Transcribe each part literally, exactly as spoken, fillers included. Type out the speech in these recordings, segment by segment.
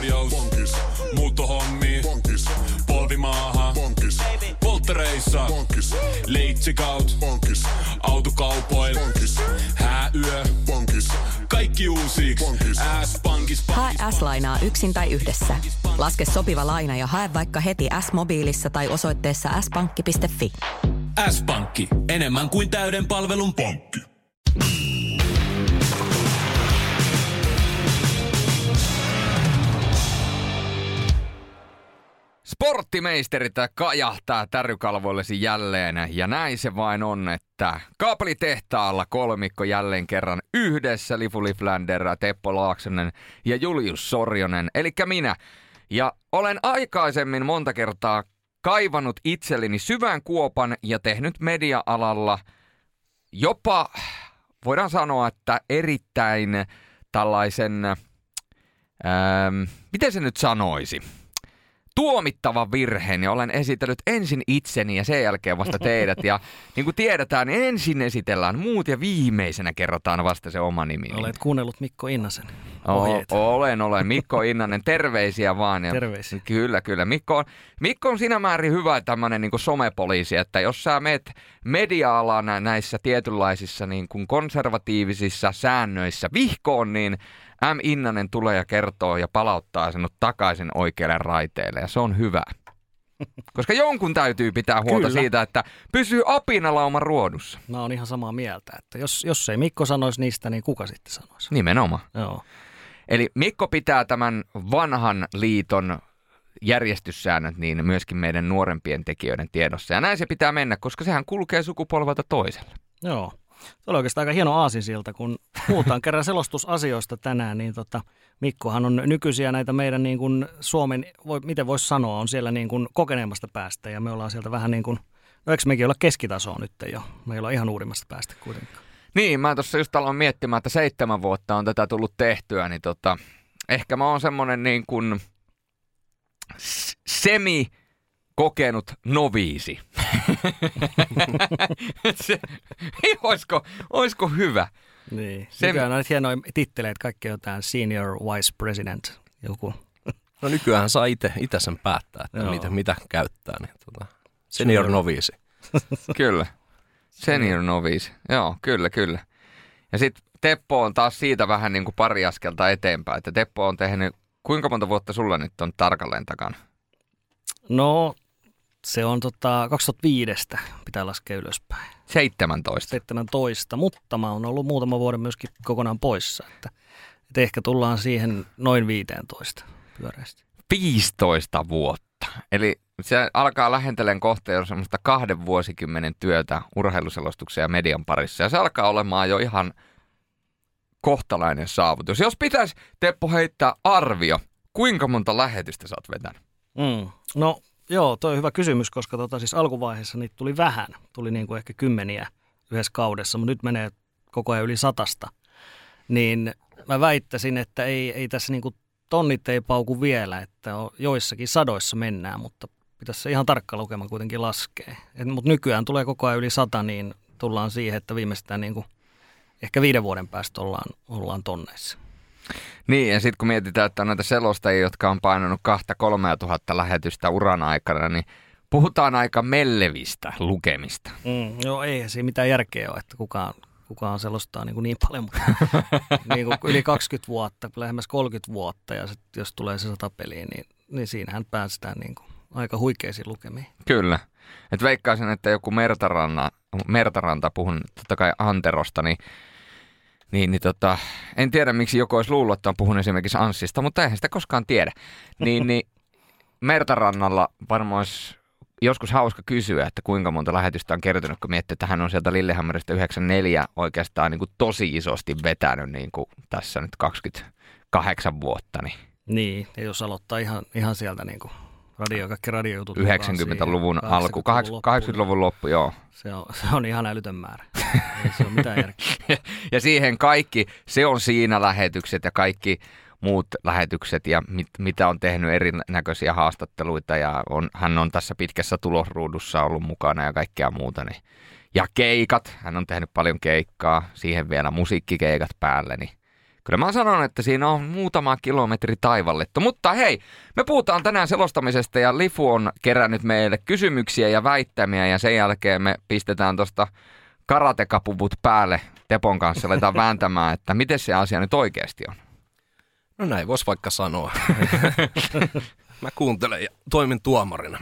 korjaus. Bonkis. Muuttohommi. Bonkis. Polvimaaha. Bonkis. Polttereissa. Bonkis. Leitsikaut. Bonkis. Autokaupoil. Bonkis. Hääyö. Bonkis. Kaikki uusiiksi. S-pankis. Hae S-lainaa yksin tai yhdessä. Laske sopiva laina ja hae vaikka heti S-mobiilissa tai osoitteessa s pankki piste fi. S-pankki. Enemmän kuin täyden palvelun pankki. Sporttimeisterit kajahtaa tärykalvoillesi jälleen, ja näin se vain on, että kaapelitehtaalla kolmikko jälleen kerran yhdessä, Lifu Liflander, Teppo Laaksonen ja Julius Sorjonen, eli minä. Ja olen aikaisemmin monta kertaa kaivannut itselleni syvän kuopan ja tehnyt media-alalla jopa, voidaan sanoa, että erittäin tällaisen, ähm, miten se nyt sanoisi? Tuomittava virheen, ja olen esitellyt ensin itseni ja sen jälkeen vasta teidät. Ja niin kuin tiedetään, niin ensin esitellään muut ja viimeisenä kerrotaan vasta se oma nimi. Olet kuunnellut Mikko Innasen ohjeita. O- olen, olen. Mikko Innanen, terveisiä vaan. Ja terveisiä. Kyllä, kyllä. Mikko on, Mikko on siinä määrin hyvä tämmöinen niin kuin somepoliisi, että jos sä meet media-alan näissä tietynlaisissa niin kuin konservatiivisissa säännöissä vihkoon, niin M. Innanen tulee ja kertoo ja palauttaa sinut takaisin oikealle raiteelle, ja se on hyvä. Koska jonkun täytyy pitää huolta Kyllä. siitä, että pysyy apinalauma ruodussa. Mä oon ihan samaa mieltä, että jos, jos ei Mikko sanoisi niistä, niin kuka sitten sanoisi? Nimenomaan. Joo. Eli Mikko pitää tämän vanhan liiton järjestyssäännöt niin myöskin meidän nuorempien tekijöiden tiedossa. Ja näin se pitää mennä, koska sehän kulkee sukupolvelta toiselle. Joo. Se oli oikeastaan aika hieno aasinsilta, kun puhutaan kerran selostusasioista tänään, niin tota, Mikkohan on nykyisiä näitä meidän niin kuin Suomen, voi, miten voisi sanoa, on siellä niin kuin kokeneemmasta päästä, ja me ollaan sieltä vähän niin kuin, no eikö mekin olla keskitasoa nyt jo, me ei olla ihan uurimmasta päästä kuitenkaan. Niin, mä tuossa just aloin miettimään, että seitsemän vuotta on tätä tullut tehtyä, niin tota, ehkä mä oon semmonen niin kuin semi kokenut noviisi. Se, oisko, oisko hyvä? Niin. Se... Nykyään on hienoja titteleitä, kaikki jotain senior vice president, joku. No nykyään saa itse sen päättää, että mitä, mitä käyttää. Niin tota, senior noviisi. Kyllä. Senior noviisi. Joo, kyllä, kyllä. Ja sitten Teppo on taas siitä vähän niin kuin pari askelta eteenpäin. Että Teppo on tehnyt, kuinka monta vuotta sulla nyt on tarkalleen takana? No, se on tota kaksituhattaviisi, pitää laskea ylöspäin. seitsemäntoista. seitsemäntoista, mutta mä oon ollut muutama vuoden myöskin kokonaan poissa. Että, että ehkä tullaan siihen noin viisitoista pyöreästi. viisitoista vuotta. Eli se alkaa lähenteleen kohta jo semmoista kahden vuosikymmenen työtä urheiluselostuksen ja median parissa. Ja se alkaa olemaan jo ihan kohtalainen saavutus. Jos pitäisi, Teppo, heittää arvio, kuinka monta lähetystä sä oot vetänyt? Mm. No joo, toi on hyvä kysymys, koska tota, siis alkuvaiheessa niitä tuli vähän. Tuli niin kuin ehkä kymmeniä yhdessä kaudessa, mutta nyt menee koko ajan yli satasta. Niin mä väittäisin, että ei, ei tässä niin kuin tonnit ei pauku vielä, että joissakin sadoissa mennään, mutta pitäisi se ihan tarkka lukema kuitenkin laskea. Mutta nykyään tulee koko ajan yli sata, niin tullaan siihen, että viimeistään niin kuin ehkä viiden vuoden päästä ollaan, ollaan tonneissa. Niin, ja sitten kun mietitään, että on näitä selostajia, jotka on painanut kahta kolmea tuhatta lähetystä uran aikana, niin puhutaan aika mellevistä lukemista. Mm, joo, ei siinä mitään järkeä ole, että kukaan, kukaan selostaa niin, kuin niin paljon, mutta niin kuin yli kaksikymmentä vuotta, lähemmäs kolmekymmentä vuotta, ja sit, jos tulee se sata peliä, niin, niin siinähän päästään niin kuin aika huikeisiin lukemiin. Kyllä. Et veikkaisin, että joku Mertaranta, Mertaranta puhun totta kai Anterosta, niin Niin, niin tota, en tiedä miksi joku olisi luullut, että on puhunut esimerkiksi Anssista, mutta eihän sitä koskaan tiedä. Niin, niin Mertarannalla varmaan olisi joskus hauska kysyä, että kuinka monta lähetystä on kertonut, kun miettii, että hän on sieltä Lillehammerista yhdeksänkymmentäneljä oikeastaan niin kuin tosi isosti vetänyt niin kuin tässä nyt kaksikymmentäkahdeksan vuotta. Niin, niin ja jos aloittaa ihan, ihan sieltä niin kuin radio, kaikki radiojutut. yhdeksänkymmentäluvun alku, kahdeksankymmentäluvun loppu, joo. Se on, se on ihan älytön määrä. Ei se ole mitään järkeä. Ja siihen kaikki, se on siinä lähetykset ja kaikki muut lähetykset ja mit, mitä on tehnyt erinäköisiä haastatteluita ja on, hän on tässä pitkässä tulosruudussa ollut mukana ja kaikkea muuta. Niin. Ja keikat, hän on tehnyt paljon keikkaa, siihen vielä musiikkikeikat päälle, niin kyllä mä sanon, että siinä on muutama kilometri taivallettu. Mutta hei, me puhutaan tänään selostamisesta ja Lifu on kerännyt meille kysymyksiä ja väittämiä ja sen jälkeen me pistetään tuosta karatekapuvut päälle Tepon kanssa, aletaan vääntämään, että miten se asia nyt oikeasti on. No näin voisi vaikka sanoa. Mä kuuntelen ja toimin tuomarina.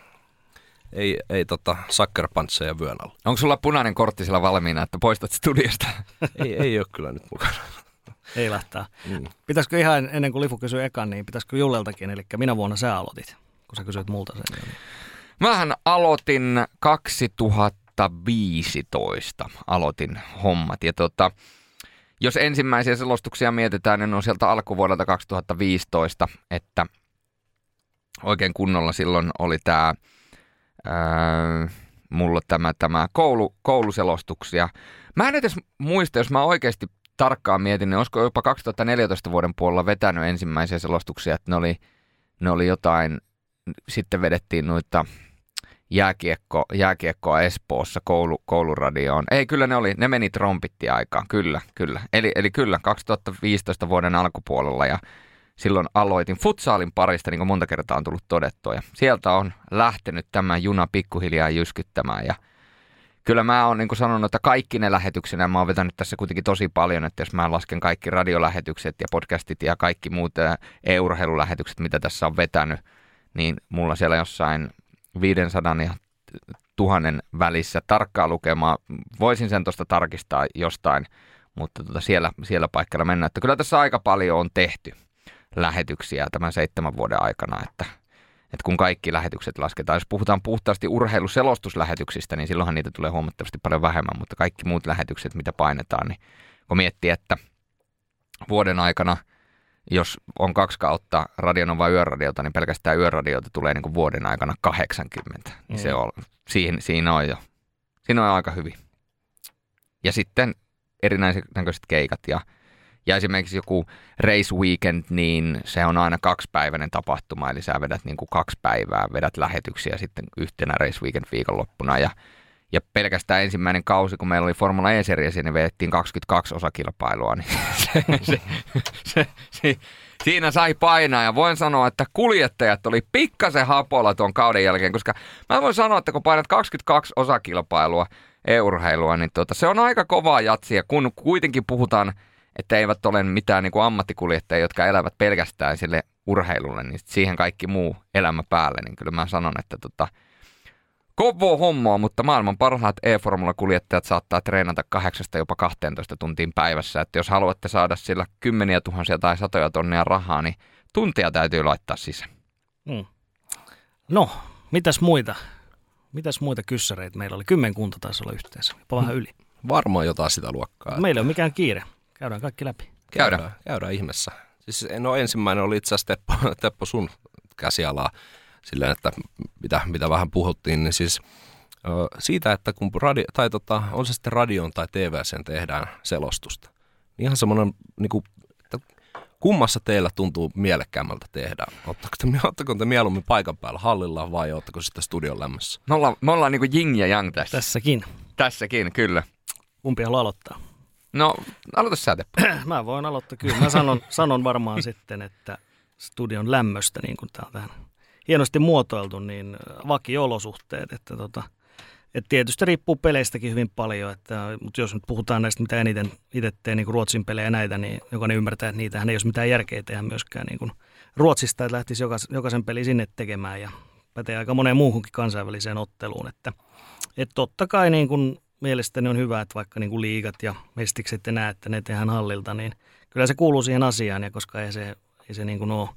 Ei, ei tota sakkerpantseja vyön alla. Onko sulla punainen kortti sillä valmiina, että poistat studiosta? ei, ei ole kyllä nyt mukana. Ei lähtää. Mm. Pitäisikö ihan ennen kuin Lifu kysyi ekan, niin pitäisikö Julleltakin, eli minä vuonna sä aloitit, kun sä kysyit multa sen. Niin. Mähän aloitin kaksituhattaviisitoista, aloitin hommat. Ja tota, jos ensimmäisiä selostuksia mietitään, niin on sieltä alkuvuodelta kaksituhattaviisitoista, että oikein kunnolla silloin oli tämä, ää, mulla tämä, tämä koulu, kouluselostuksia. Mä en edes muista, jos mä oikeasti tarkkaan mietin, niin olisiko jopa kaksituhattaneljätoista vuoden puolella vetänyt ensimmäisiä selostuksia, että ne oli, ne oli jotain, sitten vedettiin noita jääkiekko, jääkiekkoa Espoossa koulu, kouluradioon. Ei, kyllä ne oli, ne meni trompittiaikaan, kyllä, kyllä. Eli, eli kyllä, kaksituhattaviisitoista vuoden alkupuolella ja silloin aloitin futsaalin parista, niin kuin monta kertaa on tullut todettua. Ja sieltä on lähtenyt tämä juna pikkuhiljaa jyskyttämään ja kyllä mä oon niin kuin sanonut, että kaikki ne lähetyksenä, mä oon vetänyt tässä kuitenkin tosi paljon, että jos mä lasken kaikki radiolähetykset ja podcastit ja kaikki muut e-urheilulähetykset, mitä tässä on vetänyt, niin mulla siellä jossain viisisataa ja tuhannen välissä tarkkaa lukemaa. Voisin sen tuosta tarkistaa jostain, mutta tota siellä, siellä paikalla mennään. Että kyllä tässä aika paljon on tehty lähetyksiä tämän seitsemän vuoden aikana, että että kun kaikki lähetykset lasketaan, jos puhutaan puhtaasti urheiluselostuslähetyksistä, niin silloinhan niitä tulee huomattavasti paljon vähemmän, mutta kaikki muut lähetykset, mitä painetaan, niin kun miettii, että vuoden aikana, jos on kaksi kautta Radionova yöradiota, niin pelkästään yöradiota tulee niin kuin vuoden aikana kahdeksankymmentä. Niin mm. se on, siinä, siinä on jo, siinä on aika hyvin. Ja sitten erinäköiset keikat ja Ja esimerkiksi joku race weekend, niin se on aina kaksipäiväinen tapahtuma, eli sä vedät niin kuin kaksi päivää, vedät lähetyksiä sitten yhtenä race weekend viikonloppuna. Ja, ja pelkästään ensimmäinen kausi, kun meillä oli Formula E-seriä, niin vedettiin kaksikymmentäkaksi osakilpailua, niin se, se, se, se, siinä sai painaa. Ja voin sanoa, että kuljettajat oli pikkasen hapolla tuon kauden jälkeen, koska mä voin sanoa, että kun painat kaksikymmentäkaksi osakilpailua e-urheilua, niin tuota, se on aika kovaa jatsia, kun kuitenkin puhutaan, että eivät ole mitään niin kuin ammattikuljettajia, jotka elävät pelkästään sille urheilulle, niin siihen kaikki muu elämä päälle, niin kyllä mä sanon, että tota, kovaa hommaa, mutta maailman parhaat e-formula-kuljettajat saattaa treenata kahdeksasta jopa kahteentoista tuntiin päivässä, että jos haluatte saada sillä kymmeniä tuhansia tai satoja tonnia rahaa, niin tuntia täytyy laittaa sisään. Hmm. No, mitäs muita? Mitäs muita kyssäreitä meillä oli? Kymmenkunta taisi olla yhteensä, jopa vähän yli. Varmaan jotain sitä luokkaa. Meillä ei ole mikään kiire. Käydään kaikki läpi. Käydään. Käydään, käydään ihmeessä. Siis, no ensimmäinen oli itse asiassa Teppo, Teppo sun käsialaa silleen, että mitä, mitä vähän puhuttiin, niin siis ö, siitä, että kun radio, tai tota, on se sitten radion tai T V-sen tehdään selostusta, niin ihan semmoinen, niin kuin, että kummassa teillä tuntuu mielekkäämmältä tehdä? Ottako te, ottako te mieluummin paikan päällä hallilla vai ottako sitten studion lämmössä? Me ollaan, me ollaan niin kuin jing ja jang tässä. Tässäkin. Tässäkin, kyllä. Kumpi haluaa aloittaa? No, aloita sä, Teppo. Mä voin aloittaa kyllä. Mä sanon, sanon varmaan sitten, että studion lämmöstä, niin kuin tää on tähän hienosti muotoiltu, niin vakio-olosuhteet. Että tota, et tietysti riippuu peleistäkin hyvin paljon, että, mutta jos nyt puhutaan näistä, mitä eniten itse teen, niin kuin Ruotsin pelejä näitä, niin jokainen ymmärtää, että niitähän ei olisi mitään järkeä tehdä myöskään niin kuin Ruotsista, että lähtisi jokais, jokaisen peli sinne tekemään ja pätee aika moneen muuhunkin kansainväliseen otteluun. Että, että totta kai niin kuin mielestäni on hyvä, että vaikka niin kuin liigat ja mestikset ja näet, että ne tehdään hallilta, niin kyllä se kuuluu siihen asiaan, ja koska ei se, ei se niin kuin ole,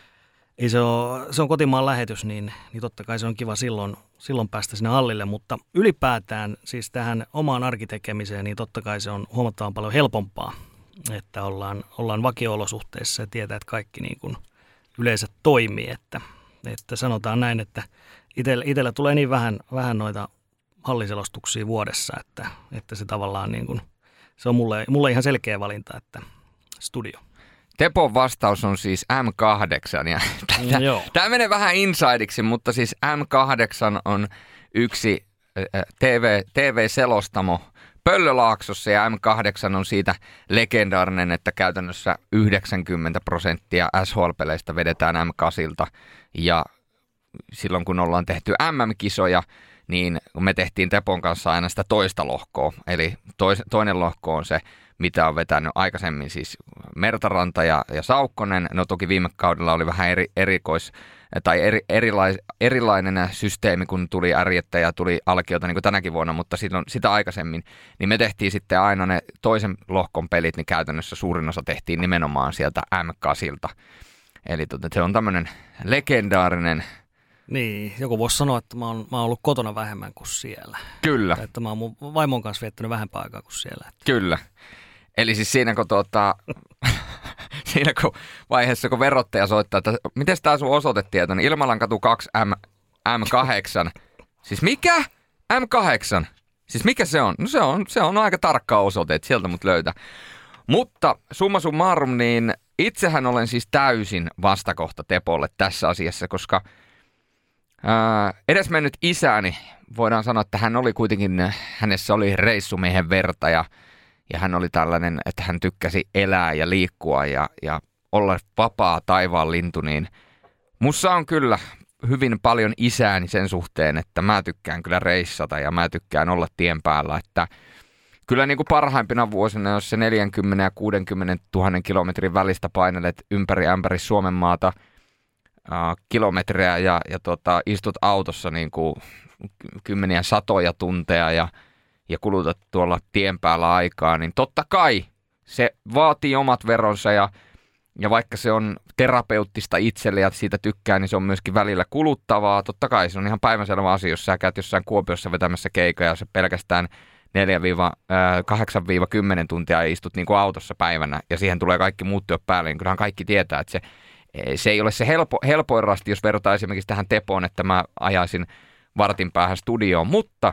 ei se, ole, se on kotimaan lähetys, niin, niin totta kai se on kiva silloin, silloin päästä sinne hallille, mutta ylipäätään siis tähän omaan arkitekemiseen, niin totta kai se on huomattavan paljon helpompaa, että ollaan, ollaan vakio-olosuhteissa ja tietää, että kaikki niin kuin yleensä toimii, että, että sanotaan näin, että itsellä, itsellä tulee niin vähän, vähän noita halliselostuksia vuodessa, että, että se tavallaan niin kuin, se on mulle, mulle ihan selkeä valinta, että studio. Tepon vastaus on siis M kahdeksan ja tämä menee vähän insideiksi, mutta siis M kahdeksan on yksi T V, T V-selostamo Pöllölaaksossa ja M kahdeksan on siitä legendaarinen, että käytännössä yhdeksänkymmentä prosenttia S H L-peleistä vedetään M kahdeksan ja silloin kun ollaan tehty M M-kisoja, niin me tehtiin Tepon kanssa aina sitä toista lohkoa. Eli tois, toinen lohko on se, mitä on vetänyt aikaisemmin siis Mertaranta ja, ja Saukkonen. No toki viime kaudella oli vähän eri, erikois tai eri, erilais, erilainen systeemi, kun tuli Ärjettä ja tuli Alkiota niin kuin tänäkin vuonna, mutta silloin, sitä aikaisemmin, niin me tehtiin sitten aina ne toisen lohkon pelit, niin käytännössä suurin osa tehtiin nimenomaan sieltä M kahdeksan. Eli tota, se on tämmöinen legendaarinen. Niin, joku voisi sanoa, että mä oon, mä oon ollut kotona vähemmän kuin siellä. Kyllä. Tai että mä oon mun vaimon kanssa viettänyt vähempää aikaa kuin siellä. Kyllä. Eli siis siinä kun, tuota, siinä kun vaiheessa, kun verottaja soittaa, että miten tämä sun osoitetieto, niin Ilmalankatu kaksi M, M kahdeksan. Siis mikä? M kahdeksan. Siis mikä se on? No se on, se on aika tarkka osoite, että sieltä mut löytää. Mutta summa summarum, niin itsehän olen siis täysin vastakohta Tepolle tässä asiassa, koska ää, edesmennyt isäni, voidaan sanoa, että hän oli kuitenkin, hänessä oli reissumiehen verta ja, ja hän oli tällainen, että hän tykkäsi elää ja liikkua ja, ja olla vapaa taivaan lintu, niin mussa on kyllä hyvin paljon isääni sen suhteen, että mä tykkään kyllä reissata ja mä tykkään olla tien päällä, että kyllä niin kuin parhaimpina vuosina, jos se neljäkymmentä ja kuusikymmentä tuhannen kilometrin välistä painelet ympäri ämpäri Suomen maata äh, kilometrejä ja, ja tota, istut autossa niin kuin kymmeniä satoja tunteja ja, ja kulutat tuolla tien päällä aikaa, niin totta kai se vaatii omat veronsa ja, ja vaikka se on terapeuttista itselle ja siitä tykkää, niin se on myöskin välillä kuluttavaa. Totta kai se on ihan päivänselvä asia, jos sä käyt jossain Kuopiossa vetämässä keikkaa ja se pelkästään neljä kahdeksan kymmenen tuntia istut niin kuin autossa päivänä ja siihen tulee kaikki muut työt päälle, niin kyllähän kaikki tietää, että se, se ei ole se helpo, helpoin rasti, jos verrataan esimerkiksi tähän Tepoon, että mä ajaisin vartin päähän studioon, mutta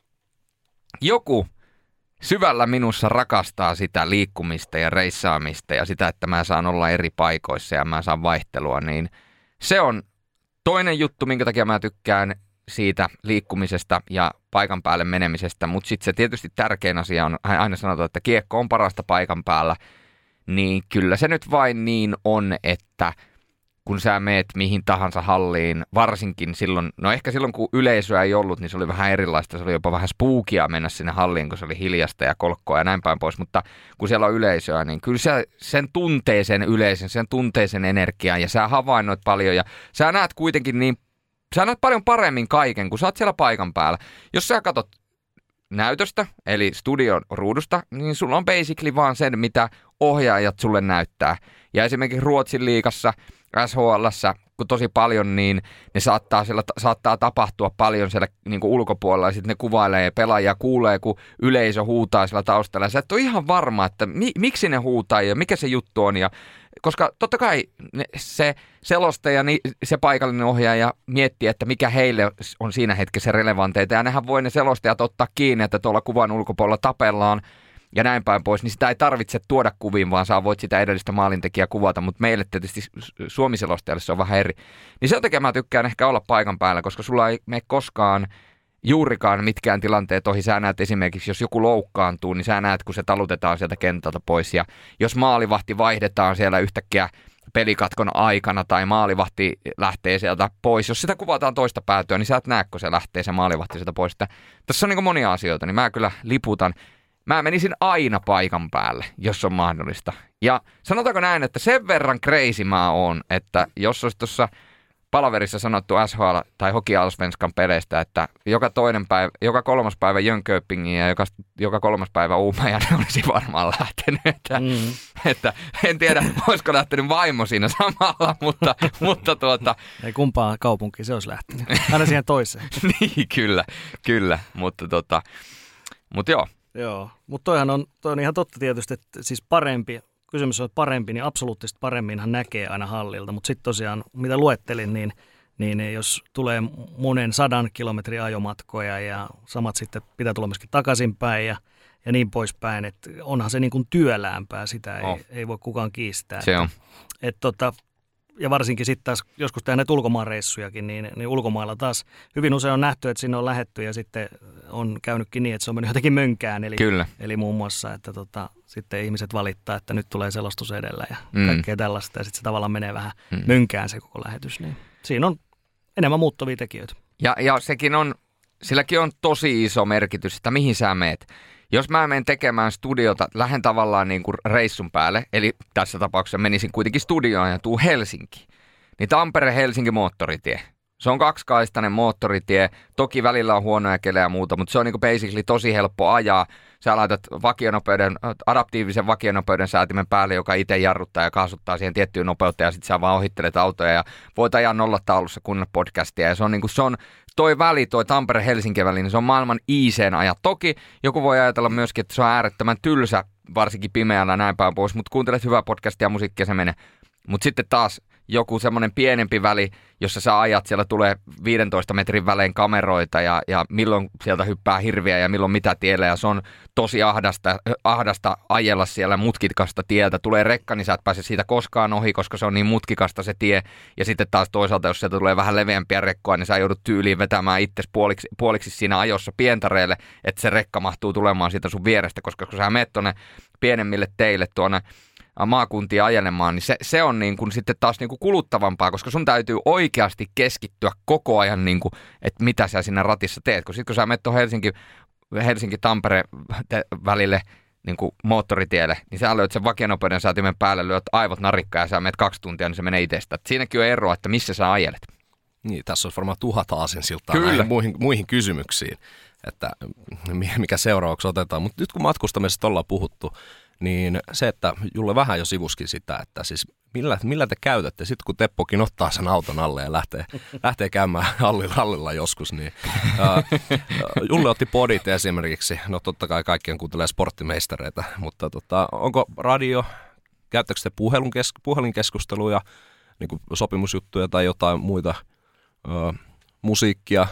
joku syvällä minussa rakastaa sitä liikkumista ja reissaamista ja sitä, että mä saan olla eri paikoissa ja mä saan vaihtelua, niin se on toinen juttu, minkä takia mä tykkään siitä liikkumisesta ja paikan päälle menemisestä, mutta sitten se tietysti tärkein asia on, aina sanotaan, että kiekko on parasta paikan päällä, niin kyllä se nyt vain niin on, että kun sä meet mihin tahansa halliin, varsinkin silloin, no ehkä silloin kun yleisöä ei ollut, niin se oli vähän erilaista, se oli jopa vähän spookia mennä sinne halliin, kun se oli hiljasta ja kolkkoa ja näin päin pois, mutta kun siellä on yleisöä, niin kyllä sä sen tuntee sen yleisön, sen tuntee sen energian ja sä havainnoit paljon ja sä näet kuitenkin niin Sä näet paljon paremmin kaiken, kun sä oot siellä paikan päällä. Jos sä katot näytöstä, eli studion ruudusta, niin sulla on basically vaan sen, mitä ohjaajat sulle näyttää. Ja esimerkiksi Ruotsin liigassa, S H L:ssä, kun tosi paljon, niin ne saattaa, siellä, saattaa tapahtua paljon siellä niin kuin ulkopuolella, ja sitten ne kuvailee ja pelaajia kuulee, kun yleisö huutaa siellä taustalla. Ja sä et ole ihan varma, että mi, miksi ne huutaa ja mikä se juttu on. Ja koska totta kai se selostaja, se paikallinen ohjaaja miettii, että mikä heille on siinä hetkessä relevanteita. Ja nehän voi ne selostajat ottaa kiinni, että tuolla kuvan ulkopuolella tapellaan ja näin päin pois. Niin sitä ei tarvitse tuoda kuviin, vaan sä voit sitä edellistä maalintekijää kuvata. Mutta meille tietysti suomiselostajalle se on vähän eri. Niin sen takia mä tykkään ehkä olla paikan päällä, koska sulla ei mene koskaan juurikaan mitkään tilanteet ohi. Sä näet esimerkiksi, jos joku loukkaantuu, niin sä näet, kun se talutetaan sieltä kentältä pois. Ja jos maalivahti vaihdetaan siellä yhtäkkiä pelikatkon aikana tai maalivahti lähtee sieltä pois, jos sitä kuvataan toista päätyä, niin sä et näe, kun se lähtee se maalivahti sieltä pois. Että tässä on niin monia asioita, niin mä kyllä liputan. Mä menisin aina paikan päälle, jos on mahdollista. Ja sanotaanko näin, että sen verran crazy mä oon, että jos olisi tuossa palaverissa sanottu S H L tai Hockey Allsvenskan peleistä, että joka toinen päivä, joka kolmas päivä Jönköpingin ja joka, joka kolmas päivä Uumajan olisi varmaan lähtenyt. Että, mm. että en tiedä, olisiko lähtenyt vaimo siinä samalla, mutta, mutta tuota... Ei kumpaan kaupunkiin se olisi lähtenyt. Aina siihen toiseen. Niin, kyllä, kyllä, mutta tota, mutta joo. Joo, mutta toihan on, toi on ihan totta tietysti, että siis parempi, kysymys on parempi, niin absoluuttisesti paremminhan näkee aina hallilta, mutta sitten tosiaan, mitä luettelin, niin, niin jos tulee monen sadan kilometrin ajomatkoja ja samat sitten pitää tulla myöskin takaisinpäin ja, ja niin poispäin, että onhan se niin kuin työläämpää, sitä ei, oh. ei voi kukaan kiistää. Se on. Että tota, ja varsinkin sitten taas joskus tehdään näitä ulkomaanreissujakin, niin, niin ulkomailla taas hyvin usein on nähty, että sinne on lähdetty ja sitten on käynytkin niin, että se on mennyt jotenkin mönkään. Eli, Kyllä. eli muun muassa, että tota, sitten ihmiset valittaa, että nyt tulee selostus edellä ja Mm. kaikkea tällaista ja sitten se tavallaan menee vähän Mm. mönkään se koko lähetys. Niin siinä on enemmän muuttuvia tekijöitä. Ja, ja sekin on, silläkin on tosi iso merkitys, että mihin sä meet. Jos mä menen tekemään studiota, lähden tavallaan niin kuin reissun päälle, eli tässä tapauksessa menisin kuitenkin studioon ja tuu Helsinkiin, niin Tampere-Helsinki moottoritie. Se on kaksikaistainen moottoritie, toki välillä on huonoja kelejä ja muuta, mutta se on niin kuin basically tosi helppo ajaa. Sä laitat vakionopeuden, adaptiivisen vakionopeuden säätimen päälle, joka itse jarruttaa ja kaasuttaa siihen tiettyyn nopeuteen ja sitten sä vaan ohittelet autoja ja voit ajaa nollataulussa kuunnella podcastia. Ja se on, niin kuin, se on toi väli, toi Tampere-Helsinki väli, niin se on maailman iiseen aja. Toki joku voi ajatella myöskin, että se on äärettömän tylsä, varsinkin pimeällä näin päin pois, mutta kuuntelet hyvää podcastia ja musiikkia, se menee. Mutta sitten taas joku semmoinen pienempi väli, jossa sä ajat, siellä tulee viidentoista metrin välein kameroita ja, ja milloin sieltä hyppää hirviä ja milloin mitä tiellä ja se on tosi ahdasta, ahdasta ajella siellä mutkikasta tieltä. Tulee rekka, niin sä et pääse siitä koskaan ohi, koska se on niin mutkikasta se tie. Ja sitten taas toisaalta, jos sieltä tulee vähän leveämpiä rekkoa, niin sä joudut tyyliin vetämään itsesi puoliksi, puoliksi siinä ajossa pientareelle, että se rekka mahtuu tulemaan siitä sun vierestä, koska kun sä menet tuonne pienemmille teille tuonne maakuntia ajelemaan, niin se, se on niin kuin sitten taas niin kuin kuluttavampaa, koska sun täytyy oikeasti keskittyä koko ajan, niin kuin, että mitä sä siinä ratissa teet. Kun sitten kun sä menet tuon Helsinki, Helsinki-Tampere välille niin kuin moottoritielle, niin sä löydät sen vakionopeuden säätimen päälle, lyöt aivot narikkaan ja sä menet kaksi tuntia, niin se menee itsestä. Siinäkin on eroa, että missä sä ajelet. Niin, tässä on varmaan tuhat aasinsiltaa Kyllä. muihin, muihin kysymyksiin, että mikä seuraavaksi otetaan. Mutta nyt kun matkustamisesta ollaan puhuttu, niin se, että Julle vähän jo sivuskin sitä, että siis millä, millä te käytätte sitten, kun Teppokin ottaa sen auton alle ja lähtee, lähtee käymään hallilla, hallilla joskus, niin ää, Julle otti podit esimerkiksi, no totta kai kaikkien kuuntelee sporttimeistereitä, mutta tota, onko radio, käyttäkö te puhelun kes, puhelinkeskusteluja, niin kuin sopimusjuttuja tai jotain muita, ää, musiikkia,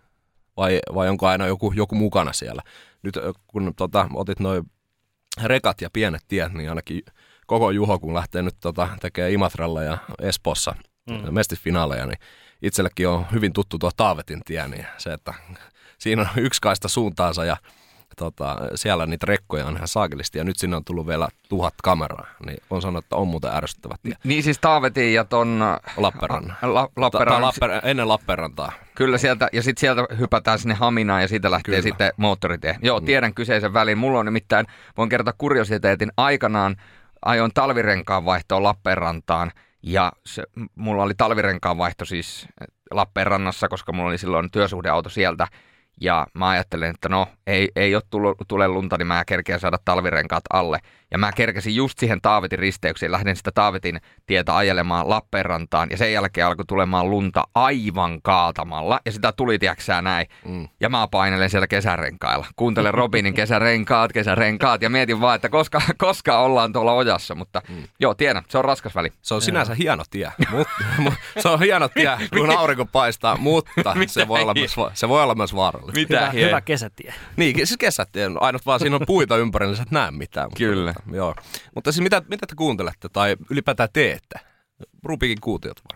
vai, vai onko aina joku, joku mukana siellä? Nyt kun tota, otit noin rekat ja pienet tiet, niin ainakin koko Juho, kun lähtee nyt tota, tekemään Imatralla ja Espoossa mm. mestisfinaaleja, niin itsellekin on hyvin tuttu tuo Taavetin tie, niin se, että siinä on yksi kaista suuntaansa ja tota, siellä niitä rekkoja on ihan saakelisti ja nyt sinne on tullut vielä tuhat kameraa, niin on sanonut, että on muuten ärsyttävä tie. Niin siis Taavetin ja ton Lappeenrannan. La, Lappeenrannan. Ta, Lapper, ennen Lappeenrantaa. Kyllä sieltä, ja sitten sieltä hypätään sinne Haminaan ja siitä lähtee Kyllä. sitten moottoritie. Joo, tiedän kyseisen välin. Mulla on nimittäin, voin kertoa kuriositeetin, aikanaan ajoin talvirenkaan vaihtoon Lappeenrantaan ja se, mulla oli talvirenkaan vaihto siis Lappeenrannassa, koska mulla oli silloin työsuhdeauto sieltä. Ja mä ajattelin, että no ei, ei ole tullut, tule lunta, niin mä kerkeän saada talvirenkaat alle. Ja mä kerkesin just siihen Taavetin risteykseen, lähdin sitä Taavetin tietä ajelemaan Lappeenrantaan. Ja sen jälkeen alkoi tulemaan lunta aivan kaatamalla. Ja sitä tuli, tiiäksää, näin. Mm. Ja mä painelen siellä kesärenkailla. Kuuntelen Robinin kesärenkaat, kesärenkaat. Ja mietin vaan, että koska, koska ollaan tuolla ojassa. Mutta mm. joo, tiedän, se on raskas väli. Se on sinänsä hieno tie. Mut, se on hieno tie, kun aurinko paistaa, mutta se voi, olla myös, se voi olla myös vaarallista. Mitä hyvä, hyvä kesätie. Niin, siis kesätie. Ainut vaan siinä on puita ympärillä, niin sä et näe mitään. Kyllä. Mutta, joo. Mutta siis mitä, mitä te kuuntelette tai ylipäätään teette? Ruupikin kuutiot vaan.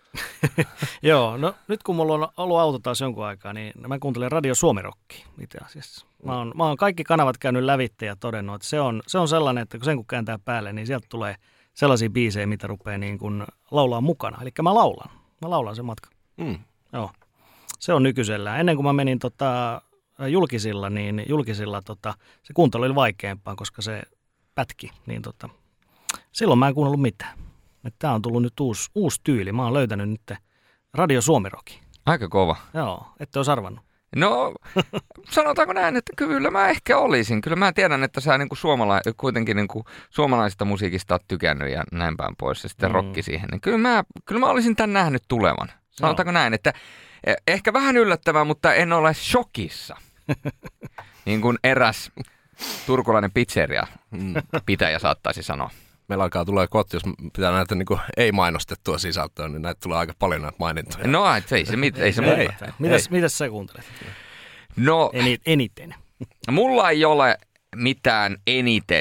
Joo, no nyt kun mulla on ollut auto taas jonkun aikaa, niin mä kuuntelen Radio Suomi-rockia itse asiassa. Mä oon, mä oon kaikki kanavat käynyt lävitse ja todennut, että se on, se on sellainen, että kun sen kun kääntää päälle, niin sieltä tulee sellaisia biisejä, mitä rupeaa niin kuin laulaa mukana. Eli mä laulan. Mä laulan sen matkan. Mm. Joo. Se on nykyisellään. Ennen kuin mä menin tota, julkisilla, niin julkisilla tota, se kuuntelu oli vaikeampaa, koska se pätki. Niin tota, silloin mä en kuunnellut mitään. Tämä on tullut nyt uusi, uusi tyyli. Mä oon löytänyt nyt Radio Suomi-rockin. Aika kova. Joo, ette olisi arvannut. No, sanotaanko näin, että kyllä mä ehkä olisin. Kyllä mä tiedän, että sä niinku suomala- kuitenkin niinku suomalaisesta musiikista oot tykännyt ja näin päin pois ja sitten mm. rokki siihen. Niin kyllä, mä, kyllä mä olisin tämän nähnyt tulevan. Sanotaanko no. näin, että ehkä vähän yllättävää, mutta en ole shokissa. Niin kuin eräs turkulainen pizzeria pitäjä saattaisi sanoa. Meillä alkaa tulee koti, jos pitää näitä niin kuin ei-mainostettua sisältöä, niin näitä tulee aika paljon näitä mainintoja. No ei se, mit, ei se ei, muuta. Mitäs, mitäs sä kuuntelet? No, eniten. Mulla ei ole mitään eniten.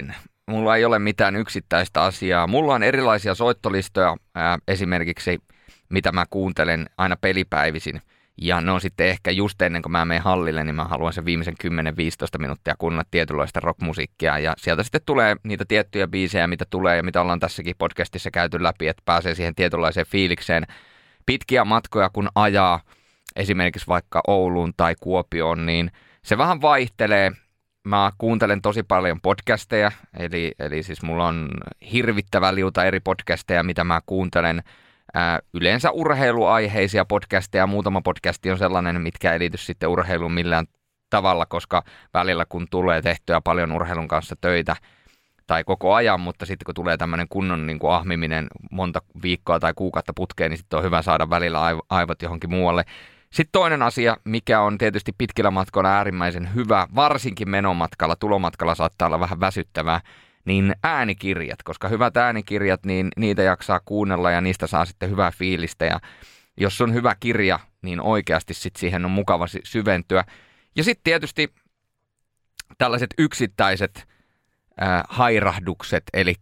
mulla ei ole mitään yksittäistä asiaa. Mulla on erilaisia soittolistoja ää, esimerkiksi, mitä mä kuuntelen aina pelipäivisin. Ja ne on sitten ehkä just ennen kuin mä menen hallille, niin mä haluan sen viimeisen kymmenen viisitoista minuuttia kuunnella tietynlaista rockmusiikkia. Ja sieltä sitten tulee niitä tiettyjä biisejä, mitä tulee ja mitä ollaan tässäkin podcastissa käyty läpi, että pääsee siihen tietynlaiseen fiilikseen. Pitkiä matkoja kun ajaa esimerkiksi vaikka Ouluun tai Kuopioon, niin se vähän vaihtelee. Mä kuuntelen tosi paljon podcasteja, eli, eli siis mulla on hirvittävä liuta eri podcasteja, mitä mä kuuntelen. Ää, yleensä urheiluaiheisia podcasteja. Muutama podcasti on sellainen, mitkä ei liity sitten urheiluun millään tavalla, koska välillä kun tulee tehtyä paljon urheilun kanssa töitä tai koko ajan, mutta sitten kun tulee tämmöinen kunnon niin kuin ahmiminen monta viikkoa tai kuukautta putkeen, niin sitten on hyvä saada välillä aivot johonkin muualle. Sitten toinen asia, mikä on tietysti pitkillä matkoilla äärimmäisen hyvä, varsinkin menomatkalla, tulomatkalla saattaa olla vähän väsyttävää, niin äänikirjat, koska hyvät äänikirjat, niin niitä jaksaa kuunnella ja niistä saa sitten hyvää fiilistä. Ja jos on hyvä kirja, niin oikeasti sitten siihen on mukava syventyä. Ja sitten tietysti tällaiset yksittäiset äh, hairahdukset, eli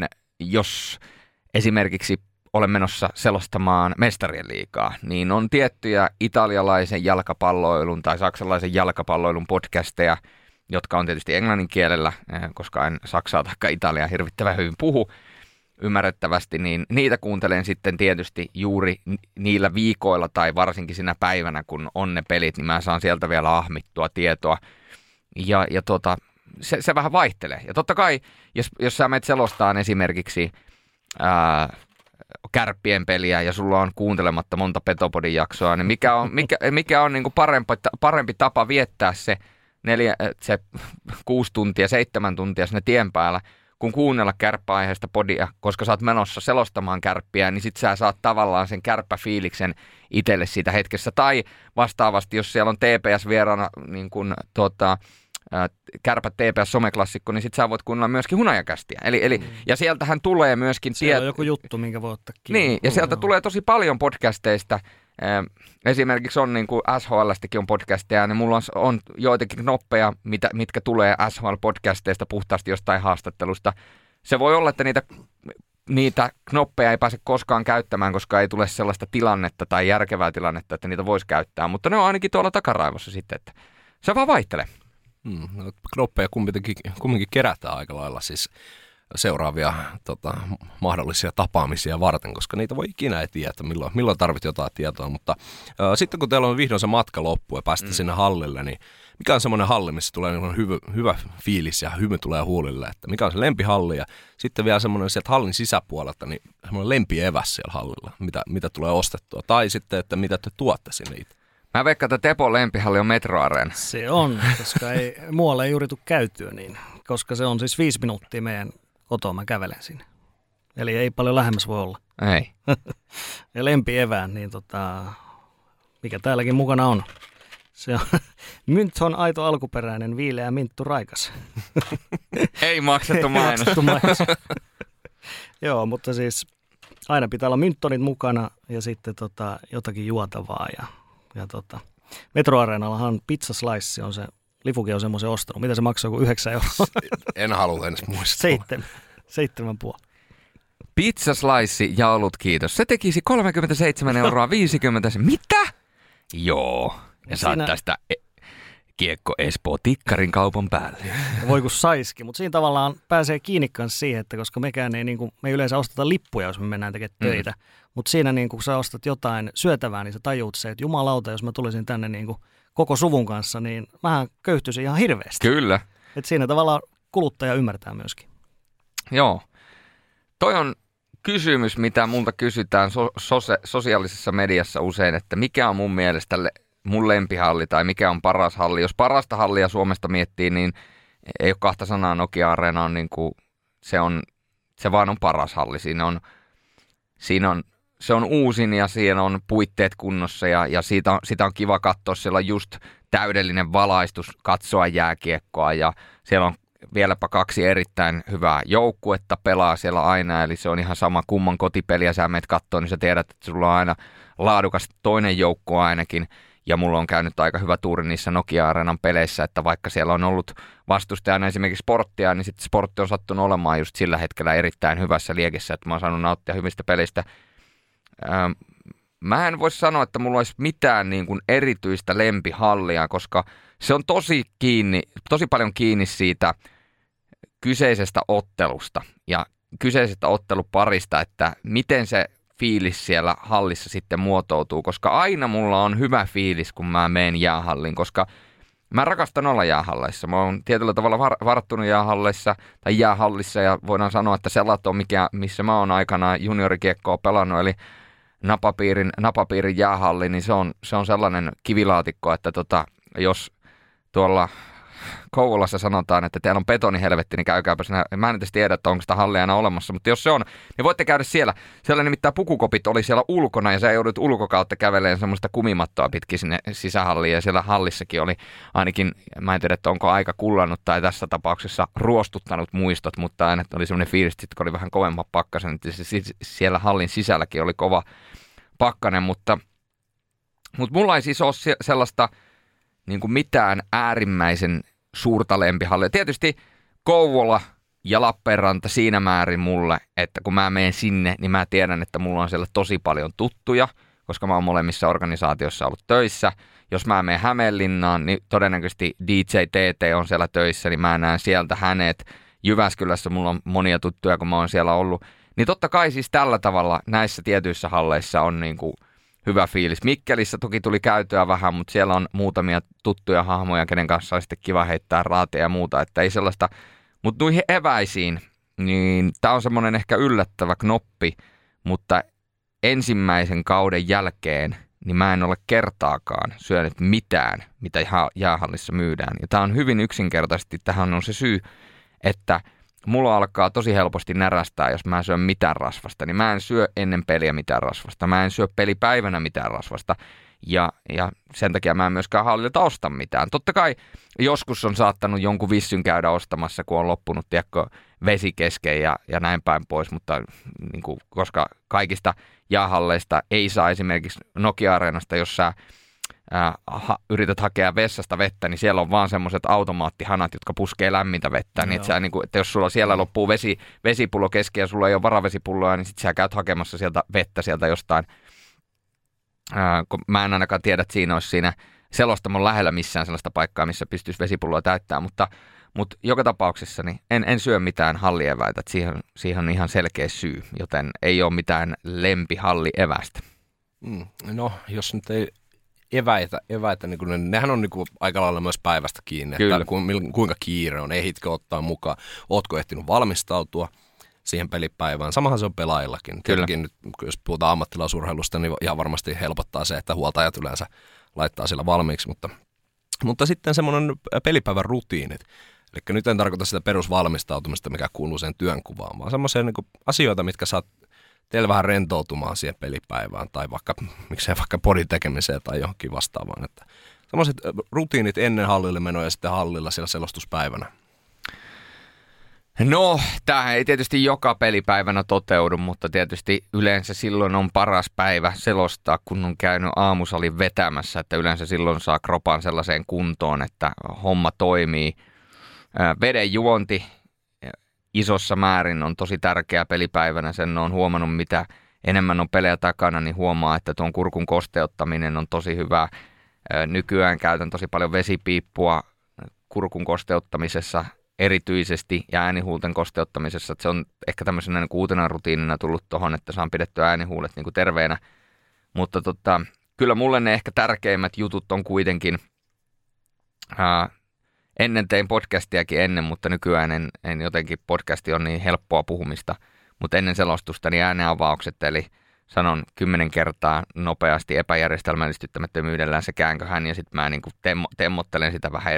jos esimerkiksi olen menossa selostamaan Mestarien liigaa, niin on tiettyjä italialaisen jalkapalloilun tai saksalaisen jalkapalloilun podcasteja, jotka on tietysti englannin kielellä, koska en saksaa tai italiaa hirvittävän hyvin puhu ymmärrettävästi, niin niitä kuuntelen sitten tietysti juuri niillä viikoilla tai varsinkin siinä päivänä, kun on ne pelit, niin mä saan sieltä vielä ahmittua tietoa. Ja, ja tota, se, se vähän vaihtelee. Ja totta kai, jos, jos sä menet selostaan esimerkiksi ää, Kärppien peliä ja sulla on kuuntelematta monta Petopodin jaksoa, niin mikä on, mikä, mikä on niin kuin parempi, parempi tapa viettää se neljä, se kuusi tuntia, seitsemän tuntia sinne tien päällä, kun kuunnella kärppäaiheesta podia, koska sä oot menossa selostamaan kärppiä, niin sit sä saat tavallaan sen kärppäfiiliksen itselle siitä hetkessä. Tai vastaavasti, jos siellä on T P S-vieraana niin kun, tota, Kärpät T P S-someklassikko, niin sit sä voit kuunnella myöskin Hunajakästiä. Eli, eli, mm. Ja sieltähän tulee myöskin... Siellä tiet... on joku juttu, minkä voi ottaa kiinni. Niin, ja sieltä tulee tosi paljon podcasteista. Esimerkiksi on niin kuin S H L:stäkin on podcasteja, niin mulla on, on joitakin knoppeja, mitä, mitkä tulee S H L-podcasteista puhtaasti jostain haastattelusta. Se voi olla, että niitä, niitä knoppeja ei pääse koskaan käyttämään, koska ei tule sellaista tilannetta tai järkevää tilannetta, että niitä voisi käyttää. Mutta ne on ainakin tuolla takaraivossa sitten, että se vaan vaihtelee. Hmm, no, knoppeja kumminkin, kumminkin kerätään aika lailla siis seuraavia tota, mahdollisia tapaamisia varten, koska niitä voi ikinä ei tietää, milloin, milloin tarvit jotain tietoa, mutta ää, sitten kun teillä on vihdoin se matka loppu ja päästä mm. sinne hallille, niin mikä on semmoinen halli, missä tulee niin hyvä, hyvä fiilis ja hymy tulee huulille, että mikä on se lempihalli ja sitten vielä semmoinen sieltä hallin sisäpuolelta, niin semmoinen lempieväs siellä hallilla, mitä, mitä tulee ostettua, tai sitten, että mitä te tuotte sinne itse. Mä veikkaan, että Tepon lempihalli on Metro Areena. Se on, koska ei, muualla ei juuri tule käytyä niin, koska se on siis viisi minuuttia meidän kotoa, mä kävelen sinne. Eli ei paljon lähemmäs voi olla. Ei. Ja lempievään, niin tota, mikä täälläkin mukana on. Se on Mynt on aito alkuperäinen, viileä minttu raikas. Ei maksettu mainos. Maksettu mainos. Joo, mutta siis aina pitää olla mynttonit mukana ja sitten tota, jotakin juotavaa. Ja, ja tota, Metro Areenallahan pizza slice on se, Lifukin on semmoisen ostanut. Mitä se maksaa kuin yhdeksän euroa? En halua edes muistaa. Seitsemän. Seitsemän puoli. Pizza slice ja olut, kiitos. Se tekisi kolmekymmentäseitsemän euroa viisikymmentä. Mitä? Joo. Ja saat siinä... tästä e- Kiekko Espoo tikkarin kaupan päälle. Voi kun saisikin, mutta siinä tavallaan pääsee kiinni kanssa siihen, että koska mekään ei, niin kuin, me ei yleensä osteta lippuja, jos me mennään tekemään töitä. Mm. Mutta siinä niin kun sä ostat jotain syötävää, niin sä tajuut se, että jumalauta, jos mä tulisin tänne niin kuin koko suvun kanssa, niin mähän köyhtyisin ihan hirveästi. Kyllä. Et siinä tavallaan kuluttaja ymmärtää myöskin. Joo. Toi on kysymys, mitä multa kysytään so- sose- sosiaalisessa mediassa usein, että mikä on mun mielestä le- mun lempihalli tai mikä on paras halli. Jos parasta hallia Suomesta miettii, niin ei ole kahta sanaa. Nokia-areena on niin kuin, se on, se vaan on paras halli. Siinä on, siinä on, se on uusin ja siinä on puitteet kunnossa ja, ja siitä, on, siitä on kiva katsoa. Siellä on just täydellinen valaistus, katsoa jääkiekkoa ja siellä on vieläpä kaksi erittäin hyvää joukkuetta pelaa siellä aina, eli se on ihan sama kumman kotipeliä sä menet katsoa, niin sä tiedät, että sulla on aina laadukas toinen joukko ainakin. Ja mulla on käynyt aika hyvä tuuri niissä Nokia-areenan peleissä, että vaikka siellä on ollut vastustajana esimerkiksi Sporttia, niin sitten Sportti on sattunut olemaan just sillä hetkellä erittäin hyvässä liekissä, että mä oon saanut nauttia hyvistä peleistä. Ähm, mä en voi sanoa, että mulla olisi mitään niin kuin erityistä lempihallia, koska se on tosi kiinni, tosi paljon kiinni siitä kyseisestä ottelusta ja kyseisestä otteluparista, että miten se fiilis siellä hallissa sitten muotoutuu, koska aina mulla on hyvä fiilis, kun mä menen jäähallin, koska mä rakastan olla jäähalleissa. Mä oon tietyllä tavalla var- varattunut jäähalleissa tai jäähallissa ja voidaan sanoa, että sellat on mikä, missä mä oon aikanaan juniorikiekkoa pelannut, eli napapiirin, napapiirin jäähalli, niin se on, se on sellainen kivilaatikko, että tota, jos tuolla Kouvolassa sanotaan, että teillä on betonihelvetti, niin käykääpä sinä. Mä en edes tiedä, että onko sitä hallia aina olemassa, mutta jos se on, niin voitte käydä siellä. Siellä nimittäin pukukopit oli siellä ulkona ja sä joudut ulkokautta käveleen semmoista kumimattoa pitkin sinne sisähalliin ja siellä hallissakin oli ainakin, mä en tiedä, että onko aika kullannut tai tässä tapauksessa ruostuttanut muistot, mutta aina oli semmoinen fiilis, että kun oli vähän kovemmat pakkasen, että siellä hallin sisälläkin oli kova pakkanen, mutta, mutta mulla ei siis ole sellaista niin kuin mitään äärimmäisen suurta lempihallia. Tietysti Kouvola ja Lappeenranta siinä määrin mulle, että kun mä menen sinne, niin mä tiedän, että mulla on siellä tosi paljon tuttuja, koska mä oon molemmissa organisaatioissa ollut töissä. Jos mä menen Hämeenlinnaan, niin todennäköisesti D J T T on siellä töissä, niin mä näen sieltä hänet. Jyväskylässä mulla on monia tuttuja, kun mä oon siellä ollut. Niin totta kai siis tällä tavalla näissä tietyissä halleissa on niin kuin hyvä fiilis. Mikkelissä toki tuli käytyä vähän, mutta siellä on muutamia tuttuja hahmoja, kenen kanssa on sitten kiva heittää raateja ja muuta, että ei sellaista. Mutta noihin eväisiin, niin tämä on semmoinen ehkä yllättävä knoppi, mutta ensimmäisen kauden jälkeen, niin mä en ole kertaakaan syönyt mitään, mitä jäähallissa myydään. Ja tämä on hyvin yksinkertaisesti, tähän on se syy, että mulla alkaa tosi helposti närästää, jos mä syön mitään rasvasta, niin mä en syö ennen peliä mitään rasvasta. Mä en syö pelipäivänä mitään rasvasta ja, ja sen takia mä en myöskään hallilta osta mitään. Totta kai joskus on saattanut jonkun vissyn käydä ostamassa, kun on loppunut tiedätkö, vesi kesken ja, ja näin päin pois, mutta niin kuin, koska kaikista jäähalleista ei saa esimerkiksi Nokia-areenasta, jos sä Äh, ha, yrität hakea vessasta vettä, niin siellä on vaan semmoiset automaattihanat, jotka puskee lämmintä vettä. Niin, että, sä, niin kuin, että jos sulla siellä loppuu vesi, vesipullo kesken ja sulla ei ole varavesipulloa, niin sitten sä käyt hakemassa sieltä vettä sieltä jostain. Äh, kun mä en ainakaan tiedä, että siinä olisi siinä selostamon lähellä missään sellaista paikkaa, missä pystyisi vesipulloa täyttämään, mutta, mutta joka tapauksessa niin en, en syö mitään hallieväitä. Siihen, siihen on ihan selkeä syy, joten ei ole mitään lempihallievästä. Mm, no, jos nyt ei eväitä, eväitä niin kuin ne, nehän on niin kuin aika lailla myös päivästä kiinni, Kyllä. että ku, kuinka kiire on, ehditkö ottaa mukaan, ootko ehtinyt valmistautua siihen pelipäivään. Samahan se on pelaajillakin. Tietenkin nyt, jos puhutaan ammattilaisurheilusta, niin ihan varmasti helpottaa se, että huoltajat yleensä laittaa sillä valmiiksi, mutta, mutta sitten semmoinen pelipäivän rutiinit. Eli nyt en tarkoita sitä perusvalmistautumista, mikä kuuluu sen työnkuvaan, vaan semmoisia niin kuin asioita, mitkä saat teillä vähän rentoutumaan siihen pelipäivään tai vaikka, miksei vaikka podin tekemiseen tai johonkin vastaavaan. Että sellaiset rutiinit ennen hallille menoa ja sitten hallilla siellä selostuspäivänä. No, tämähän ei tietysti joka pelipäivänä toteudu, mutta tietysti yleensä silloin on paras päivä selostaa, kun on käynyt aamusalin vetämässä, että yleensä silloin saa kropan sellaiseen kuntoon, että homma toimii. Veden juonti isossa määrin on tosi tärkeä pelipäivänä, sen on huomannut, mitä enemmän on pelejä takana, niin huomaa, että tuon kurkun kosteuttaminen on tosi hyvä. Nykyään käytän tosi paljon vesipiippua kurkun kosteuttamisessa erityisesti ja äänihuulten kosteuttamisessa. Että se on ehkä tämmöisenä niin uutena rutiinina tullut tuohon, että saan pidettyä äänihuulet niin kuin terveenä. Mutta tota, kyllä mulle ne ehkä tärkeimmät jutut on kuitenkin, ää, ennen tein podcastiakin ennen, mutta nykyään en, en jotenkin podcasti on niin helppoa puhumista. Mutta ennen selostusta niin ääneavaukset, eli sanon kymmenen kertaa nopeasti epäjärjestelmällistyttämättömyydellään se käänköhän, ja sitten mä niinku temmo, temmottelen sitä vähän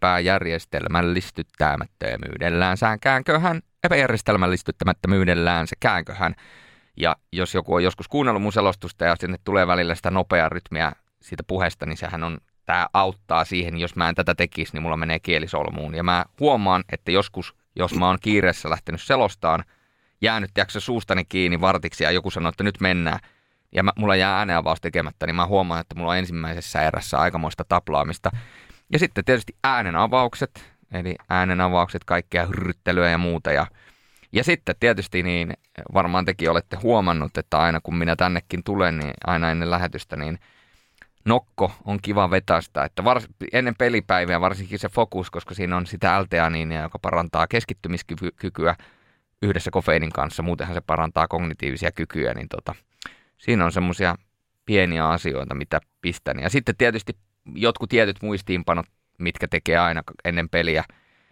epäjärjestelmällistyttämättömyydellään se käänköhän, epäjärjestelmällistyttämättömyydellään se käänköhän. Ja jos joku on joskus kuunnellut mun selostusta ja sinne tulee välillä sitä nopeaa rytmiä siitä puheesta, niin sehän on, tää auttaa siihen, jos mä en tätä tekisi, niin mulla menee kielisolmuun. Ja mä huomaan, että joskus, jos mä oon kiireessä lähtenyt selostaan, jäänyt tiedätkö, suustani kiinni vartiksi ja joku sanoo, että nyt mennään, ja mä, mulla jää äänenavaus tekemättä, niin mä huomaan, että mulla on ensimmäisessä erässä aikamoista taplaamista. Ja sitten tietysti äänenavaukset, eli äänenavaukset, kaikkea hyrryttelyä ja muuta. Ja, ja sitten tietysti niin varmaan tekin olette huomannut, että aina kun minä tännekin tulen, niin aina ennen lähetystä, niin nokko on kiva vetästä, että vars, ennen pelipäiviä varsinkin se fokus, koska siinä on sitä L T A N, joka parantaa keskittymiskykyä yhdessä kofeiinin kanssa, muutenhan se parantaa kognitiivisia kykyjä, niin tota, siinä on semmoisia pieniä asioita, mitä pistän. Ja sitten tietysti jotkut tietyt muistiinpanot, mitkä tekee aina ennen peliä,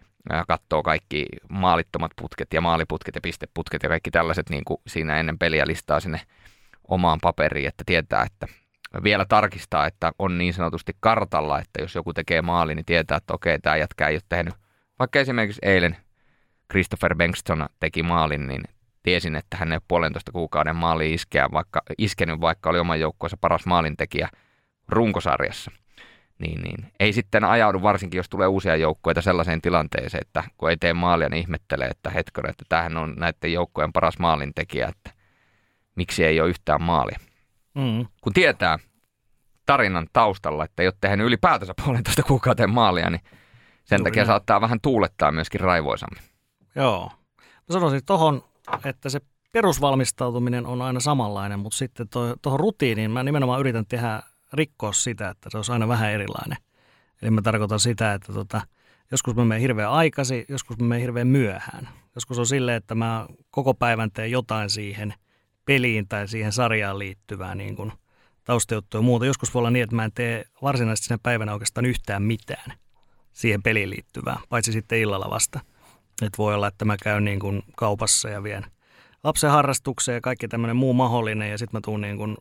katsoo kaikki maalittomat putket ja maaliputket ja pisteputket ja kaikki tällaiset niin kuin siinä ennen peliä listaa sinne omaan paperiin, että tietää, että vielä tarkistaa, että on niin sanotusti kartalla, että jos joku tekee maali, niin tietää, että okei, tämä jätkä ei ole tehnyt. Vaikka esimerkiksi eilen Christopher Bengtsson teki maalin, niin tiesin, että hän ei ole puolentoista kuukauden maaliin iskeä, vaikka, iskenyt, vaikka oli oman joukkueensa paras maalintekijä runkosarjassa. Niin, niin. Ei sitten ajaudu, varsinkin jos tulee uusia joukkueita sellaiseen tilanteeseen, että kun ei tee maalia, niin ihmettelee, että hetkonen, että tämähän on näiden joukkueen paras maalintekijä, että miksi ei ole yhtään maalia. Mm. Kun tietää tarinan taustalla, että ei ole tehnyt ylipäätänsä puolentoista kuukauteen maalia, niin sen Juuri takia näin. Saattaa vähän tuulettaa myöskin raivoisammin. Joo. Mä sanoisin tuohon, että se perusvalmistautuminen on aina samanlainen, mutta sitten tuohon rutiiniin mä nimenomaan yritän tehdä rikkoa sitä, että se olisi aina vähän erilainen. Eli mä tarkoitan sitä, että tota, joskus mä menen hirveän aikaisin, joskus mä menen hirveän myöhään. Joskus on silleen, että mä koko päivän teen jotain siihen peliin tai siihen sarjaan liittyvää niin kuin taustajuttuja ja muuta. Joskus voi olla niin, että mä en tee varsinaisesti sen päivänä oikeastaan yhtään mitään siihen peliin liittyvää, paitsi sitten illalla vasta. Että voi olla, että mä käyn niin kuin kaupassa ja vien lapsen harrastukseen ja kaikki tämmöinen muu mahdollinen ja sitten mä tuun niin kuin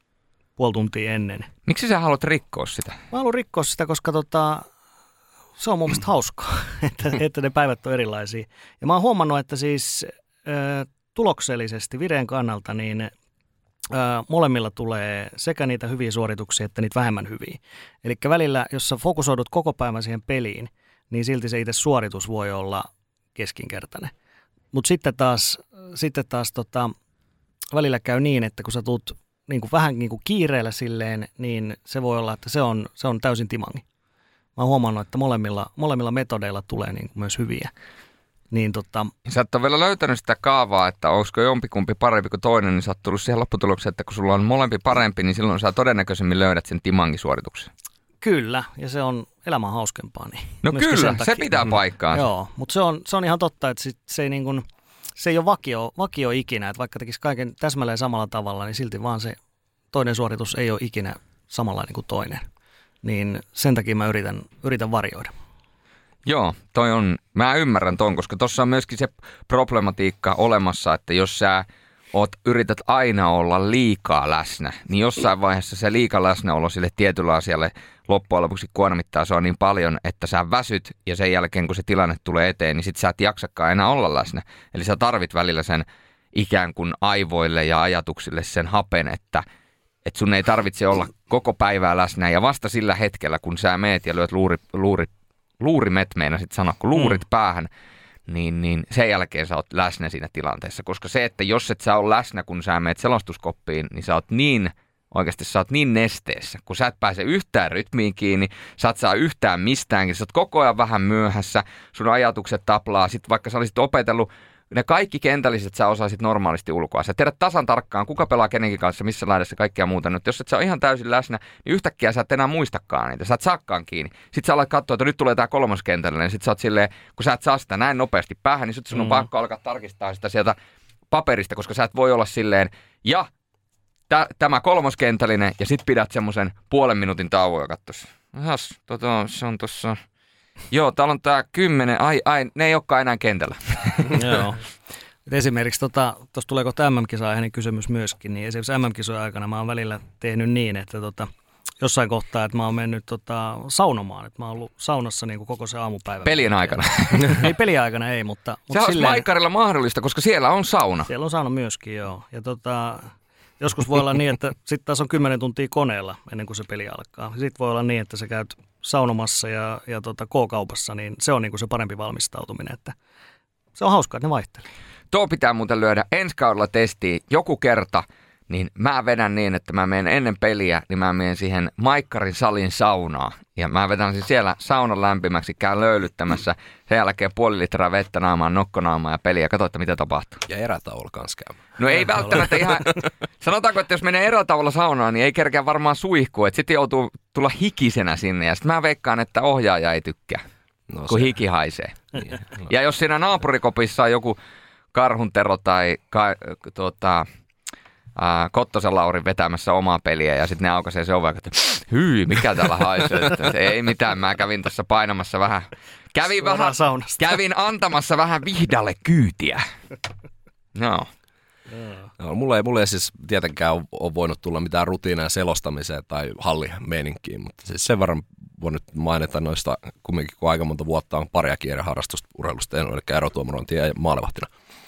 puoli tuntia ennen. Miksi sä haluat rikkoa sitä? Mä haluan rikkoa sitä, koska tota, se on mun mielestä hauskaa, että, että ne päivät on erilaisia. Ja mä oon huomannut, että siis äh, tuloksellisesti vireen kannalta niin äh, molemmilla tulee sekä niitä hyviä suorituksia että niitä vähemmän hyviä. Eli välillä, jos sä fokusoidut koko päivän siihen peliin, niin silti se itse suoritus voi olla keskinkertainen. Mutta sitten taas, sitten taas tota, välillä käy niin, että kun sä tuut niin kuin vähän niin kuin kiireellä silleen, niin se voi olla, että se on, se on täysin timangi. Mä oon huomannut, että molemmilla, molemmilla metodeilla tulee niin kuin myös hyviä. Niin tota... Sä et ole vielä löytänyt sitä kaavaa, että olisiko jompikumpi parempi kuin toinen, niin sä oot tullut siihen lopputulokseen, että kun sulla on molempi parempi, niin silloin sä todennäköisemmin löydät sen timangisuorituksen. Kyllä, ja se on elämän hauskempaa. Niin no kyllä, se pitää paikkaansa. Joo, mutta se on, se on ihan totta, että sit se ei niin kuin... Se ei ole vakio, vakio ikinä, että vaikka tekisi kaiken täsmälleen samalla tavalla, niin silti vaan se toinen suoritus ei ole ikinä samanlainen kuin toinen. Niin sen takia mä yritän, yritän varjoida. Joo, toi on, mä ymmärrän ton, koska tuossa on myöskin se problematiikka olemassa, että jos sä oot, yrität aina olla liikaa läsnä, niin jossain vaiheessa se liika läsnäolo sille tietyllä asialle loppujen lopuksi kuormittaa se on niin paljon, että sä väsyt ja sen jälkeen kun se tilanne tulee eteen, niin sit sä et jaksakaan enää olla läsnä. Eli sä tarvit välillä sen ikään kuin aivoille ja ajatuksille sen hapen, että, että sun ei tarvitse olla koko päivää läsnä ja vasta sillä hetkellä, kun sä meet ja lyöt luuri, luuri, luurimet meinasit sanoa, kun luurit mm. päähän, niin, niin sen jälkeen sä oot läsnä siinä tilanteessa. Koska se, että jos et sä ole läsnä, kun sä meet selostuskoppiin, niin sä oot niin, oikeasti sä oot niin nesteessä. Kun sä et pääse yhtään rytmiin kiinni, sä et saa yhtään mistäänkin, sä oot koko ajan vähän myöhässä, sun ajatukset taplaa. Sitten vaikka sä olisit opetellut ne kaikki kentälliset sä osaisit normaalisti ulkoa. Sä tiedät tasan tarkkaan, kuka pelaa kenenkin kanssa, missä laidassa kaikkea muuta. Nyt jos et sä ole ihan täysin läsnä, niin yhtäkkiä sä et enää muistakaan niitä. Sä et saakkaan kiinni. Sitten sä alat katsoa, että nyt tulee tää kolmoskentällä, niin sit sä oot silleen, kun sä et saa sitä näin nopeasti päähän, niin sit sun on mm. pakko alkaa tarkistaa sitä sieltä paperista, koska sä et voi olla silleen, ja tä, tämä kolmoskentällinen, ja sit pidät semmoisen puolen minuutin tauon ja katsois.Jas, tota, se on tossa... Joo, täällä on tää kymmenen, ai, ai, ne ei olekaan enää kentällä. Joo. Esimerkiksi tuossa tota, tuleeko tämä M M-kisa-aiheinen kysymys myöskin, niin esimerkiksi M M-kisojen aikana mä oon välillä tehnyt niin, että tota, jossain kohtaa, että mä oon mennyt tota, saunomaan, että mä oon ollut saunassa niin kuin koko se aamupäivä. Pelien aikana? Ei pelien aikana ei, mutta... Se olisi silleen, Maikarilla mahdollista, koska siellä on sauna. Siellä on sauna myöskin, joo. Ja tota... Joskus voi olla niin, että sitten taas on kymmenen tuntia koneella ennen kuin se peli alkaa. Sitten voi olla niin, että sä käyt saunomassa ja, ja tota K-kaupassa, niin se on niin kuin se parempi valmistautuminen. Että se on hauskaa, että ne vaihtelee. Tuo pitää muuten lyödä ensi kaudella testiin joku kerta, niin mä vedän niin, että mä menen ennen peliä, niin mä menen siihen Maikkarin salin saunaan. Ja mä vedän siis siellä saunan lämpimäksi, käyn löylyttämässä, sen jälkeen puoli litraa vettä naamaan, nokkonaamaan ja peliä. Katso, että mitä tapahtuu. Ja erätauolla kanssa käymään. No ei välttämättä ihan, sanotaanko, että jos menee erätauolla saunaan, niin ei kerkeä varmaan suihkua. Että sitten joutuu tulla hikisenä sinne ja sitten mä veikkaan, että ohjaaja ei tykkää, no kun se hiki haisee. Niin, no. Ja jos siinä naapurikopissa on joku Karhuntero tai ka, tuota, ää, Kottosen Lauri vetämässä omaa peliä ja sitten ne aukaisee se oven, että hyi, mikä täällä haisee. Ei mitään, mä kävin tässä painamassa vähän, kävin, vähän, kävin antamassa vähän Vihdalle kyytiä. No. No, mulla, ei, mulla ei siis tietenkään ole, ole voinut tulla mitään rutiineja selostamiseen tai hallimeininkiin, mutta siis sen verran voin nyt mainita noista kumminkin, kun aika monta vuotta on paria kierreharrastusta urheilusta, eli erotuomarointia ja maalivahtina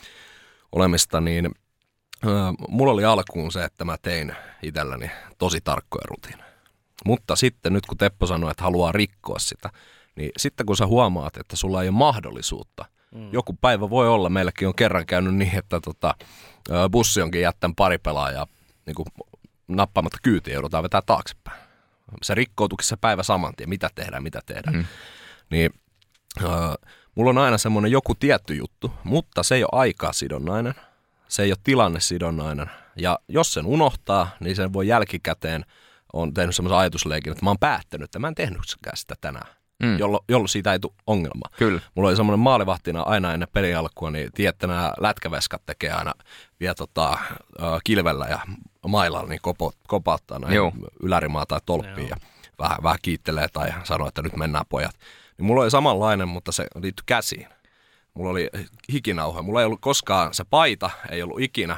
olemista, niin äh, mulla oli alkuun se, että mä tein itselläni tosi tarkkoja rutiineja. Mutta sitten nyt kun Teppo sanoi, että haluaa rikkoa sitä, niin sitten kun sä huomaat, että sulla ei ole mahdollisuutta, mm. joku päivä voi olla, meilläkin on kerran käynyt niin, että tota, bussi onkin jättänyt pari pelaajaa niin kuin nappaamatta kyytiä, joudutaan vetää taaksepäin. Se rikkoutukin se päivä saman tien, mitä tehdään, mitä tehdään. Mm. Niin äh, mulla on aina semmoinen joku tietty juttu, mutta se ei ole aikasidonnainen, se ei ole tilannesidonnainen. Ja jos sen unohtaa, niin sen voi jälkikäteen, on tehnyt semmoisen ajatusleikin, että mä oon päättänyt, että mä en tehnytkään sitä tänään. Mm. Jollo, jolloin siitä ei tule ongelmaa. Kyllä. Mulla oli semmoinen maalivahtina aina ennen pelin alkua, niin tiedätte, nämä lätkäveskat tekee aina vielä tota, kilvellä ja mailalla, niin kopo, kopauttaa näin ylärimaa tai tolppiin ja vähän, vähän kiittelee tai sanoo, että nyt mennään pojat. Niin mulla oli samanlainen, mutta se liittyi käsiin. Mulla oli hikinauhe. Mulla ei ollut koskaan, se paita ei ollut ikinä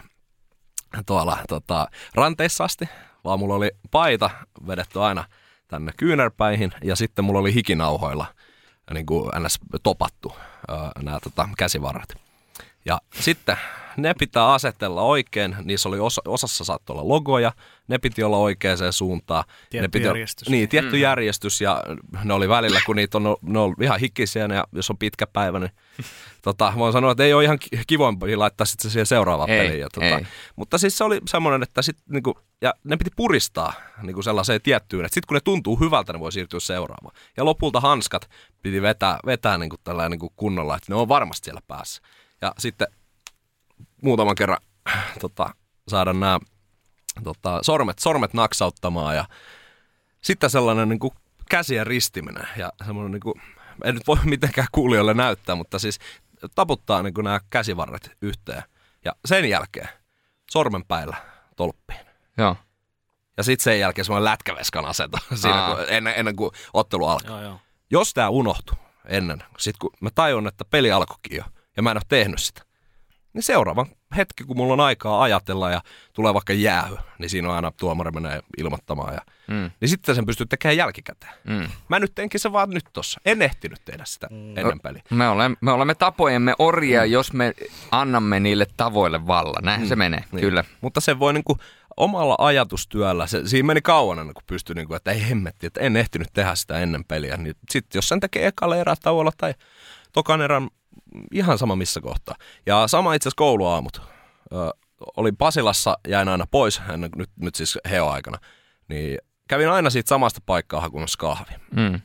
tuolla tota, ranteissa asti, vaan mulla oli paita vedetty aina tänne kyynärpäihin ja sitten mulla oli hikinauhoilla niin kuin ns. Topattu nämä tota, käsivarret. Ja sitten ne pitää asetella oikein, niissä oli osa, osassa saattoi olla logoja, ne piti olla oikeaan suuntaan. Tietty ne piti järjestys. Olla, niin, tietty mm. järjestys ja ne oli välillä, kun niitä on, ne on ihan hikisiä ja jos on pitkä päivä, niin tota, voin sanoa, että ei ole ihan kivoimpi laittaa sitten siihen seuraavaan ei, peliin. Ja, tota, mutta siis se oli semmoinen, että sit, niinku, ja ne piti puristaa niinku sellaiseen tiettyyn, että sitten kun ne tuntuu hyvältä, ne voi siirtyä seuraavaan. Ja lopulta hanskat piti vetää, vetää niinku tällä niinku kunnolla, että ne on varmasti siellä päässä. Ja sitten muutaman kerran tota, saada nämä tota, sormet, sormet naksauttamaan ja sitten sellainen niin kuin käsien ristiminen ja semmoinen, niin kuin, en nyt voi mitenkään kuulijoille näyttää, mutta siis taputtaa niin kuin nämä käsivarret yhteen ja sen jälkeen sormenpäillä tolppiin. Joo. Ja sitten sen jälkeen semmoinen lätkäveskan asento siinä, kun, ennen, ennen kuin ottelu alkaa. Joo, joo. Jos tämä unohtuu ennen, sitten kun mä tajun, että peli alkoikin jo ja mä en ole tehnyt sitä, niin seuraava hetki, kun mulla on aikaa ajatella ja tulee vaikka jäähy, niin siinä on aina tuomari menee ilmoittamaan. Ja, mm. niin sitten sen pystyy tekemään jälkikäteen. Mm. Mä nyt teinkin se vaan nyt tossa. En ehtinyt tehdä sitä mm. ennen peliä. Me olemme, me olemme tapojemme orjia, mm. jos me annamme niille tavoille vallan. Näin mm. se menee, niin. Kyllä. Mutta se voi niinku omalla ajatustyöllä, se, siinä meni kauan ennen kuin pystyi, niinku, että ei hemmetti, että en ehtinyt tehdä sitä ennen peliä. Niin sitten jos sen tekee ekalla erätauolla tai tokan erän, ihan sama missä kohtaa. Ja sama itse asiassa kouluaamut. Ö, olin Pasilassa, jäin aina pois, ennen, nyt, nyt siis heo-aikana. Niin kävin aina siitä samasta paikkaa hakemassa kahvia. Mm.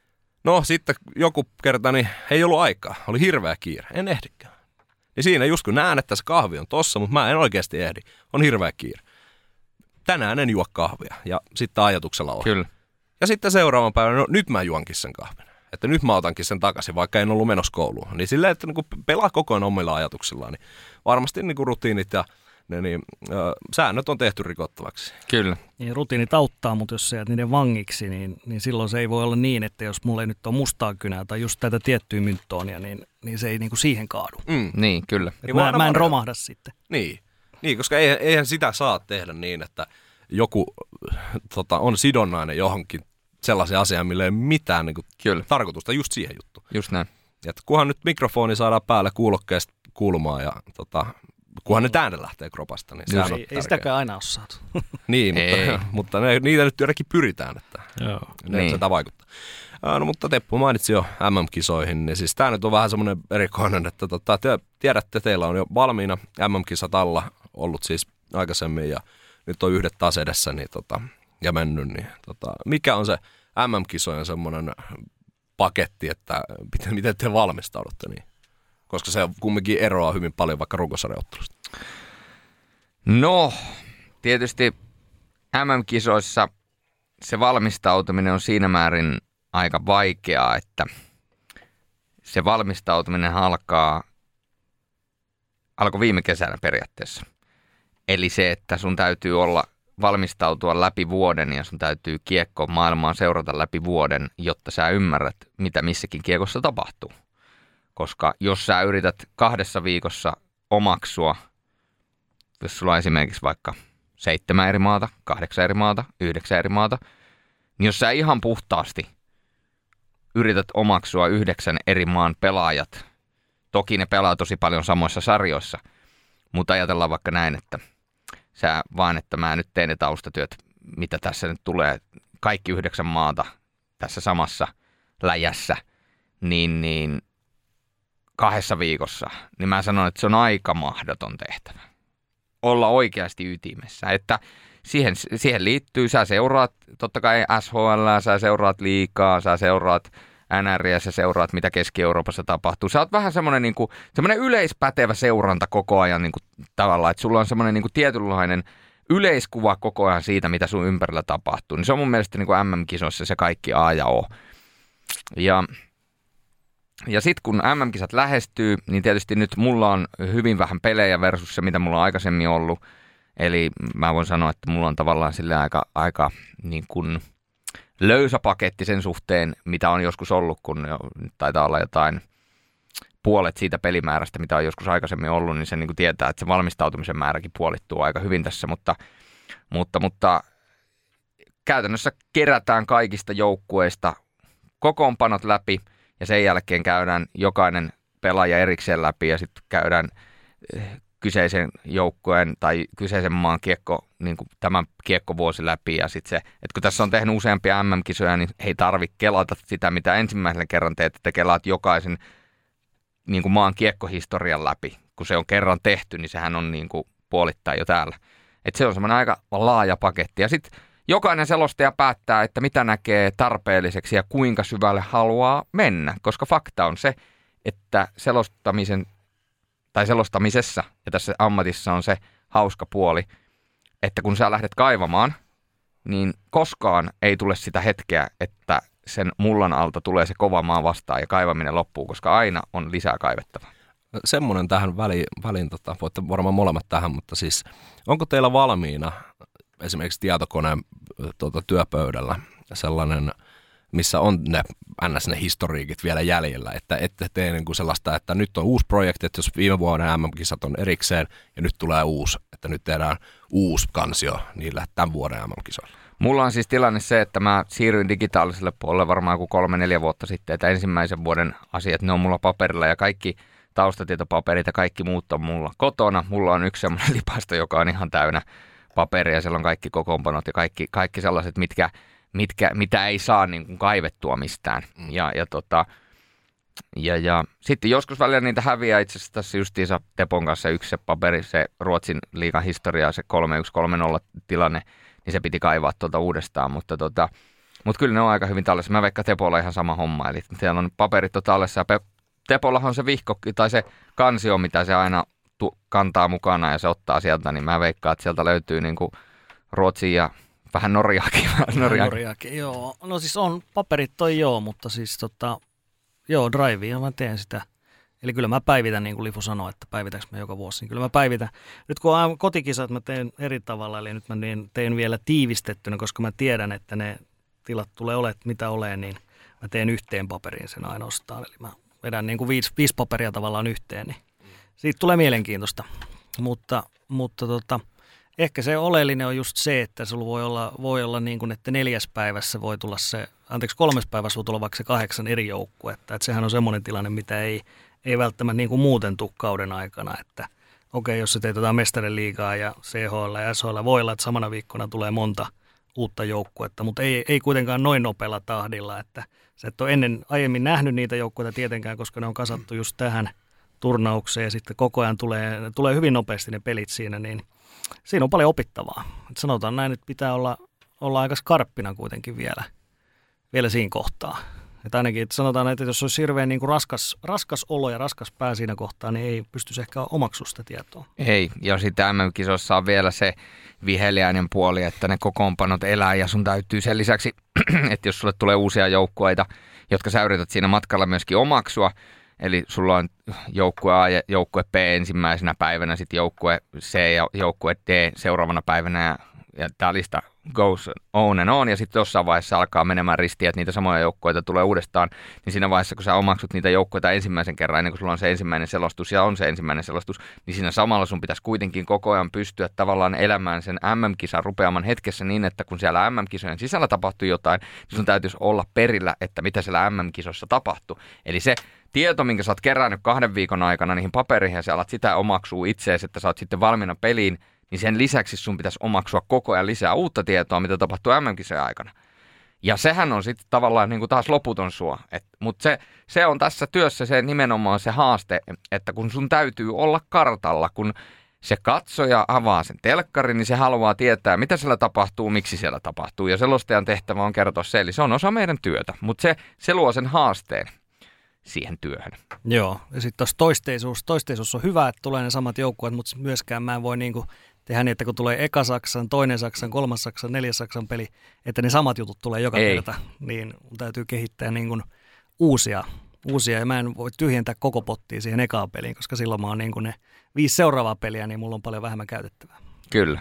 No sitten joku kerta, niin ei ollut aikaa. Oli hirveä kiire. En ehdikään. Ja siinä just kun näen, että se kahvi on tossa, mutta mä en oikeasti ehdi. On hirveä kiire. Tänään en juo kahvia. Ja sitten ajatuksella on. Kyllä. Ja sitten seuraavan päivänä, no nyt mä juonkin sen kahvin. Että nyt mä otankin sen takaisin, vaikka en ollut menossa kouluun. Niin silleen, että niinku pelaa koko ajan omilla ajatuksillaan, niin varmasti niinku rutiinit ja ne, niin, ö, säännöt on tehty rikottavaksi. Kyllä. Niin, rutiinit auttaa, mutta jos sä jäät niiden vangiksi, niin, niin silloin se ei voi olla niin, että jos mulla ei nyt ole mustaa kynää tai just tätä tiettyä mynttoonia, niin, niin se ei niinku siihen kaadu. Mm. Niin, kyllä. Niin mä, mä en romahda sitten. Niin, niin koska eihän, eihän sitä saa tehdä niin, että joku tota, on sidonnainen johonkin sellaisen asian, millä ei ole mitään niin kuin, tarkoitusta just siihen juttuun. Just näin. Et kunhan nyt mikrofoni saadaan päälle kuulokkeesta kuulumaan ja tota, kunhan ne äänet lähtee kropasta, niin sehän on ei, ei sitäkään aina ole saatu. Niin, mutta, mutta ne, niitä nyt jotenkin pyritään, että Joo. ne niin. Sitä vaikuttaa. No, mutta Teppo mainitsi jo M M-kisoihin, niin siis tämä nyt on vähän semmoinen erikoinen, että tota, te tiedätte, teillä on jo valmiina M M-kisat alla ollut siis aikaisemmin ja nyt on yhdet taas edessä niin tota, ja mennyt, niin tota, mikä on se M M-kisojen semmoinen paketti, että miten te valmistaudutte niin? Koska se kumminkin eroaa hyvin paljon vaikka runkosarjaottelusta. No, tietysti M M-kisoissa se valmistautuminen on siinä määrin aika vaikeaa, että se valmistautuminen alkaa, alkoi viime kesänä periaatteessa. Eli se, että sun täytyy olla valmistautua läpi vuoden ja sun täytyy kiekko maailmaa seurata läpi vuoden, jotta sä ymmärrät, mitä missäkin kiekossa tapahtuu. Koska jos sä yrität kahdessa viikossa omaksua, jos sulla on esimerkiksi vaikka seitsemän eri maata, kahdeksan eri maata, yhdeksän eri maata, niin jos sä ihan puhtaasti yrität omaksua yhdeksän eri maan pelaajat, toki ne pelaa tosi paljon samoissa sarjoissa, mutta ajatellaan vaikka näin, että sä vaan, että mä nyt teen ne taustatyöt, mitä tässä nyt tulee, kaikki yhdeksän maata tässä samassa läjässä, niin, niin kahdessa viikossa, niin mä sanon, että se on aika mahdoton tehtävä. Olla oikeasti ytimessä, että siihen, siihen liittyy, sä seuraat totta kai S H L, sä seuraat liigaa, sä seuraat N R, sä seuraat mitä Keski-Euroopassa tapahtuu. Sä oot vähän semmoinen niin kuin, semmoinen yleispätevä seuranta koko ajan niin kuin, tavallaan, että sulla on semmoinen niin kuin tietynlainen yleiskuva koko ajan siitä, mitä sun ympärillä tapahtuu. Niin se on mun mielestä niin kuin M M-kisoissa se kaikki A ja O. Ja, ja sitten kun M M-kisat lähestyy, niin tietysti nyt mulla on hyvin vähän pelejä versus se, mitä mulla on aikaisemmin ollut. Eli mä voin sanoa, että mulla on tavallaan sille aika, aika niin kuin löysä paketti sen suhteen, mitä on joskus ollut, kun nyt taitaa olla jotain puolet siitä pelimäärästä, mitä on joskus aikaisemmin ollut, niin se niin kuin tietää, että se valmistautumisen määräkin puolittuu aika hyvin tässä, mutta, mutta, mutta käytännössä kerätään kaikista joukkueista kokoonpanot läpi ja sen jälkeen käydään jokainen pelaaja erikseen läpi ja sitten käydään kyseisen joukkueen tai kyseisen maan kiekko, niin kuin tämän kiekkovuosi läpi. Ja sitten se, että kun tässä on tehnyt useampia M M-kisoja, niin ei tarvitse kelata sitä, mitä ensimmäisellä kerran teet, että kelaat jokaisen niin kuin maan kiekkohistorian läpi. Kun se on kerran tehty, niin sehän on niin kuin puolittain jo täällä. Että se on semmoinen aika laaja paketti. Ja sitten jokainen selostaja päättää, että mitä näkee tarpeelliseksi ja kuinka syvälle haluaa mennä. Koska fakta on se, että selostamisen tai selostamisessa, ja tässä ammatissa on se hauska puoli, että kun sä lähdet kaivamaan, niin koskaan ei tule sitä hetkeä, että sen mullan alta tulee se kova maa vastaan ja kaivaminen loppuu, koska aina on lisää kaivettavaa. Semmoinen tähän väliin, väliin tota, voitte varmaan molemmat tähän, mutta siis onko teillä valmiina esimerkiksi tietokoneen tuota, työpöydällä sellainen, missä on ne ns. Ne historiikit vielä jäljellä, että ette tee niin kuin sellaista, että nyt on uusi projekti, että jos viime vuoden M M-kisat on erikseen ja nyt tulee uusi, että nyt tehdään uusi kansio niillä tämän vuoden M M-kisoilla. Mulla on siis tilanne se, että mä siirryin digitaaliselle puolelle varmaan kuin kolme, neljä vuotta sitten, että ensimmäisen vuoden asiat, ne on mulla paperilla ja kaikki taustatietopaperit ja kaikki muut on mulla kotona. Mulla on yksi semmoinen lipasto, joka on ihan täynnä paperia, siellä on kaikki kokoonpanot ja kaikki, kaikki sellaiset, mitkä Mitkä, mitä ei saa niin kuin kaivettua mistään. Mm. Ja, ja, tota, ja, ja sitten joskus välillä niitä häviää. Itse asiassa tässä justiinsa Tepon kanssa yksi se paperi, se Ruotsin liigan historia, se kolme yksi kolme nolla tilanne, niin se piti kaivaa tuota uudestaan. Mutta, tota, mutta kyllä ne on aika hyvin tallessa. Mä veikkaan Tepolla ihan sama homma. Eli siellä on paperit tallessa ja Tepollahan on se vihko tai se kansio, mitä se aina tu- kantaa mukana ja se ottaa sieltä. Niin mä veikkaan, että sieltä löytyy niin kuin Ruotsin ja vähän Norjaakin. Norjaakin. Norjaakin, joo. No siis on, paperit toi joo, mutta siis tota, joo, drivea mä teen sitä. Eli kyllä mä päivitän, niin kuin Lifu sanoi, että päivitäänkö mä joka vuosi, niin kyllä mä päivitän. Nyt kun on kotikisat, mä teen eri tavalla, eli nyt mä teen, teen vielä tiivistettynä, koska mä tiedän, että ne tilat tulee olemaan, mitä olee, niin mä teen yhteen paperiin sen ainoastaan. Eli mä vedän niin kuin viisi, viisi paperia tavallaan yhteen, niin siitä tulee mielenkiintoista. Mutta, mutta tota, ehkä se oleellinen on just se, että sulla voi olla, voi olla niin kuin, että neljäs päivässä voi tulla se, anteeksi kolmes päivässä voi tulla vaikka se kahdeksan eri joukkuetta. Että sehän on semmoinen tilanne, mitä ei, ei välttämättä niin kuin muuten tule kauden aikana. Että okei, jos sä teet jotain mestariliigaa ja C H L ja S H L, voi olla, että samana viikkona tulee monta uutta joukkuetta, mutta ei, ei kuitenkaan noin nopealla tahdilla. Että sä et ole ennen aiemmin nähnyt niitä joukkueita tietenkään, koska ne on kasattu just tähän turnaukseen ja sitten koko ajan tulee, tulee hyvin nopeasti ne pelit siinä, niin siinä on paljon opittavaa. Et sanotaan näin, että pitää olla, olla aika skarppina kuitenkin vielä, vielä siinä kohtaa. Että ainakin että sanotaan, että jos olisi hirveän niin kuin raskas, raskas olo ja raskas pää siinä kohtaa, niin ei pystyisi ehkä omaksumaan sitä tietoa. Ei, ja sitten M M-kisoissa on vielä se viheliäinen puoli, että ne kokoonpanot elää ja sun täytyy sen lisäksi, että jos sulle tulee uusia joukkueita, jotka sä yrität siinä matkalla myöskin omaksua, eli sulla on joukkue A ja joukkue B ensimmäisenä päivänä, sitten joukkue C ja joukkue D seuraavana päivänä ja, ja tämä lista goes on and on, ja sitten jossain vaiheessa alkaa menemään ristiin, että niitä samoja joukkueita tulee uudestaan, niin siinä vaiheessa, kun sä omaksut niitä joukkueita ensimmäisen kerran, ennen kuin sulla on se ensimmäinen selostus ja on se ensimmäinen selostus, niin siinä samalla sun pitäisi kuitenkin koko ajan pystyä tavallaan elämään sen M M-kisan rupeaman hetkessä niin, että kun siellä M M-kisojen sisällä tapahtuu jotain, niin sun täytyisi olla perillä, että mitä siellä M M-kisossa tapahtuu. Eli se tieto, minkä sä oot kerännyt kahden viikon aikana niihin papereihin ja sä alat sitä omaksua itseesi, että sä oot sitten valmiina peliin, niin sen lisäksi sun pitäisi omaksua koko ajan lisää uutta tietoa, mitä tapahtuu M M-kisojen aikana. Ja sehän on sitten tavallaan niin kuin taas loputon suo. Mutta se, se on tässä työssä se nimenomaan se haaste, että kun sun täytyy olla kartalla, kun se katsoja avaa sen telkkarin, niin se haluaa tietää, mitä siellä tapahtuu, miksi siellä tapahtuu. Ja selostajan tehtävä on kertoa se, eli se on osa meidän työtä, mutta se, se luo sen haasteen siihen työhön. Joo, ja sitten tuossa toisteisuus, toisteisuus on hyvä, että tulee ne samat joukkueet, mutta myöskään mä en voi niinku tehdä niin, että kun tulee eka Saksan, toinen Saksan, kolmas Saksan, neljäs Saksan peli, että ne samat jutut tulee joka Ei. kerta, niin täytyy kehittää niin kuin uusia, uusia, ja mä en voi tyhjentää koko pottia siihen ekaan peliin, koska silloin mä oon niin kuin ne viisi seuraavaa peliä, niin mulla on paljon vähemmän käytettävää. Kyllä,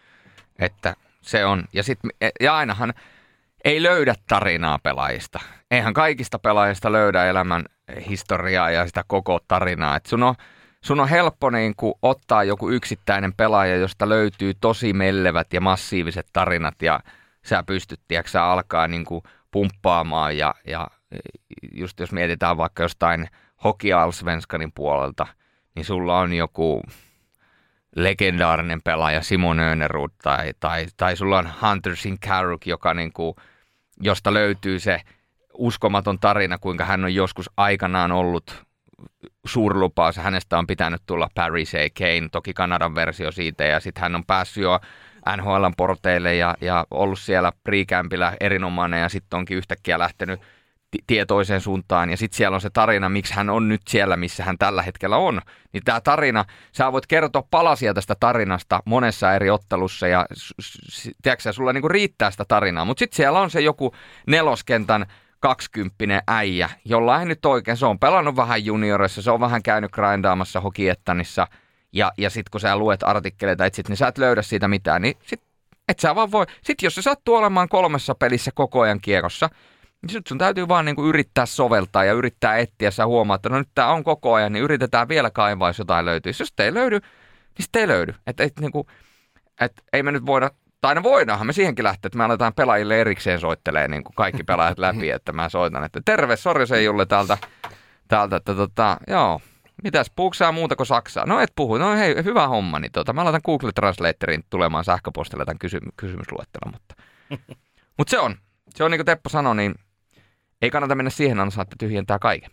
että se on, ja, sit, ja ainahan ei löydä tarinaa pelaajista. Eihän kaikista pelaajista löydä elämän historiaa ja sitä koko tarinaa, että sun on Sun on helppo niin kuin ottaa joku yksittäinen pelaaja, josta löytyy tosi mellevät ja massiiviset tarinat ja sä pystyt, tiedätkö, sä alkaa niin kuin pumppaamaan ja, ja just jos mietitään vaikka jostain Hockey-Allsvenskanin puolelta, niin sulla on joku legendaarinen pelaaja Simon Önerud tai, tai, tai sulla on Hunter Sinkaruk, joka niin kuin, josta löytyy se uskomaton tarina, kuinka hän on joskus aikanaan ollut suurlupaus, hänestä on pitänyt tulla Paris A. Kane, toki Kanadan versio siitä, ja sitten hän on päässyt jo N H L:n porteille ja, ja ollut siellä pre-campillä erinomainen, ja sitten onkin yhtäkkiä lähtenyt t- tietoiseen suuntaan, ja sitten siellä on se tarina, miksi hän on nyt siellä, missä hän tällä hetkellä on. Niin tämä tarina, sä voit kertoa palasia tästä tarinasta monessa eri ottelussa, ja tiedätkö, sulla niinku riittää sitä tarinaa, mutta sitten siellä on se joku neloskentän kaksikymppinen äijä, jolla ei nyt oikein, se on pelannut vähän juniorissa, se on vähän käynyt grindaamassa Hokiettanissa, ja, ja sitten kun sä luet artikkeleita etsit, niin sä et löydä siitä mitään, niin sit et sä vaan voi, sit jos se sattuu olemaan kolmessa pelissä koko ajan kiekossa, niin sit sun täytyy vaan niinku yrittää soveltaa ja yrittää etsiä, sä huomaa, että no nyt tää on koko ajan, niin yritetään vielä kaivaa, jos jotain löytyy. Jos ei löydy, niin sitten ei löydy. Että et, niinku, et, ei me nyt voida, tai no voidaanhan me siihenkin lähteä, että me aletaan pelaajille erikseen soittelee niin kuin kaikki pelaajat läpi, että mä soitan, että terve, sori se Julle täältä, täältä että tota, joo, mitäs, puhuuko sä muuta kuin saksaa? No et puhu, no hei, hyvä homma, niin tota, mä laitan Google Translatorin tulemaan sähköpostilla tämän kysy- kysymysluettelon, mutta, mutta se on, se on niin kuin Teppo sanoi, niin ei kannata mennä siihen ansaan, että tyhjentää kaiken.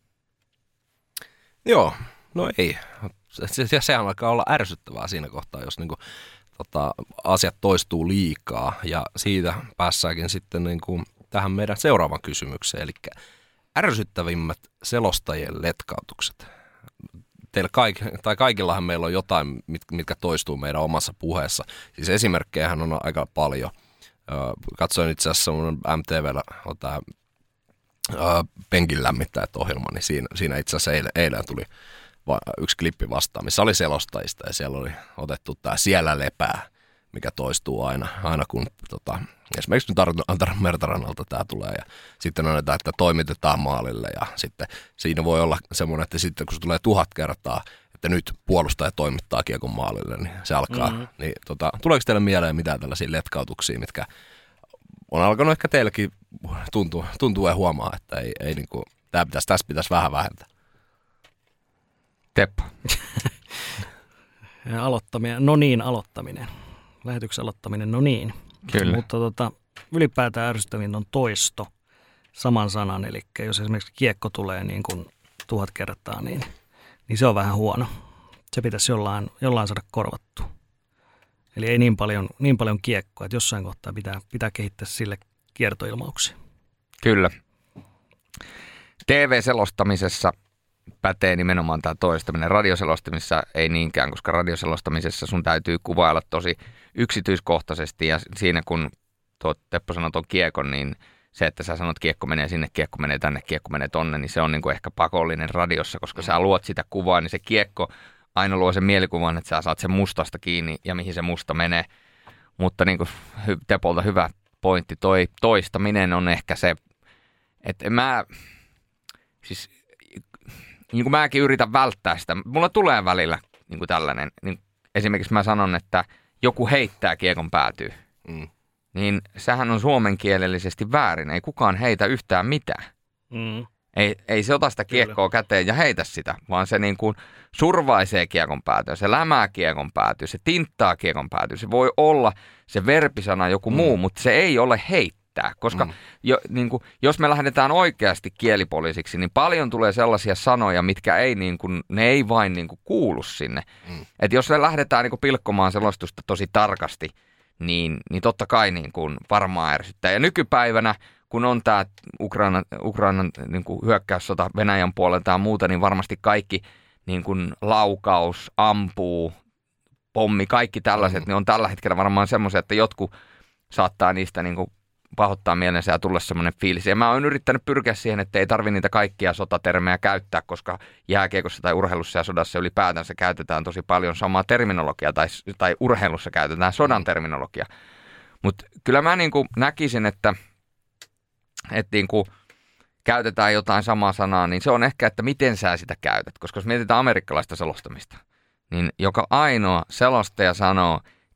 Joo, no ei, se, se, sehän alkaa olla ärsyttävää siinä kohtaa, jos niinku Tota, asiat toistuu liikaa, ja siitä päässäänkin sitten niin kuin tähän meidän seuraavan kysymykseen, eli ärsyttävimmät selostajien letkautukset. Teillä kaik, tai kaikillahan meillä on jotain, mit, mitkä toistuu meidän omassa puheessa. Siis esimerkkejähän on aika paljon. Katsoin itse asiassa M T V:llä on tämä penkin lämmittäjät ohjelma, niin siinä, siinä itse asiassa eilen, eilen tuli yksi klippi vastaan, missä oli selostajista, ja siellä oli otettu tämä siellä lepää, mikä toistuu aina, aina kun tota, esimerkiksi nyt Antara Mertarannalta tämä tulee, ja sitten annetaan, että toimitetaan maalille, ja sitten siinä voi olla semmoinen, että sitten kun se tulee tuhat kertaa, että nyt puolustaja toimittaa kiekon maalille, niin se alkaa. Mm-hmm. Niin, tota, tuleeko teille mieleen mitään tällaisia letkautuksia, mitkä on alkanut ehkä teillekin tuntua, tuntuu ja huomaa, että ei, ei niin kuin, tämä pitäisi, tässä pitäisi vähän vähentää. Teppo. Aloittaminen, no niin, aloittaminen. Lähetyksen aloittaminen, no niin. Kyllä. Mutta tota, ylipäätään ärsyttävin on toisto saman sanan. Eli jos esimerkiksi kiekko tulee niin kuin tuhat kertaa, niin, niin se on vähän huono. Se pitäisi jollain, jollain saada korvattua. Eli ei niin paljon, niin paljon kiekkoa, että jossain kohtaa pitää, pitää kehittää sille kiertoilmauksia. Kyllä. T V-selostamisessa pätee nimenomaan tämä toistaminen. Radioselostamisessa ei niinkään, koska radioselostamisessa sun täytyy kuvailla tosi yksityiskohtaisesti ja siinä kun tuo Teppo sanoi tuon kiekon, niin se, että sä sanot kiekko menee sinne, kiekko menee tänne, kiekko menee tonne, niin se on niin kuin ehkä pakollinen radiossa, koska sä luot sitä kuvaa, niin se kiekko aina luo sen mielikuvan, että sä saat sen mustasta kiinni ja mihin se musta menee. Mutta niin kuin Tepolta hyvä pointti, toi toistaminen on ehkä se, että mä, siis niin kuin mäkin yritän välttää sitä. Mulla tulee välillä niin kuin tällainen, niin esimerkiksi mä sanon, että joku heittää kiekon päätyy. Mm. Niin sehän on suomenkielellisesti väärin. Ei kukaan heitä yhtään mitään. Mm. Ei, ei se ota sitä kiekkoa Kyllä. käteen ja heitä sitä, vaan se niin kuin survaisee kiekon päätyä, se lämää kiekon päätyä, se tinttaa kiekon päätyä. Se voi olla se verpisana joku mm. muu, mutta se ei ole heittää. Koska mm. jo, niin kuin, jos me lähdetään oikeasti kielipoliisiksi, niin paljon tulee sellaisia sanoja, mitkä ei, niin kuin, ne ei vain niin kuin kuulu sinne. Mm. Et jos me lähdetään niin kuin pilkkomaan selostusta tosi tarkasti, Niin, niin totta kai niin kuin varmaan ärsyttää. Ja nykypäivänä, kun on tämä Ukraina, Ukrainan niin kuin hyökkäyssota Venäjän puolelta ja muuta, niin varmasti kaikki niin kuin laukaus, ampuu, pommi, kaikki tällaiset, mm. niin on tällä hetkellä varmaan semmoisia, että jotkut saattaa niistä niin kuin pahoittaa mielensä ja tulla semmoinen fiilis. Ja mä oon yrittänyt pyrkiä siihen, että ei tarvitse niitä kaikkia sotatermejä käyttää, koska jääkiekossa tai urheilussa ja sodassa ylipäätänsä käytetään tosi paljon samaa terminologiaa, tai, tai urheilussa käytetään sodan terminologiaa. Mutta kyllä mä niinku näkisin, että, että niinku käytetään jotain samaa sanaa, niin se on ehkä, että miten sä sitä käytät. Koska jos mietitään amerikkalaista selostamista, niin joka ainoa selostaja sanoo,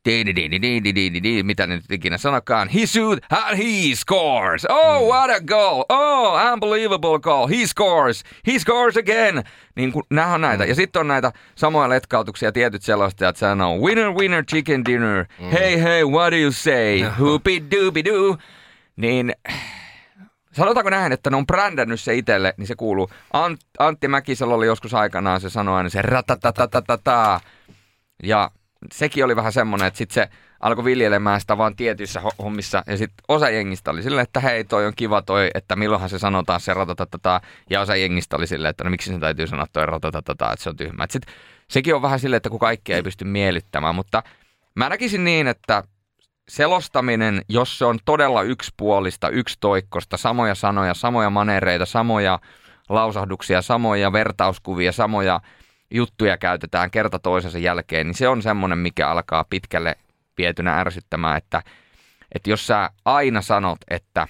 mitä nyt ikinä sanokaan. He shoot and he scores. Oh, what a goal. Oh, unbelievable goal. He scores. He scores again. Niin kuin nämä on näitä. Ja sitten on näitä samoja letkautuksia. Tietyt selostajat sanoo, winner, winner, chicken dinner. Mm. Hey, hey, what do you say? Hoopy dooby doo. Niin sanotaanko näin, että ne on brändännyt se itselle, niin se kuuluu. Ant- Antti Mäkisalo oli joskus aikanaan, se sanoi aina se ratatatatata. Ja sekin oli vähän semmoinen, että sitten se alkoi viljelemään sitä vaan tietyissä hommissa. Ja sitten osa jengistä oli silleen, että hei, toi on kiva toi, että milloinhan se sanotaan se ratatatata. Ja osa jengistä oli silleen, että no miksi se täytyy sanoa toi ratatatata, että se on tyhmä. Sitten sekin on vähän silleen, että kun kaikki ei pysty miellyttämään. Mutta mä näkisin niin, että selostaminen, jos se on todella yksipuolista, yksitoikkosta, samoja sanoja, samoja manereita, samoja lausahduksia, samoja vertauskuvia, samoja juttuja käytetään kerta toisensa jälkeen, niin se on semmoinen, mikä alkaa pitkälle vietynä ärsyttämään, että, että jos sä aina sanot, että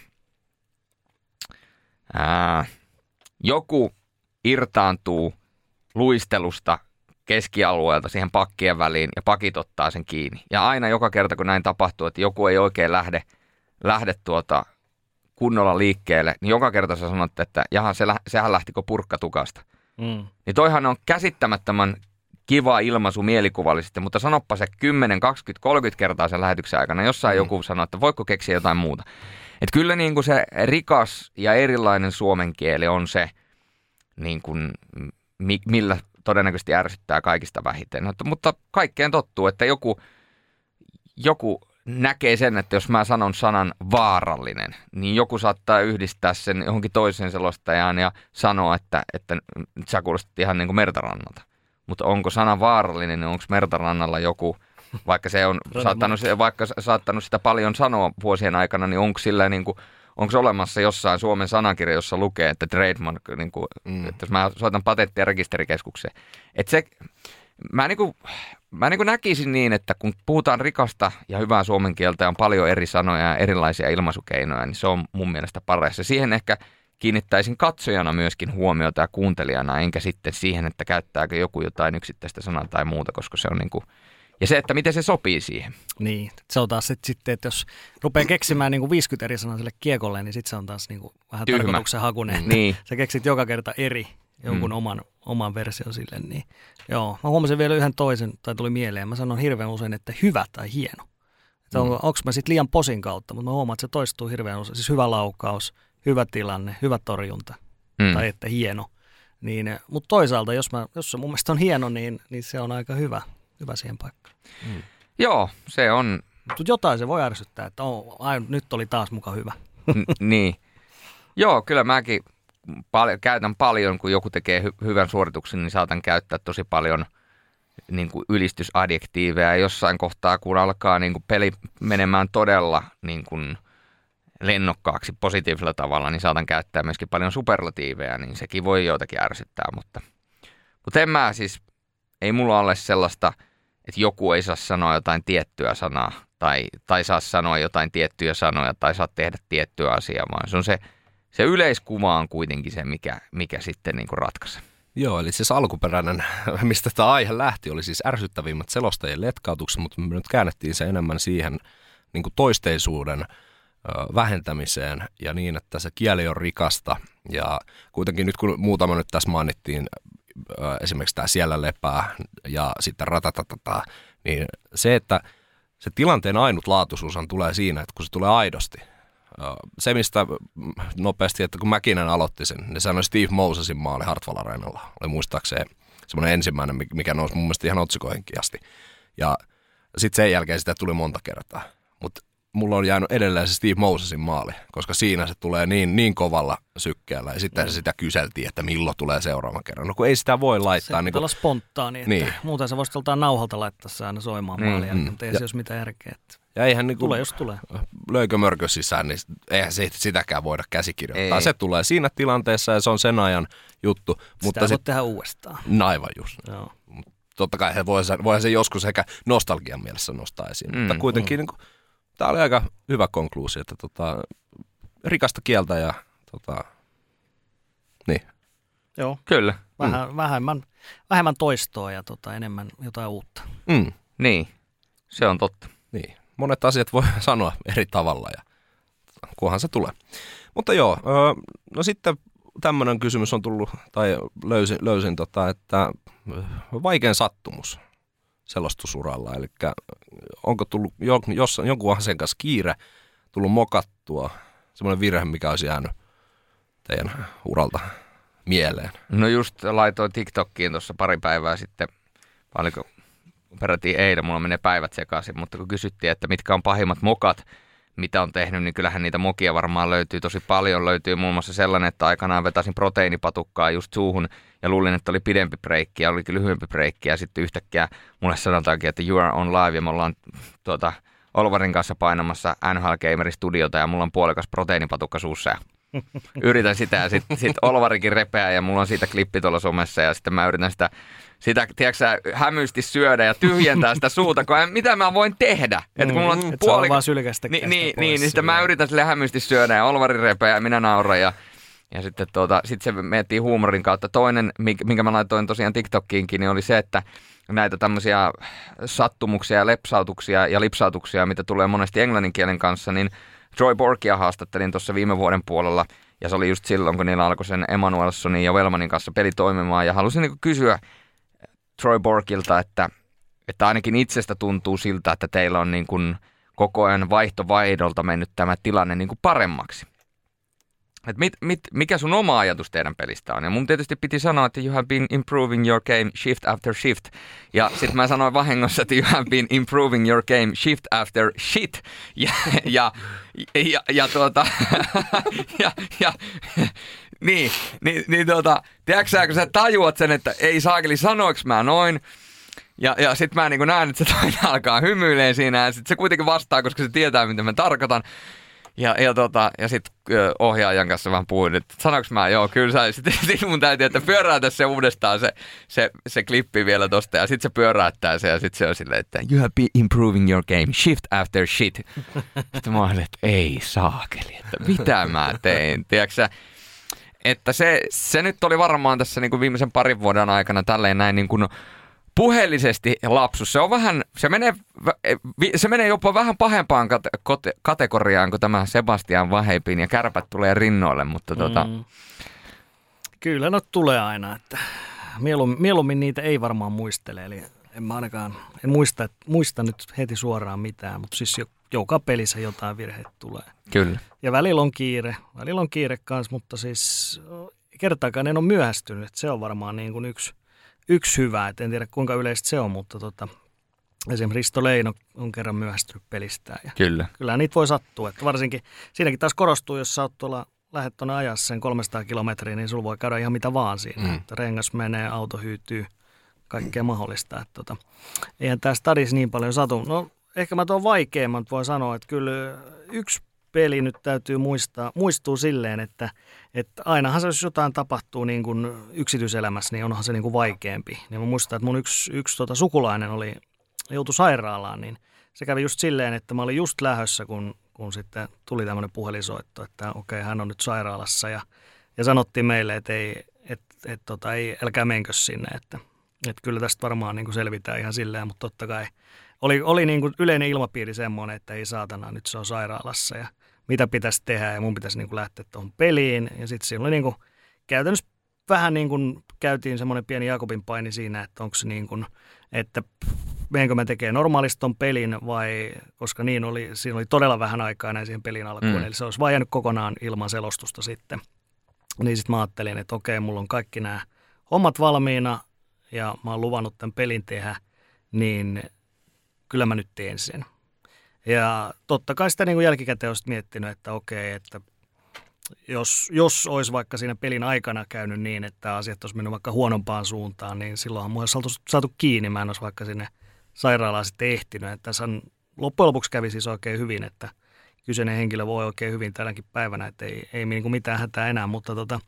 ää, joku irtaantuu luistelusta keskialueelta siihen pakkien väliin ja pakit ottaa sen kiinni. Ja aina joka kerta, kun näin tapahtuu, että joku ei oikein lähde, lähde tuota kunnolla liikkeelle, niin joka kerta sä sanot, että jaha, se, sehän lähtikö purkkatukasta. Mm. Niin toihan on käsittämättömän kiva ilmaisu mielikuvallisesti, mutta sanoppa se kymmenen, kaksikymmentä, kolmekymmentä kertaa sen lähetyksen aikana. Jossain mm. joku sanoo, että voiko keksiä jotain muuta. Että kyllä niin kuin se rikas ja erilainen suomen kieli on se, niin kuin, millä todennäköisesti ärsyttää kaikista vähiten. Mutta kaikkeen tottuu, että joku, joku näkee sen, että jos mä sanon sanan vaarallinen, niin joku saattaa yhdistää sen johonkin toiseen selostajaan ja sanoa, että, että sä kuulostat ihan niin kuin mertarannalta. Mutta onko sana vaarallinen, niin onko mertarannalla joku, vaikka se on saattanut, vaikka saattanut sitä paljon sanoa vuosien aikana, niin onko sillä niin kuin, onko se olemassa jossain Suomen sanakirja, jossa lukee, että trademark, niin kuin, mm. että jos mä soitan patentti- ja rekisterikeskukseen. Että se, mä niin kuin, Mä niin kuin näkisin niin, että kun puhutaan rikasta ja hyvää suomen kieltä ja on paljon eri sanoja ja erilaisia ilmaisukeinoja, niin se on mun mielestä paras. Ja siihen ehkä kiinnittäisin katsojana myöskin huomiota ja kuuntelijana, enkä sitten siihen, että käyttääkö joku jotain yksittäistä sanaa tai muuta, koska se on niin kuin, ja se, että miten se sopii siihen. Niin, se on taas sitten, että jos rupeaa keksimään niin kuin viisikymmentä eri sanaa sille kiekolle, niin sitten se on taas niin kuin vähän tyhmä tarkoituksen hakunen. Niin. Sä keksit joka kerta eri jonkun mm. oman, oman version sille, niin joo. Mä huomasin vielä yhden toisen, tai tuli mieleen. Mä sanon hirveän usein, että hyvä tai hieno. Että on, mm. onko mä sitten liian posin kautta, mutta mä huomaan, että se toistuu hirveän usein. Siis hyvä laukaus, hyvä tilanne, hyvä torjunta, mm. tai että hieno. Niin, mutta toisaalta, jos, mä, jos se mun mielestä on hieno, niin, niin se on aika hyvä, hyvä siihen paikkaan. Mm. Joo, se on. Mutta jotain se voi ärsyttää, että oh, ai, nyt oli taas muka hyvä. N- niin. Joo, kyllä mäkin pal- käytän paljon, kun joku tekee hy- hyvän suorituksen, niin saatan käyttää tosi paljon niin kuin ylistysadjektiiveja. Ja jossain kohtaa, kun alkaa niin kuin peli menemään todella niin kuin lennokkaaksi positiivisella tavalla, niin saatan käyttää myöskin paljon superlatiiveja, niin sekin voi joitakin ärsyttää. Mutta, mutta en mä siis, ei mulla ole sellaista, että joku ei saa sanoa jotain tiettyä sanaa tai, tai saa sanoa jotain tiettyjä sanoja tai saa tehdä tiettyä asiaa, vaan se on se, se yleiskuva on kuitenkin se, mikä, mikä sitten niin kuin ratkaisee. Joo, eli siis alkuperäinen, mistä tämä aihe lähti, oli siis ärsyttävimmät selostajien letkautukset, mutta me nyt käännettiin se enemmän siihen niin kuin toisteisuuden vähentämiseen ja niin, että se kieli on rikasta. Ja kuitenkin nyt kun muutama nyt tässä mainittiin, esimerkiksi tämä siellä lepää ja sitten ratatatata, niin se, että se tilanteen ainutlaatuisuushan tulee siinä, että kun se tulee aidosti. Se, mistä nopeasti, että kun Mäkinen aloitti sen, niin sanoi Steve Mosesin maali Hartwall Areenalla. Oli muistaakseen semmoinen ensimmäinen, mikä nousi mun mielestä ihan otsikoihinkin asti. Ja sitten sen jälkeen sitä tuli monta kertaa. Mutta mulla on jäänyt edelleen se Steve Mosesin maali, koska siinä se tulee niin, niin kovalla sykkeellä. Ja sitten mm. sitä kyseltiin, että milloin tulee seuraavan kerran. No kun ei sitä voi laittaa. Se niin pitää olla spontaani, että niin. Muuten sä voisit joltain nauhalta laittaa se aina soimaan mm. maalia, mutta ei ja, se olisi mitään järkeä. Että ja eihän niin kuin, tulee jos tulee. Löikö mörkö sisään, niin eihän se, sitäkään voida käsikirjoittaa. Ei. Se tulee siinä tilanteessa ja se on sen ajan juttu. Sitä mutta voi sit, tehdä uudestaan. Aivan just. Joo. Totta kai he voihan voi se joskus ehkä nostalgian mielessä nostaa esiin, mm. mutta kuitenkin mm. niin kuin, tämä oli aika hyvä konkluusio, että tota, rikasta kieltä ja tota, niin. Joo, kyllä. Vähän, mm. vähemmän, vähemmän toistoa ja tota, enemmän jotain uutta. Mm. Niin, se on totta. Niin, monet asiat voi sanoa eri tavalla ja kunhan se tulee. Mutta joo, no sitten tämmöinen kysymys on tullut, tai löysin, löysin tota, että vaikein sattumus selostusuralla, eli onko tullut jos, jonkun asian kanssa kiire, tullut mokattua, semmoinen virhe, mikä olisi jäänyt teidän uralta mieleen? No just laitoin TikTokkiin tuossa pari päivää sitten, oliko perätiin eilen, mulla menee päivät sekaisin, mutta kun kysyttiin, että mitkä on pahimmat mokat, mitä on tehnyt, niin kyllähän niitä mokia varmaan löytyy tosi paljon. Löytyy muun muassa sellainen, että aikanaan vetäisin proteiinipatukkaa just suuhun ja luulin, että oli pidempi breikki ja olikin lyhyempi breikki ja sitten yhtäkkiä mulle sanotaankin, että you are on live ja me ollaan tuota, Olvarin kanssa painamassa N H L Gamerin studiota ja mulla on puolikas proteiinipatukka suussa ja yritän sitä ja sitten sit Olvarikin repeää ja mulla on siitä klippi tuolla somessa ja sitten mä yritän sitä Sitä, tiedätkö sä, hämysti syödä ja tyhjentää sitä suuta, kun en, mitä mä voin tehdä? Että kun mulla on et puoli... vaan sylkästä Ni, niin, niin, niin sitten mä yritän sille hämysti syödä ja Olvari repeää ja minä nauran ja, ja sitten tuota, sit se miettii huumorin kautta. Toinen, minkä mä laitoin tosiaan TikTokkiinkin, niin oli se, että näitä tämmöisiä sattumuksia ja lepsautuksia ja lipsautuksia, mitä tulee monesti englannin kielen kanssa, niin Troy Borkia haastattelin tuossa viime vuoden puolella ja se oli just silloin, kun niillä alkoi sen Emanuelsonin ja Wellmanin kanssa peli toimimaan ja halusin niin kysyä Troy Borkilta, että, että ainakin itsestä tuntuu siltä, että teillä on niin kuin koko ajan vaihtovaihdolta mennyt tämä tilanne niin kuin paremmaksi. Et mit, mit, mikä sun oma ajatus teidän pelistä on? Ja mun tietysti piti sanoa, että you have been improving your game shift after shift. Ja sitten mä sanoin vahingossa, että you have been improving your game shift after shit. Ja, ja, ja, ja tuota... ja, ja, Niin, niin, niin tuota, tiedätkö sä, kun sä tajuat sen, että ei saakeli sanoiksi mä noin, ja, ja sit mä niin näen, että se toinen alkaa hymyilee siinä, ja sit se kuitenkin vastaa, koska se tietää, mitä mä tarkoitan. Ja, ja, tota, ja sit ohjaajan kanssa vähän puhuin, että sanoinko mä, joo, kyllä sä, sit, sit mun täytyy, että pyöräytä se uudestaan se, se, se klippi vielä tosta, ja sit se pyöräyttää se, ja sit se on silleen, että you have been improving your game, shift after shit. Sitten mä olin, että ei saakeli, että mitä mä tein, tiedätkö sä? Että se, se nyt oli varmaan tässä niin kuin viimeisen parin vuoden aikana tälleen näin niin kuin puheellisesti lapsus. Se on vähän, se menee, se menee jopa vähän pahempaan kate, kategoriaan kuin tämä Sebastian Vahepin ja kärpät tulee rinnoille, mutta mm. tota... Kyllä no tulee aina, että mieluummin, mieluummin niitä ei varmaan muistele, eli en mä ainakaan, en muista, muista nyt heti suoraan mitään, mutta siis joka pelissä jotain virheitä tulee. Kyllä. Ja välillä on kiire, välillä on kiire kanssa, mutta siis kertaakaan en ole myöhästynyt. Se on varmaan niin kuin yksi, yksi hyvä, et en tiedä kuinka yleistä se on, mutta tota, Esimerkiksi Risto Leino on kerran myöhästynyt pelistään. Ja Kyllä. Kyllä niitä voi sattua. Että varsinkin siinäkin taas korostuu, jos sä oot tuolla, lähdet tuonne ajassa sen kolmesataa kilometriä, niin sulla voi käydä ihan mitä vaan siinä. Mm. Että rengas menee, auto hyytyy, kaikkea mahdollista. Että tota, eihän tämä stadis niin paljon satu. No ehkä mä tuon vaikeamman voi sanoa, että kyllä yksi peli nyt täytyy muistaa, muistuu silleen, että, että ainahan se, jos jotain tapahtuu niin kuin yksityiselämässä, niin onhan se niin kuin vaikeampi. Niin mä muistan, että mun yksi, yksi tota, sukulainen oli, joutui sairaalaan, niin se kävi just silleen, että mä olin just lähdössä, kun, kun sitten tuli tämmöinen puhelinsoitto, että okei, hän on nyt sairaalassa ja, ja sanottiin meille, että ei, et, et, tota, ei älkää menkö sinne, että, että kyllä tästä varmaan niin kuin selvitään ihan silleen, mutta totta kai oli, oli niin kuin yleinen ilmapiiri semmoinen, että ei saatana, nyt se on sairaalassa ja mitä pitäisi tehdä ja mun pitäisi niin kuin lähteä tuohon peliin ja sitten siinä oli niin kuin käytännössä vähän niin kuin käytiin semmoinen pieni Jakobin paini siinä, että onko se niin kuin, että menenkö mä tekemään normaalisti ton pelin vai, koska niin oli, siinä oli todella vähän aikaa näin siihen pelin alkuun, mm. eli se olisi vaan jäänyt kokonaan ilman selostusta sitten. Niin sitten mä ajattelin, että okei, mulla on kaikki nämä hommat valmiina ja mä oon luvannut tämän pelin tehdä, niin kyllä mä nyt teen sen. Ja totta kai sitä niin kuin jälkikäteen olisit miettinyt, että okei, että jos, jos olisi vaikka siinä pelin aikana käynyt niin, että asiat olisi mennyt vaikka huonompaan suuntaan, niin silloinhan mua olisi saatu, saatu kiinni. Mä en olisi vaikka sinne sairaalaan sitten ehtinyt. Että tässä loppujen lopuksi kävi siis oikein hyvin, että kyseinen henkilö voi oikein hyvin tänäkin päivänä, että ei, ei niin kuin mitään hätää enää. Mutta, tota,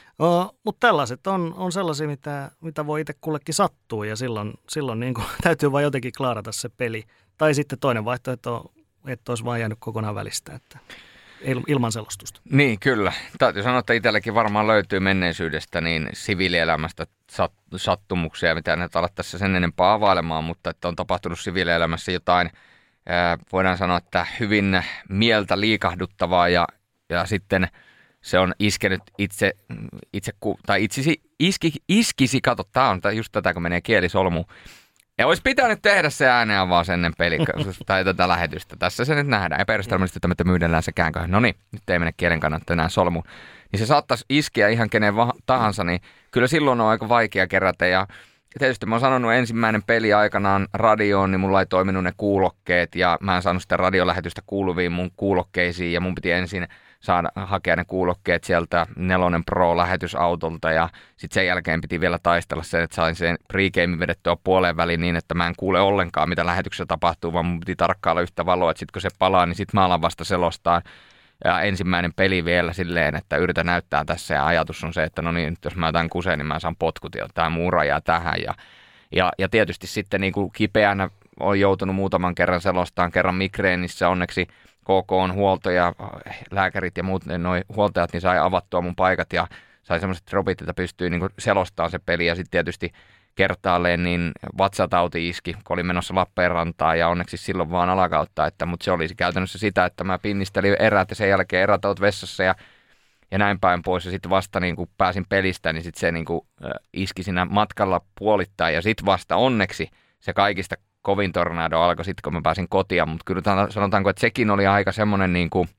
o, mutta tällaiset on, on sellaisia, mitä, mitä voi itse kullekin sattua ja silloin, silloin niin kuin, täytyy vain jotenkin klaarata se peli. Tai sitten toinen vaihtoehto, että olisi vaan jäänyt kokonaan välistä, että ilman selostusta. Niin, kyllä. Täytyy sanoa, että itselläkin varmaan löytyy menneisyydestä niin siviilielämästä sat- sattumuksia, mitä nyt ala tässä sen enempää availemaan, mutta että on tapahtunut siviilielämässä jotain, ää, voidaan sanoa, että hyvin mieltä liikahduttavaa ja, ja sitten se on iskenyt itse, itse tai itsisi, iski, iskisi, kato, tämä on just tätä, kun menee kielisolmuun. Ja olisi pitänyt tehdä se ääneen vaan ennen peli tai tätä lähetystä. Tässä se nyt nähdään. Epäjärjestelmällisesti tämä myydellään se käänköhän. No niin, nyt ei mene kielen kannalta enää solmuun. Niin se saattaisi iskeä ihan kenen tahansa, niin kyllä silloin on aika vaikea kerätä. Ja tietysti mä oon sanonut ensimmäinen peli aikanaan radioon, niin mulla ei toiminut ne kuulokkeet. Ja mä en saanut sitä radiolähetystä kuuluviin mun kuulokkeisiin. Ja mun piti ensin saada hakea ne kuulokkeet sieltä Nelonen Pro-lähetysautolta ja sitten sen jälkeen piti vielä taistella sen, että sain sen pre-gamein vedettyä puoleen väliin niin, että mä en kuule ollenkaan, mitä lähetyksessä tapahtuu, vaan mun piti tarkkailla yhtä valoa, että sitten kun se palaa, niin sitten mä alan vasta selostaa. Ja ensimmäinen peli vielä silleen, että yritä näyttää tässä ja ajatus on se, että no niin, jos mä otan kuseen, niin mä saan potkut ja tämä muu rajaa tähän. Ja, ja, ja tietysti sitten niin kuin kipeänä on joutunut muutaman kerran selostamaan, kerran migreenissä onneksi K K on huolto ja lääkärit ja muut noi huoltajat, niin sai avattua mun paikat ja sai semmoiset dropit, että pystyy niin selostamaan se peli. Ja sitten tietysti kertaalleen niin vatsatauti iski, kun oli menossa Lappeenrantaan ja onneksi silloin vaan alakautta. Että, mutta se olisi käytännössä sitä, että mä pinnistelin erät ja sen jälkeen erät olet vessassa ja, ja näin päin pois. Ja sitten vasta niin kuin pääsin pelistä, niin sitten se niin kuin, äh, iski siinä matkalla puolittain ja sitten vasta onneksi se kaikista kovin tornado alkoi sitten, kun mä pääsin kotiin, mutta kyllä sanotaanko, että sekin oli aika semmoinen niin kuin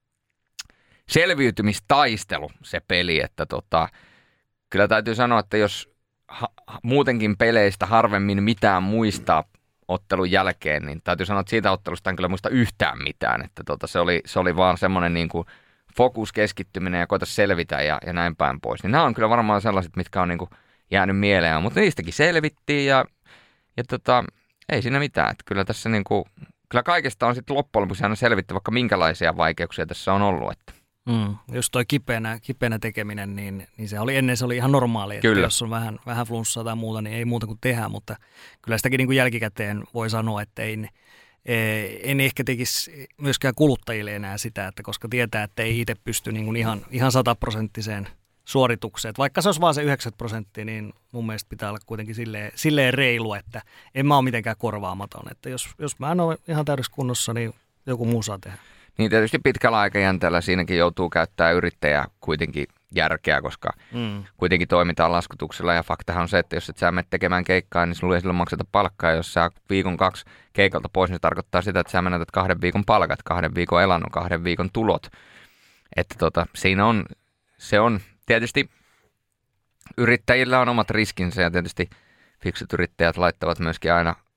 selviytymistaistelu se peli, että tota, kyllä täytyy sanoa, että jos ha- muutenkin peleistä harvemmin mitään muistaa ottelun jälkeen, niin täytyy sanoa, että siitä ottelusta en kyllä muista yhtään mitään, että tota, se, oli, se oli vaan semmoinen niin kuin fokus, keskittyminen ja koita selvitä ja, ja näin päin pois. Niin nämä on kyllä varmaan sellaiset, mitkä on niin kuin jäänyt mieleen, mutta niistäkin selvittiin ja, ja tota, ei siinä mitään, että kyllä tässä niinku, kyllä kaikesta on sitten loppujen lopuksi aina selvitty, vaikka minkälaisia vaikeuksia tässä on ollut. Että. Mm, jos toi kipeänä, kipeänä tekeminen, niin, niin se oli ennen se oli ihan normaali, että kyllä. Jos on vähän, vähän flunssaa tai muuta, niin ei muuta kuin tehdä, mutta kyllä sitäkin niin kuin jälkikäteen voi sanoa, että en, en ehkä tekisi myöskään kuluttajille enää sitä, että koska tietää, että ei itse pysty niin kuin ihan, ihan sataprosenttiseen suoritukseen. Vaikka se olisi vaan se yhdeksänkymmentä prosenttia, niin mun mielestä pitää olla kuitenkin silleen, silleen reilu, että en mä ole mitenkään korvaamaton. Että jos, jos mä en ole ihan täydessä kunnossa, niin joku muu saa tehdä. Niin tietysti pitkällä aikajänteellä siinäkin joutuu käyttämään yrittäjä kuitenkin järkeä, koska mm. kuitenkin toimitaan laskutuksella ja faktahan on se, että jos et sä mene tekemään keikkaa, niin sulla ei silloin makseta palkkaa. Jos sä viikon kaksi keikalta pois, niin se tarkoittaa sitä, että sä menetät kahden viikon palkat, kahden viikon elannon, kahden viikon tulot. Että tota, siinä on, se on tietysti yrittäjillä on omat riskinsä ja tietysti fiksut yrittäjät laittavat myöskin aina,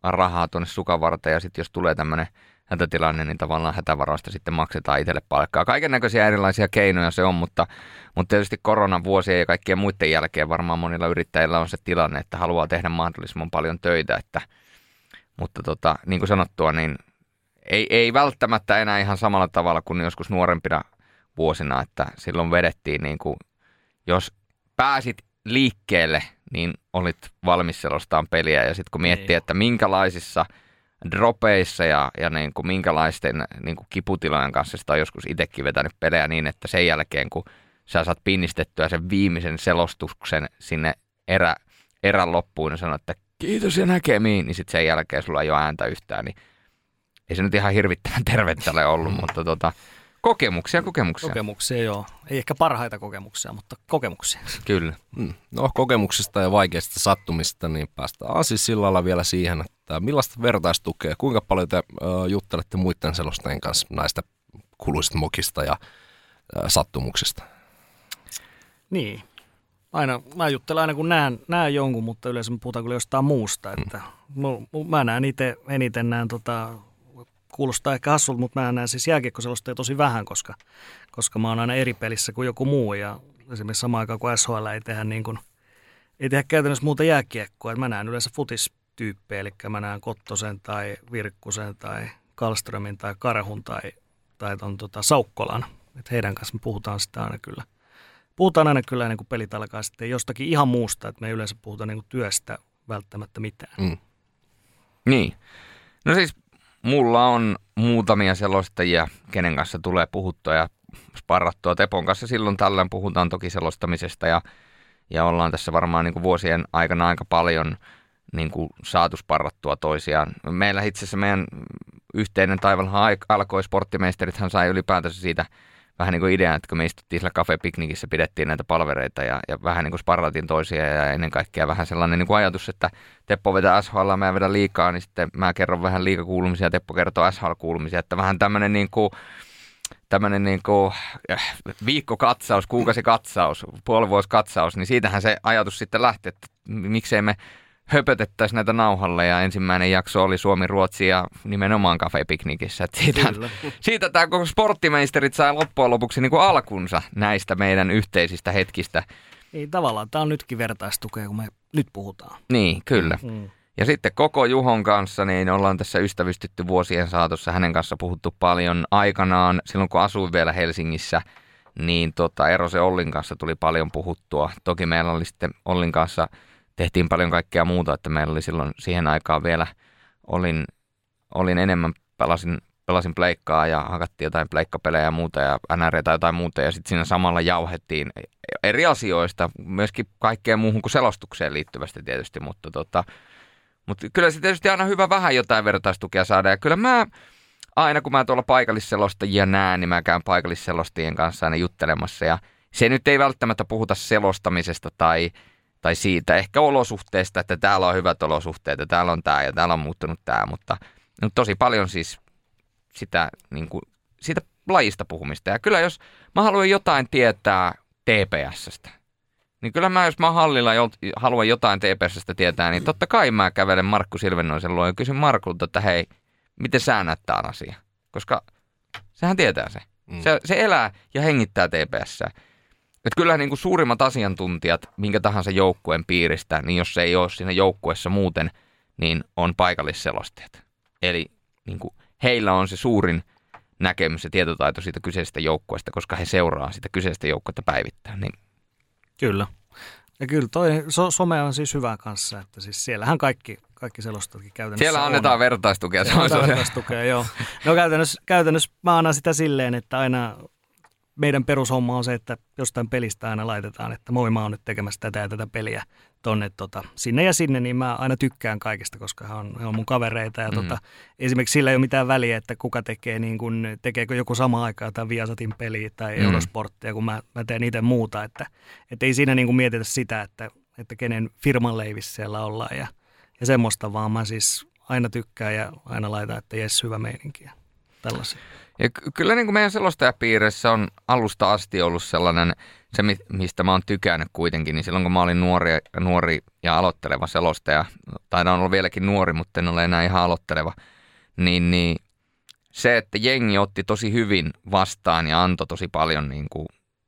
rahaa tuonne sukavarteen ja sitten jos tulee tämmöinen hätätilanne, niin tavallaan hätävaroista sitten maksetaan itselle palkkaa. Kaiken näköisiä erilaisia keinoja se on, mutta, mutta tietysti koronan vuosien ja kaikkien muiden jälkeen varmaan monilla yrittäjillä on se tilanne, että haluaa tehdä mahdollisimman paljon töitä, että, mutta tota, niin kuin sanottua, niin ei, ei välttämättä enää ihan samalla tavalla kuin joskus nuorempina vuosina, että silloin vedettiin, niin kuin, jos pääsit liikkeelle, niin olit valmis selostaan peliä ja sitten kun miettii, että minkälaisissa dropeissa ja, ja niin kuin minkälaisten niin kuin kiputilojen kanssa sitä on joskus itsekin vetänyt pelejä niin, että sen jälkeen kun sä saat pinnistettyä sen viimeisen selostuksen sinne erä, erän loppuun ja sanot, että kiitos ja näkemiin, niin sitten sen jälkeen sulla ei ole ääntä yhtään, niin ei se nyt ihan hirvittävän tervettä ole ollut, mutta tota, kokemuksia, kokemuksia. Kokemuksia, joo. Ei ehkä parhaita kokemuksia, mutta kokemuksia. Kyllä. No kokemuksista ja vaikeista sattumista, niin päästään aasinsillalla vielä siihen, että millaista vertaistukea, kuinka paljon te äh, juttelette muiden selostajien kanssa näistä kuluisista mokista ja äh, sattumuksista? Niin. Aina, mä juttelen aina kun näen, näen jonkun, mutta yleensä me puhutaan kyllä jostain muusta. Että mm. Mä näen itse eniten näen, tota, kuulostaa ehkä hassulta, mutta mä näen siis jääkiekkoselostajia tosi vähän, koska, koska mä oon aina eri pelissä kuin joku muu. Ja esimerkiksi samaan aikaan kuin S H L ei tehdä, niin kuin, ei tehdä käytännössä muuta jääkiekkoa. Mä näen yleensä futistyyppejä, eli mä näen Kottosen tai Virkkusen tai Karlströmin tai Karhun tai, tai ton, tota, Saukkolan. Et heidän kanssa me puhutaan sitä aina kyllä. Puhutaan aina kyllä ennen kuin pelit alkaa sitten jostakin ihan muusta, että me ei yleensä puhuta niin kuin työstä välttämättä mitään. Mm. Niin. No siis mulla on muutamia selostajia, kenen kanssa tulee puhuttua ja sparrattua. Tepon kanssa silloin tällöin puhutaan toki selostamisesta ja, ja ollaan tässä varmaan niin kuin vuosien aikana aika paljon niin kuin saatu sparrattua toisiaan. Meillä itse asiassa meidän yhteinen taivalhan alkoi, sporttimeisterithän sai ylipäätänsä siitä vähän niin kuin idea, että kun me istuttiin sillä kafepiknikissä, pidettiin näitä palvereita ja, ja vähän niin kuin sparratiin toisia ja ennen kaikkea vähän sellainen niin kuin ajatus, että Teppo vetää S H L, mä vedän liikaa, niin sitten mä kerron vähän liikakuulumisia ja Teppo kertoo S H L-kuulumisia, että vähän tämmöinen niin kuin, tämmöinen niin kuin viikkokatsaus, kuukausikatsaus, puolivuosikatsaus, niin siitähän se ajatus sitten lähti, että miksei me höpötettäisiin näitä nauhalle ja ensimmäinen jakso oli Suomi-Ruotsi ja nimenomaan kafepiknikissä. Siitä, siitä tämä koko sporttimeisterit sai loppujen lopuksi niin kuin alkunsa näistä meidän yhteisistä hetkistä. Niin tavallaan tämä on nytkin vertaistukea, kun me nyt puhutaan. Niin, kyllä. Mm. Ja sitten koko Juhon kanssa niin ollaan tässä ystävystytty vuosien saatossa. Hänen kanssa puhuttu paljon aikanaan, silloin kun asuin vielä Helsingissä, niin tota, Erosen Ollin kanssa tuli paljon puhuttua. Toki meillä oli sitten Ollin kanssa tehtiin paljon kaikkea muuta, että meillä oli silloin siihen aikaan vielä, olin, olin enemmän, pelasin, pelasin pleikkaa ja hakattiin jotain pleikkapelejä ja muuta ja N R tai jotain muuta ja sitten siinä samalla jauhettiin eri asioista, myöskin kaikkeen muuhun kuin selostukseen liittyvästi tietysti, mutta, tota, mutta kyllä se tietysti aina hyvä vähän jotain vertaistukea saada ja kyllä mä aina kun mä tuolla paikallisselostajia näen, niin mä käyn paikallisselostajien kanssa aina juttelemassa ja se nyt ei välttämättä puhuta selostamisesta tai Tai siitä ehkä olosuhteista, että täällä on hyvät olosuhteet ja täällä on tämä ja täällä on muuttunut tämä, mutta, mutta tosi paljon siis sitä, niin kuin, siitä lajista puhumista. Ja kyllä jos mä haluan jotain tietää T P S:stä, niin kyllä mä jos mä hallilla jo, haluan jotain T P S:stä tietää, niin totta kai mä kävelen Markku Silvennoisen luo ja kysyn Markulta, että hei, miten sä näet tämän asian? Koska sehän tietää se. Mm. Se, se elää ja hengittää T P S:ää. Että kyllähän niin kuin suurimmat asiantuntijat minkä tahansa joukkueen piiristä, niin jos se ei ole siinä joukkueessa muuten, niin on paikallisselostajat. Eli niin kuin heillä on se suurin näkemys ja tietotaito siitä kyseisestä joukkueesta, koska he seuraa sitä kyseistä joukkuetta päivittäin. Niin. Kyllä. Ja kyllä toi so- some on siis hyvä kanssa, että siis siellähän kaikki, kaikki selostajatkin käytännössä siellä annetaan on. vertaistukea. Siellä annetaan vertaistukea, joo. No käytännössä, käytännössä mä annan sitä silleen, että aina meidän perushomma on se, että jostain pelistä aina laitetaan, että moi, mä oon nyt tekemässä tätä ja tätä peliä tonne tota, sinne ja sinne, niin mä aina tykkään kaikista, koska he on, he on mun kavereita. Ja mm-hmm. tota, esimerkiksi sillä ei ole mitään väliä, että kuka tekee, niin kun, tekeekö joku sama aikaa jotain Viasatin peliä tai mm-hmm. Eurosporttia, kun mä, mä teen itse muuta. Että, että ei siinä niin kun mietitä sitä, että, että kenen firman leivissä siellä ollaan ja, ja semmoista, vaan mä siis aina tykkään ja aina laitan, että jes, hyvä meininki ja tällaisia. Ja kyllä niin kuin meidän selostajapiirissä on alusta asti ollut sellainen se, mistä mä oon tykännyt kuitenkin, niin silloin kun mä olin nuori, nuori ja aloitteleva selostaja, taidan olla vieläkin nuori, mutta en ole enää ihan aloitteleva, niin, niin se, että jengi otti tosi hyvin vastaan ja antoi tosi paljon niin kuin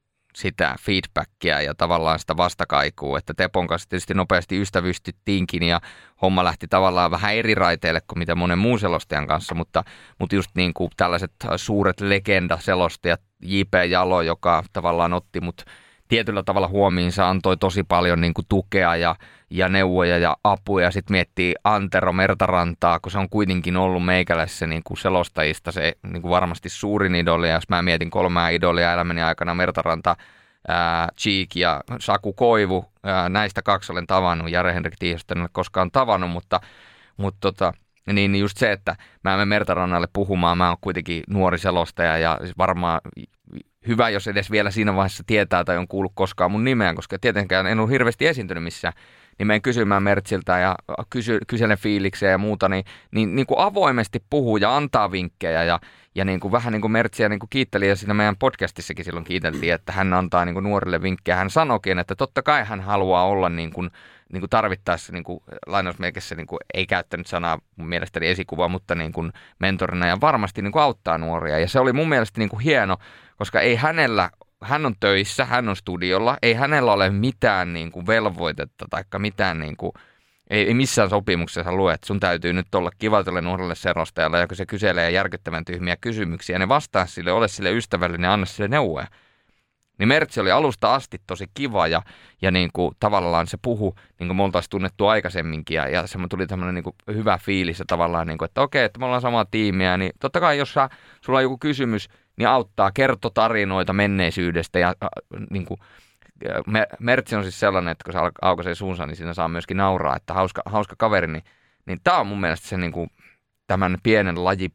sitä feedbackia ja tavallaan sitä vastakaikua, että Tepon kanssa tietysti nopeasti ystävystyttiinkin ja homma lähti tavallaan vähän eri raiteille kuin mitä monen muun selostajan kanssa, mutta, mutta just niin kuin tällaiset suuret legenda-selostajat, J P Jalo, joka tavallaan otti mut tietyllä tavalla huomiin, se antoi tosi paljon niin kuin tukea ja, ja neuvoja ja apuja. Sitten miettii Antero Mertarantaa, kun se on kuitenkin ollut meikäläisessä niin kuin selostajista se niin kuin varmasti suurin idoli. Ja jos mä mietin kolmea idolia elämäni aikana, Mertaranta, ää, Cheek ja Saku Koivu, ää, näistä kaksi olen tavannut. Jare-Henrik Tiihosta en ole koskaan tavannut, mutta, mutta tota, niin just se, että mä menen Mertarannalle puhumaan, mä oon kuitenkin nuori selostaja ja varmaan hyvä, jos edes vielä siinä vaiheessa tietää tai on kuullut koskaan mun nimeä, koska tietenkään en ole hirveästi esiintynyt missään, niin menen kysymään Mertsiltä ja kysy, kyselen fiiliksiä ja muuta, niin, niin, niin kuin avoimesti puhuu ja antaa vinkkejä ja, ja niin kuin vähän niin kuin Mertsiä niin kuin kiitteli ja siinä meidän podcastissakin silloin kiiteltiin, että hän antaa niin kuin nuorille vinkkejä. Hän sanoikin, että totta kai hän haluaa olla niin kuin, niin kuin tarvittaessa, niin kuin lainausmerkissä niin kuin, ei käyttänyt sanaa mun mielestäni esikuva, mutta niin kuin mentorina ja varmasti niin kuin auttaa nuoria. Ja se oli mun mielestä niin kuin hieno, koska ei hänellä, hän on töissä, hän on studiolla, ei hänellä ole mitään niin kuin velvoitetta tai mitään, niin kuin, ei, ei missään sopimuksessa lue, että sun täytyy nyt olla kiva tälle nuorelle selostajalle, ja kun se kyselee järkyttävän tyhmiä kysymyksiä, ne vastaa sille, ole sille ystävällinen ja anna sille neuvoja. Niin Mertsi oli alusta asti tosi kiva ja, ja niin kuin tavallaan se puhu, niin kuin me oltaisiin tunnettu aikaisemminkin ja, ja se tuli tämmöinen niin kuin hyvä fiilis ja tavallaan, niin kuin, että okei, että me ollaan samaa tiimiä, niin totta kai jos sä, sulla on joku kysymys, niin auttaa, kertoo tarinoita menneisyydestä ja äh, niin kuin, Mertsi on siis sellainen, että kun se aukaisee suunsa, niin siinä saa myöskin nauraa, että hauska, hauska kaveri, niin, niin tämä on mun mielestä se niin kuin, tämän pienen laji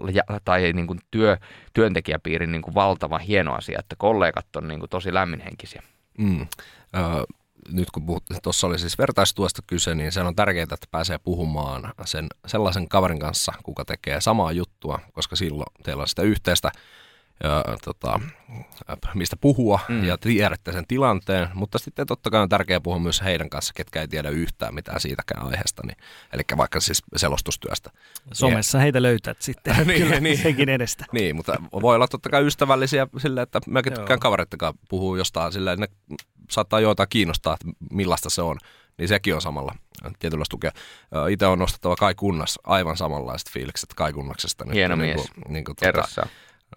tai niin kuin työ, työntekijäpiirin niin kuin valtava hieno asia, että kollegat on niin kuin tosi lämminhenkisiä. Mm. Äh, nyt kun tuossa oli siis vertaistuesta kyse, niin se on tärkeää, että pääsee puhumaan sen sellaisen kaverin kanssa, kuka tekee samaa juttua, koska silloin teillä on sitä yhteistä, ja, tota, mistä puhua mm. ja tiedätte sen tilanteen, mutta sitten totta kai on tärkeää puhua myös heidän kanssa, ketkä ei tiedä yhtään mitään siitäkään aiheesta, niin, eli vaikka siis selostustyöstä. Somessa heitä löytät sitten, niin, kyllä niin, senkin edestä. Niin, mutta voi olla totta kai ystävällisiä silleen, että mäkin tykkään kaverittekaan puhua jostain silleen, ne saattaa jotain kiinnostaa, että millaista se on, niin sekin on samalla tietynlaista tukea. Itse on nostettava Kai Kunnas, aivan samanlaiset fiilikset Kai Kunnaksesta. Hieno mies, niin kuin, niin kuin kerrassaan.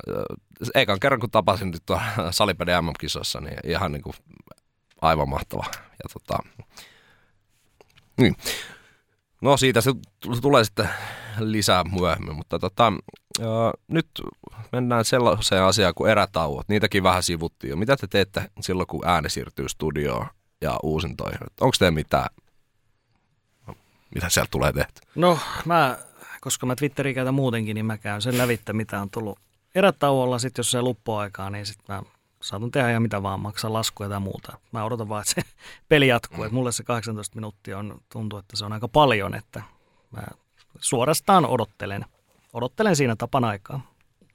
Eikä kerran kun tapasin nyt tuolla Salipede M M-kisossa, niin ihan niin kuin aivan mahtava. Ja tota, niin. No siitä se tulee sitten lisää myöhemmin, mutta tota, ää, nyt mennään sellaiseen asiaan kuin erätauot. Niitäkin vähän sivuttiin jo. Mitä te teette silloin, kun ääni siirtyy studioon ja uusintoihin? Onko teillä mitään, mitä sieltä tulee tehty? No mä, koska mä Twitteriä käytän muutenkin, niin mä käyn sen lävittä, mitä on tullut erätauolla. Sitten jos se loppuaikaa, niin sitten mä saatan tehdä ja mitä vaan, maksaa laskuja tai muuta. Mä odotan vaan, että se peli jatkuu. Et mulle se kahdeksantoista minuuttia on, tuntuu, että se on aika paljon, että mä suorastaan odottelen. Odottelen siinä tapan aikaa.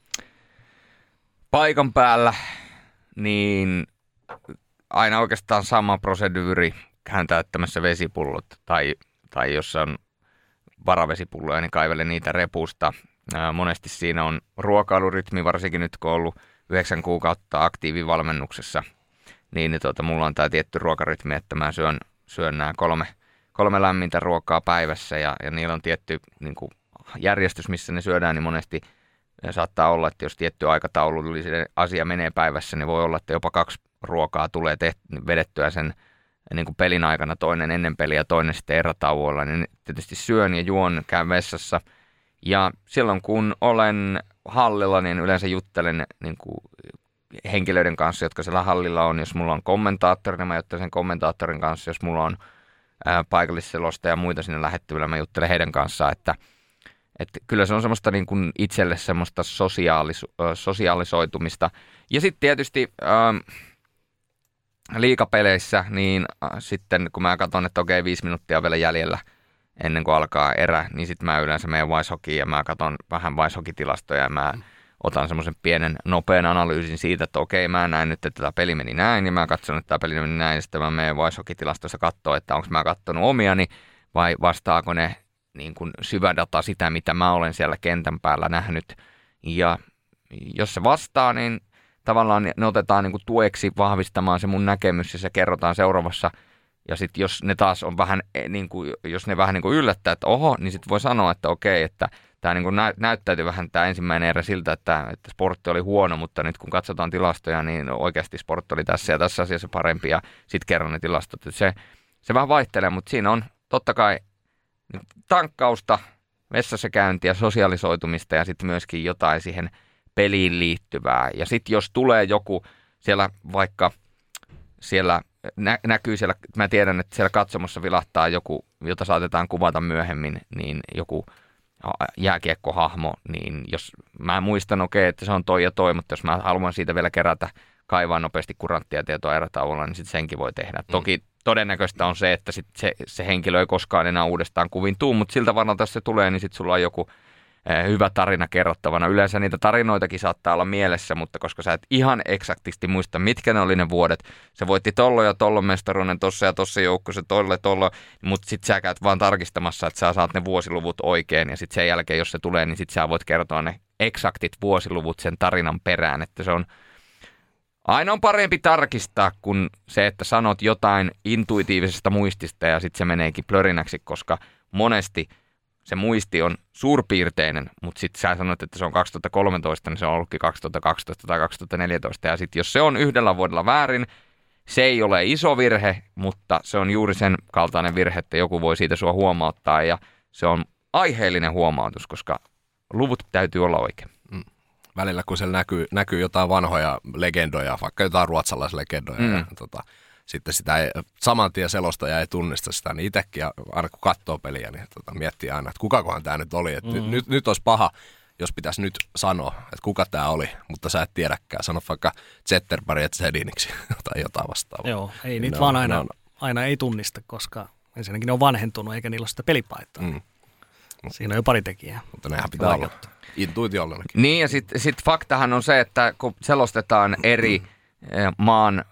Paikan päällä, niin aina oikeastaan sama proseduuri, hän täyttämässä vesipullot, tai, tai jos on varavesipulloja, niin kaivelen niitä repusta. Ää, monesti siinä on ruokailurytmi, varsinkin nyt kun on ollut yhdeksän kuukautta aktiivivalmennuksessa, niin, niin tuota, mulla on tämä tietty ruokarytmi, että mä syön, syön nämä kolme, kolme lämmintä ruokaa päivässä, ja, ja niillä on tietty niin kuin järjestys, missä ne syödään, niin monesti saattaa olla, että jos tietty aikataulullinen asia menee päivässä, niin voi olla, että jopa kaksi ruokaa tulee teht- vedettyä sen niin kuin pelin aikana, toinen ennen peliä ja toinen sitten erätauolla, niin tietysti syön ja juon, käyn vessassa. Ja silloin kun olen hallilla, niin yleensä juttelen niin kuin henkilöiden kanssa, jotka siellä hallilla on. Jos mulla on kommentaattori, niin mä juttelen sen kommentaattorin kanssa. Jos mulla on ää, paikallisselosta ja muita sinne lähettyvillä, mä juttelen heidän kanssaan, että Että kyllä se on semmoista niin kuin itselle semmoista sosiaalis- sosiaalisoitumista. Ja sitten tietysti ähm, liigapeleissä, niin äh, sitten kun mä katson, että okei, viisi minuuttia on vielä jäljellä ennen kuin alkaa erä, niin sitten mä yleensä menen Vice Hockeyin ja mä katson vähän Vice Hockey-tilastoja ja mä otan semmoisen pienen nopean analyysin siitä, että okei, mä näin nyt, että tämä peli meni näin, ja mä katson, että tämä peli meni näin, ja sitten mä menen Vicehockey-tilastossa katsoa, että onko mä katsonut omiani, vai vastaako ne niin kuin syvädata sitä, mitä mä olen siellä kentän päällä nähnyt. Ja jos se vastaa, niin tavallaan ne otetaan niin kuin tueksi vahvistamaan se mun näkemys, ja se kerrotaan seuraavassa. Ja sitten jos ne taas on vähän, niin kuin, jos ne vähän niin kuin yllättää, että oho, niin sitten voi sanoa, että okei, että tämä niin kuin nä- näyttäytyi vähän tämä ensimmäinen erä siltä, että, että sportti oli huono, mutta nyt kun katsotaan tilastoja, niin oikeasti sportti oli tässä ja tässä asiassa parempi, ja sitten kerron ne tilastot. Että se, se vähän vaihtelee, mutta siinä on totta kai tankkausta, vessassa käyntiä, sosialisoitumista ja sitten myöskin jotain siihen peliin liittyvää. Ja sitten jos tulee joku siellä vaikka siellä nä- näkyy siellä, mä tiedän, että siellä katsomossa vilahtaa joku, jota saatetaan kuvata myöhemmin, niin joku jääkiekkohahmo, niin jos mä muistan, okei, okay, että se on toi ja toi, mutta jos mä haluan siitä vielä kerätä, kaivaa nopeasti kuranttia tietoa erätauolla, niin sitten senkin voi tehdä. Mm. Toki todennäköistä on se, että sit se, se henkilö ei koskaan enää uudestaan kuviin tuu, mutta siltä varalta, jos se tulee, niin sitten sulla on joku eh, hyvä tarina kerrottavana. Yleensä niitä tarinoitakin saattaa olla mielessä, mutta koska sä et ihan eksaktisti muista, mitkä ne oli ne vuodet, se voitti tollo ja tollon mestaruuden tossa ja tossa joukko, se tolle tollo, mutta sitten sä käyt vaan tarkistamassa, että sä saat ne vuosiluvut oikein, ja sitten sen jälkeen, jos se tulee, niin sitten sä voit kertoa ne eksaktit vuosiluvut sen tarinan perään, että se on aina on parempi tarkistaa kuin se, että sanot jotain intuitiivisesta muistista ja sitten se meneekin plörinäksi, koska monesti se muisti on suurpiirteinen, mutta sitten sä sanot, että se on kaksituhattakolmetoista, niin se on ollutkin kaksituhattakaksitoista tai kaksituhattaneljätoista. Ja sitten jos se on yhdellä vuodella väärin, se ei ole iso virhe, mutta se on juuri sen kaltainen virhe, että joku voi siitä sua huomauttaa. Ja se on aiheellinen huomautus, koska luvut täytyy olla oikein. Mm. Välillä kun siellä näkyy, näkyy jotain vanhoja legendoja, vaikka jotain ruotsalaislegendoja, mm. ja tota, sitten sitä ei, saman tien selostaja ei tunnista sitä, niin itsekin aina kun katsoo peliä, niin tota, miettii aina, että kukakohan tämä nyt oli. Että mm. nyt, nyt olisi paha, jos pitäisi nyt sanoa, että kuka tämä oli, mutta sä et tiedäkään. Sano vaikka Zetterberg et Sediniksi tai jotain vastaavaa. Joo, ei niitä vaan aina, on, aina ei tunnista, koska ensinnäkin ne on vanhentunut eikä niillä ole sitä pelipaitaa. Mm. Siinä on jo pari tekijää. Mutta nehän pitää olla intuitiollakin. Niin, ja sitten sit faktahan on se, että kun selostetaan eri maan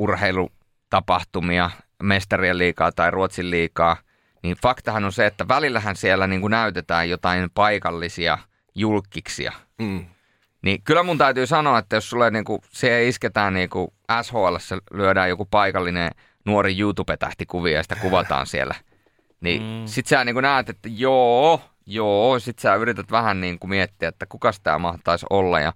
urheilutapahtumia, mestarien liigaa tai Ruotsin liigaa, niin faktahan on se, että välillähän siellä niin kuin näytetään jotain paikallisia julkkiksia. Mm. Niin kyllä mun täytyy sanoa, että jos sulle niin kuin, se isketään niin kuin S H L:ssä lyödään joku paikallinen nuori YouTube-tähtikuvia ja sitä kuvataan siellä, niin mm. sit sä niin kuin näet, että joo, joo, sit sä yrität vähän niin kuin miettiä, että kukas tää mahtaisi olla ja,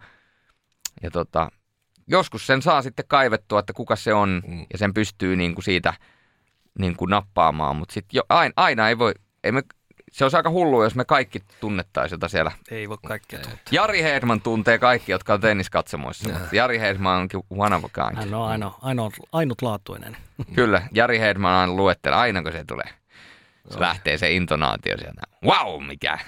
ja tota, joskus sen saa sitten kaivettua, että kuka se on mm. ja sen pystyy niin kuin siitä niin kuin nappaamaan, mutta sitten aina, aina ei voi, ei me, se olisi aika hullua, jos me kaikki tunnettaisiin jota siellä. Ei voi kaikkia tuntea. Jari Hedman tuntee kaikki, jotka on tenniskatsomoissa, ja. Mutta Jari Hedman onkin one of a kind. Hän on aino, aino, ainutlaatuinen. Kyllä, Jari Hedman aina luettelee, aina kun se tulee. Se Joo. lähtee se intonaatio sieltä. Wow, mikä!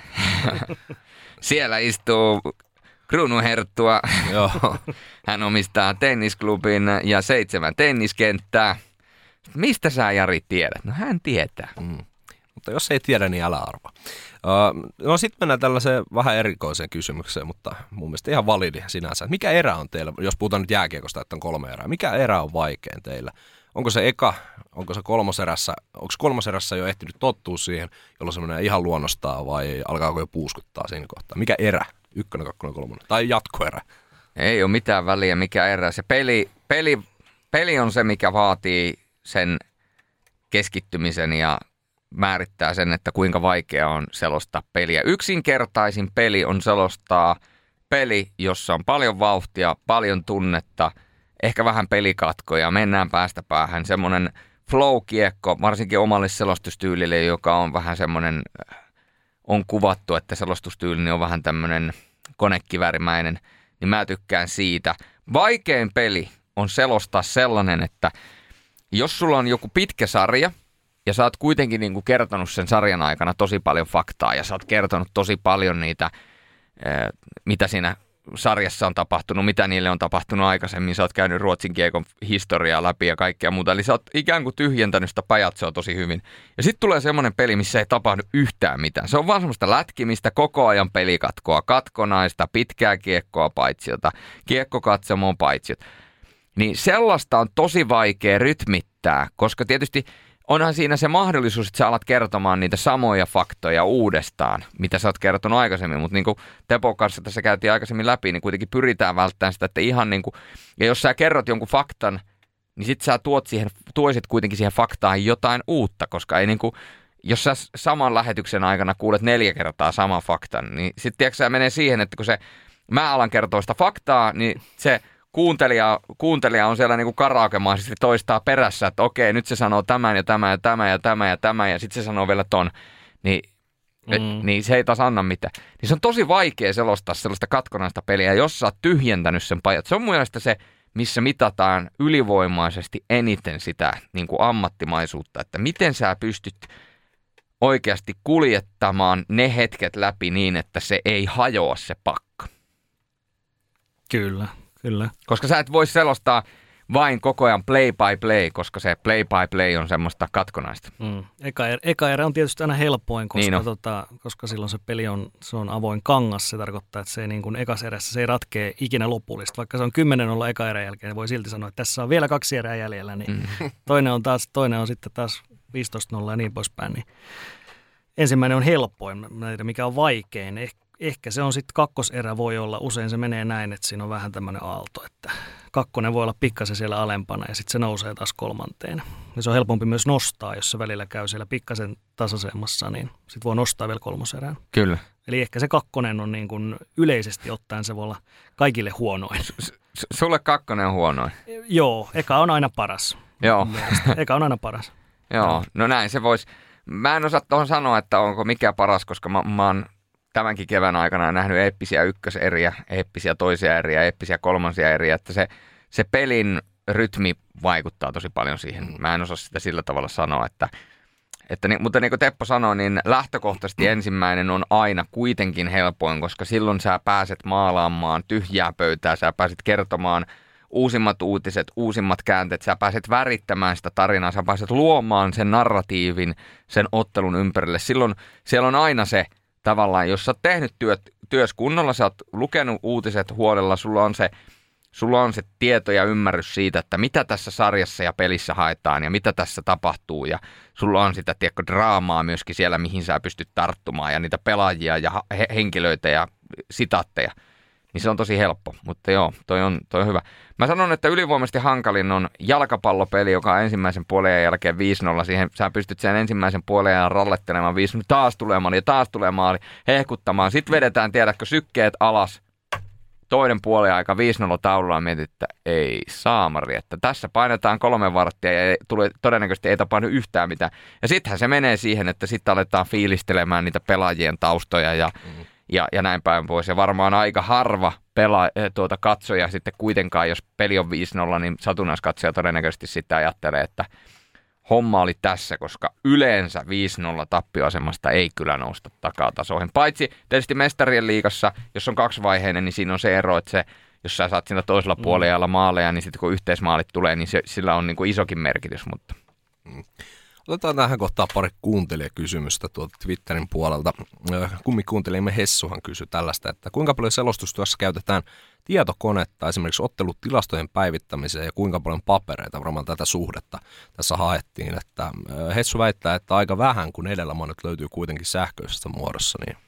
Siellä istuu kruununherttua. Joo. Hän omistaa tennisklubin ja seitsemän tenniskenttää. Mistä sä, Jari, tiedät? No hän tietää. Mm. Mutta jos ei tiedä, niin älä arva. Uh, no sitten mennään tällaiseen vähän erikoiseen kysymykseen, mutta mun mielestä ihan validi sinänsä. Mikä erä on teillä, jos puhutaan nyt jääkiekosta, että on kolme erää, mikä erä on vaikein teillä? Onko se eka, onko se kolmoserässä, onko kolmoserässä jo ehtinyt tottua siihen, jolloin se menee ihan luonnostaan vai alkaako jo puuskuttaa siinä kohtaa? Mikä erä? Ykkönen, kakkonen, kolmonen. Tai jatkoerä? Ei ole mitään väliä, mikä erä. Se peli, peli, peli on se, mikä vaatii sen keskittymisen ja määrittää sen, että kuinka vaikea on selostaa peliä. Yksinkertaisin peli on selostaa peli, jossa on paljon vauhtia, paljon tunnetta, ehkä vähän pelikatkoja, mennään päästä päähän. Semmoinen flow-kiekko, varsinkin omalle selostustyylille, joka on vähän semmoinen, on kuvattu, että selostustyyli on vähän tämmöinen konekiväärimäinen, niin mä tykkään siitä. Vaikein peli on selostaa sellainen, että jos sulla on joku pitkä sarja, ja sä oot kuitenkin niin kuin kertonut sen sarjan aikana tosi paljon faktaa, ja sä oot kertonut tosi paljon niitä, mitä siinä sarjassa on tapahtunut, mitä niille on tapahtunut aikaisemmin. Sä oot käynyt Ruotsin kiekon historiaa läpi ja kaikkea muuta. Eli sä oot ikään kuin tyhjentänyt sitä pajatsoa tosi hyvin. Ja sitten tulee semmoinen peli, missä ei tapahdu yhtään mitään. Se on vaan semmoista lätkimistä, koko ajan pelikatkoa, katkonaista, pitkää kiekkoa paitsiota, kiekkokatsomoon paitsiot. Niin sellaista on tosi vaikea rytmittää, koska tietysti onhan siinä se mahdollisuus, että sä alat kertomaan niitä samoja faktoja uudestaan, mitä sä oot kertonut aikaisemmin. Mutta niin kuin Tepon kanssa tässä käytiin aikaisemmin läpi, niin kuitenkin pyritään välttämään sitä, että ihan niin kuin, ja jos sä kerrot jonkun faktan, niin sit sä tuot siihen, tuoisit kuitenkin siihen faktaan jotain uutta, koska ei niin kuin, jos sä saman lähetyksen aikana kuulet neljä kertaa saman faktan, niin sit tiedätkö sä menee siihen, että kun se, mä alan kertoa sitä faktaa, niin se Kuuntelija, kuuntelija on siellä niinku karaokemaisesti toistaa perässä, että okei, nyt se sanoo tämän ja tämän ja tämän ja tämän ja tämän ja sitten se sanoo vielä ton. Niin, mm. et, niin se ei taas anna mitään. Niin se on tosi vaikea selostaa sellaista katkonaista peliä, jos sä oot tyhjentänyt sen pajat. Se on mun mielestä se, missä mitataan ylivoimaisesti eniten sitä niinku ammattimaisuutta, että miten sä pystyt oikeasti kuljettamaan ne hetket läpi niin, että se ei hajoa se pakka. Kyllä. Kyllä. Koska sä et voi selostaa vain koko ajan play by play, koska se play by play on semmoista katkonaista. Mm. Eka, er, eka erä on tietysti aina helpoin, koska, niin tota, koska silloin se peli on, se on avoin kangas. Se tarkoittaa, että se ei niin kuin ekas erässä se ei ratkee ikinä lopullista. Vaikka se on kymmenen olla eka erän jälkeen, voi silti sanoa, että tässä on vielä kaksi erää jäljellä. Niin mm. toinen, on taas, toinen on sitten taas viisitoista nolla ja niin poispäin. Niin ensimmäinen on helpoin, mikä on vaikein. Eh, Ehkä se on sitten kakkoserä voi olla, usein se menee näin, että siinä on vähän tämmöinen aalto, että kakkonen voi olla pikkasen siellä alempana ja sitten se nousee taas kolmanteen. Ja se on helpompi myös nostaa, jos se välillä käy siellä pikkasen tasaisemmassa, niin sitten voi nostaa vielä kolmoserään. Kyllä. Eli ehkä se kakkonen on niin kuin yleisesti ottaen se voi olla kaikille huonoin. S- s- sulle kakkonen on huonoin? Joo, eka on aina paras. Joo. Eka on aina paras. Joo, no näin se voisi. Mä en osaa tuohon sanoa, että onko mikä paras, koska mä, mä oon tämänkin kevään aikana nähnyt eeppisiä ykköseriä, eeppisiä toisia eriä, eeppisiä kolmansia eriä, että se, se pelin rytmi vaikuttaa tosi paljon siihen. Mä en osaa sitä sillä tavalla sanoa, että, että mutta niin kuin Teppo sanoi, niin lähtökohtaisesti ensimmäinen on aina kuitenkin helpoin, koska silloin sä pääset maalaamaan tyhjää pöytää, sä pääset kertomaan uusimmat uutiset, uusimmat käänteet, sä pääset värittämään sitä tarinaa, sä pääset luomaan sen narratiivin sen ottelun ympärille. Silloin siellä on aina se, tavallaan, jos sä oot tehnyt työt, työs kunnolla, sä oot lukenut uutiset huolella, sulla on, se, sulla on se tieto ja ymmärrys siitä, että mitä tässä sarjassa ja pelissä haetaan ja mitä tässä tapahtuu. Ja sulla on sitä tiedätkö, draamaa myöskin siellä, mihin sä pystyt tarttumaan ja niitä pelaajia ja he, henkilöitä ja sitaatteja. Niin se on tosi helppo, mutta joo, toi on, toi on hyvä. Mä sanon, että ylivoimaisesti hankalin on jalkapallopeli, joka on ensimmäisen puolen jälkeen viisi nolla. Siihen sä pystyt sen ensimmäisen puolen ja rallettelemaan viisi nolla. Taas tulee maali ja taas tulee maali, hehkuttamaan. Sitten vedetään, tiedätkö, sykkeet alas. Toinen puolen aika viisi nolla taululla ja mietit, että ei saamari, että tässä painetaan kolme varttia ja ei, tule, todennäköisesti ei tapahdu yhtään mitään. Ja sittenhän se menee siihen, että sitten aletaan fiilistelemään niitä pelaajien taustoja ja mm. Ja, ja näin päin pois. Ja varmaan aika harva pela, tuota, katsoja sitten kuitenkaan, jos peli on viisi nolla, niin satunnaiskatsoja todennäköisesti sitten ajattelee, että homma oli tässä, koska yleensä viisi nolla tappioasemasta ei kyllä nousta takatasoihin. Paitsi tietysti mestarien liigassa, jos on kaksivaiheinen, niin siinä on se ero, että se, jos sä saat siinä toisella mm. puolella maaleja, niin sitten kun yhteismaalit tulee, niin se, sillä on niin kuin isokin merkitys. Mutta. Mm. Otetaan tähän kohtaa pari kuuntelijakysymystä tuolta Twitterin puolelta. Kummikuuntelijamme Hessuhan kysyi tällaista, että kuinka paljon selostustyössä käytetään tietokonetta esimerkiksi ottelutilastojen päivittämiseen ja kuinka paljon papereita, varmaan tätä suhdetta tässä haettiin. Että Hessu väittää, että aika vähän, kun edellä mainit löytyy kuitenkin sähköisessä muodossa. Niin,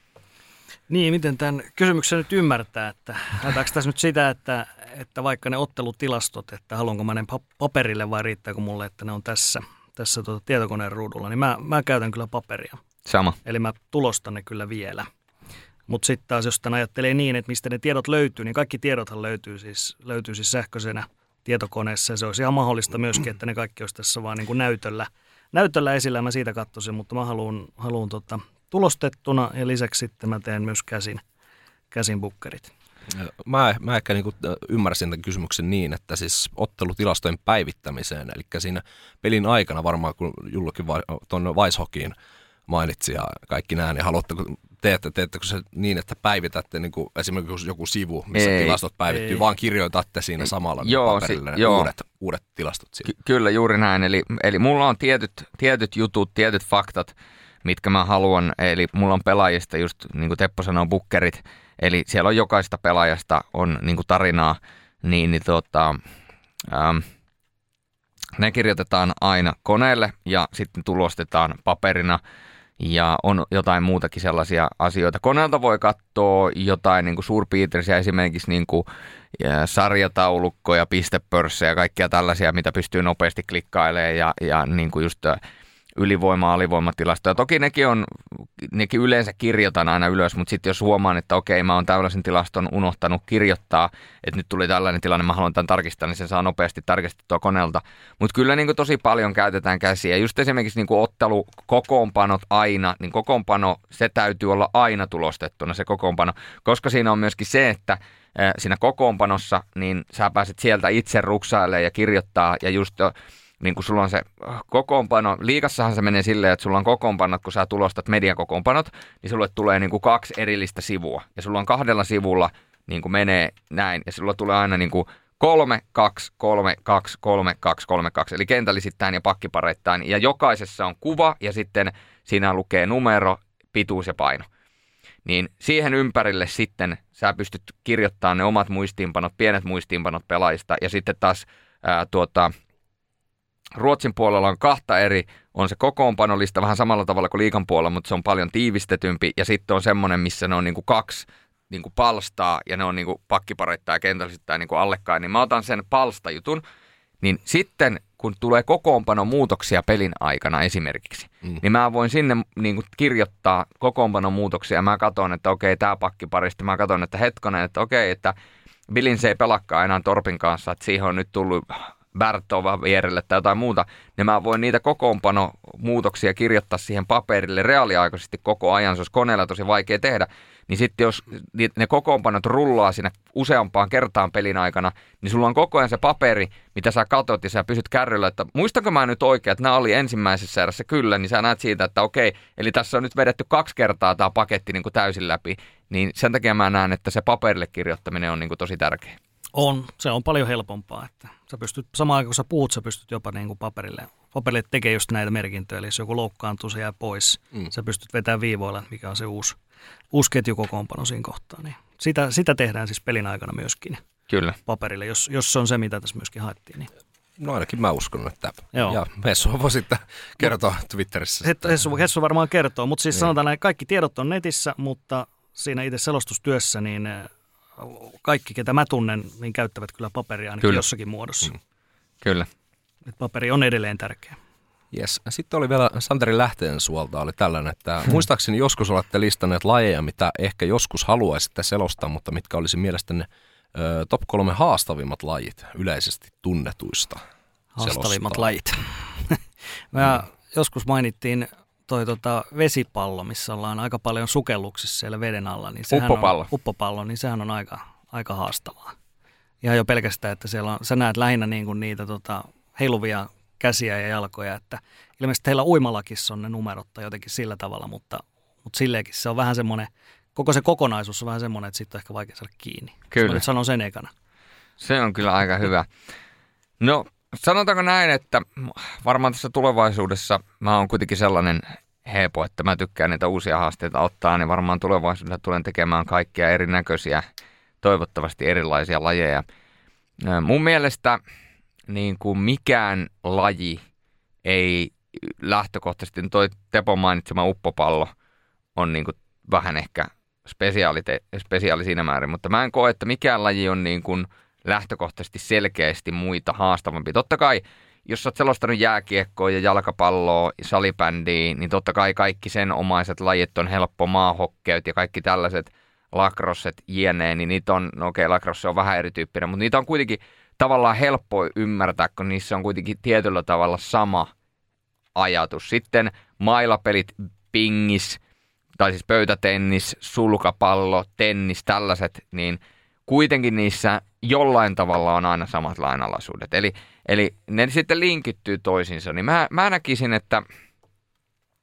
niin miten tämän kysymyksen nyt ymmärtää, että ajataanko tässä nyt sitä, että, että vaikka ne ottelutilastot, että haluanko mä ne paperille vai riittääkö mulle, että ne on tässä? tässä tuota tietokoneen ruudulla, niin mä, mä käytän kyllä paperia. Sama. Eli mä tulostan ne kyllä vielä. Mutta sitten taas, jos tämän ajattelee niin, että mistä ne tiedot löytyy, niin kaikki tiedothan löytyy siis, löytyy siis sähköisenä tietokoneessa. Ja se olisi ihan mahdollista myöskin, että ne kaikki olisi tässä vaan niin kuin näytöllä, näytöllä esillä. Mä siitä katsoisin, mutta mä haluan, haluan tota, tulostettuna ja lisäksi sitten mä teen myös käsin, käsin bukkerit. Mä, mä ehkä niin kuin ymmärsin tämän kysymyksen niin, että siis ottelutilastojen päivittämiseen, eli siinä pelin aikana varmaan, kun Jullukin va, tuonne Weishockeyin mainitsi ja kaikki nämä, niin haluatteko, teette, teettekö se niin, että päivitätte niin kuin esimerkiksi joku sivu, missä ei, tilastot päivittyy, ei. vaan kirjoitatte siinä samalla niin joo, paperille si- uudet, uudet tilastot siinä. Ky- kyllä, juuri näin. Eli, eli mulla on tietyt, tietyt jutut, tietyt faktat, mitkä mä haluan. Eli mulla on pelaajista just, niin kuin Teppo sanoo, bookerit. Eli siellä on jokaista pelaajasta on niin kuin tarinaa, niin, niin tota, ähm, ne kirjoitetaan aina koneelle ja sitten tulostetaan paperina. Ja on jotain muutakin sellaisia asioita. Koneelta voi katsoa jotain niin kuin suurpiirteisiä, esimerkiksi niin kuin sarjataulukkoja, pistepörssejä ja kaikkia tällaisia, mitä pystyy nopeasti klikkailemaan ja, ja niin kuin just ylivoima- alivoimatilastoja. Toki nekin, on, nekin yleensä kirjoitan aina ylös, mutta sitten jos huomaan, että okei, mä oon tällaisen tilaston unohtanut kirjoittaa, että nyt tuli tällainen tilanne, mä haluan tämän tarkistaa, niin sen saa nopeasti tarkistettua koneelta. Mutta kyllä niin kuin tosi paljon käytetään käsiä. Just esimerkiksi niin kuin ottelukokoonpanot aina, niin kokoonpano, se täytyy olla aina tulostettuna se kokoonpano, koska siinä on myöskin se, että siinä kokoonpanossa, niin sä pääset sieltä itse ruksailemaan ja kirjoittaa ja just niin kun sulla on se kokoonpano, liigassahan se menee silleen, että sulla on kokoonpanot, kun sä tulostat mediakokoonpanot, niin sulle tulee niin kuin kaksi erillistä sivua. Ja sulla on kahdella sivulla niin kuin menee näin, ja sulla tulee aina niin kuin kolme, kaksi, kolme, kaksi, kolme, kaksi, kolme, kaksi, eli kentällisittäin ja pakkipareittain. Ja jokaisessa on kuva, ja sitten siinä lukee numero, pituus ja paino. Niin siihen ympärille sitten sä pystyt kirjoittamaan ne omat muistiinpanot, pienet muistiinpanot pelaajista, ja sitten taas ää, tuota... Ruotsin puolella on kahta eri, on se kokoonpanolista vähän samalla tavalla kuin liigan puolella, mutta se on paljon tiivistetympi. Ja sitten on semmoinen, missä ne on niinku kaksi niinku palstaa ja ne on niinku pakkipareittain ja kentällisittäin niinku allekkain. Niin mä otan sen palstajutun, niin sitten kun tulee kokoonpanon muutoksia pelin aikana esimerkiksi, mm. niin mä voin sinne niinku kirjoittaa kokoonpanon muutoksia ja mä katson, että okei, tää pakkiparista, mä katson, että hetkonen, että okei, että Billins ei pelakkaan enää Torpin kanssa, että siihen on nyt tullut Bertova vierelle tai jotain muuta, niin mä voin niitä kokoonpanomuutoksia kirjoittaa siihen paperille reaaliaikaisesti koko ajan. Se olisi koneella tosi vaikea tehdä. Niin sitten jos ne kokoonpanot rullaa sinne useampaan kertaan pelin aikana, niin sulla on koko ajan se paperi, mitä sä katot ja sä pysyt kärryllä, että muistanko mä nyt oikein, että nämä oli ensimmäisessä erässä kyllä, niin sä näet siitä, että okei, eli tässä on nyt vedetty kaksi kertaa tämä paketti niin kuin täysin läpi, niin sen takia mä näen, että se paperille kirjoittaminen on niin kuin tosi tärkeä. On, se on paljon helpompaa, että sä pystyt, samaan aikaan kun sä puhut, sä pystyt jopa niin kuin paperille, paperille tekemään just näitä merkintöjä, eli jos joku loukkaantuu, se jää pois, mm. sä pystyt vetämään viivoilla, mikä on se uusi, uusi ketjukokoonpano siinä kohtaa, niin sitä, sitä tehdään siis pelin aikana myöskin. Kyllä. Paperille, jos, jos se on se, mitä tässä myöskin haettiin. Niin. No ainakin mä uskon, että joo. Ja Hessu voi sitten kertoa no, Twitterissä. Hessu, Hessu varmaan kertoo, mutta siis niin. Sanotaan, että kaikki tiedot on netissä, mutta siinä itse selostustyössä, niin kaikki, ketä mä tunnen, niin käyttävät kyllä paperia ainakin kyllä. jossakin muodossa. Mm. Kyllä. Et paperi on edelleen tärkeä. Yes. Sitten oli vielä Santeri Lähteensuolta oli tällainen, että muistaakseni joskus olette listanneet lajeja, mitä ehkä joskus haluaisitte selostaa, mutta mitkä olisi mielestäni ö, top kolme haastavimmat lajit yleisesti tunnetuista Haastavimmat selostaa. Lajit. Mä mm. joskus mainittiin toi tota vesipallo, missä ollaan aika paljon sukelluksissa siellä veden alla. Niin uppopallo. On, uppopallo, niin sehän on aika, aika haastavaa. Ihan jo pelkästään, että siellä on, sä näet lähinnä niin kuin niitä tota, heiluvia käsiä ja jalkoja, että ilmeisesti heillä uimalakissa on ne numerot tai jotenkin sillä tavalla, mutta, mutta silleenkin se on vähän semmoinen, koko se kokonaisuus on vähän semmoinen, että siitä on ehkä vaikea saada kiinni. Kyllä. Mä nyt sanon sen ekana. Se on kyllä aika hyvä. No sanotaanko näin, että varmaan tässä tulevaisuudessa mä oon kuitenkin sellainen heepo, että mä tykkään niitä uusia haasteita ottaa, niin varmaan tulevaisuudessa tulen tekemään kaikkia erinäköisiä, toivottavasti erilaisia lajeja. Mun mielestä niin kuin mikään laji ei lähtökohtaisesti, toi Tepon mainitsema uppopallo on niin kuin vähän ehkä spesiaali, spesiaali siinä määrin, mutta mä en koe, että mikään laji on niin kuin lähtökohtaisesti selkeästi muita haastavampi. Totta kai, jos olet selostanut jääkiekkoa ja jalkapalloa ja salibändiä, niin totta kai kaikki sen omaiset lajit on helppo, maahokkeut ja kaikki tällaiset lacrosset, jne, niin niitä on, no okei, lacrosse on vähän erityyppinen, mutta niitä on kuitenkin tavallaan helppo ymmärtää, kun niissä on kuitenkin tietyllä tavalla sama ajatus. Sitten mailapelit, pingis, tai siis pöytätennis, sulkapallo, tennis, tällaiset, niin kuitenkin niissä jollain tavalla on aina samat lainalaisuudet. Eli, eli ne sitten linkittyy toisiinsa. Niin mä, mä näkisin, että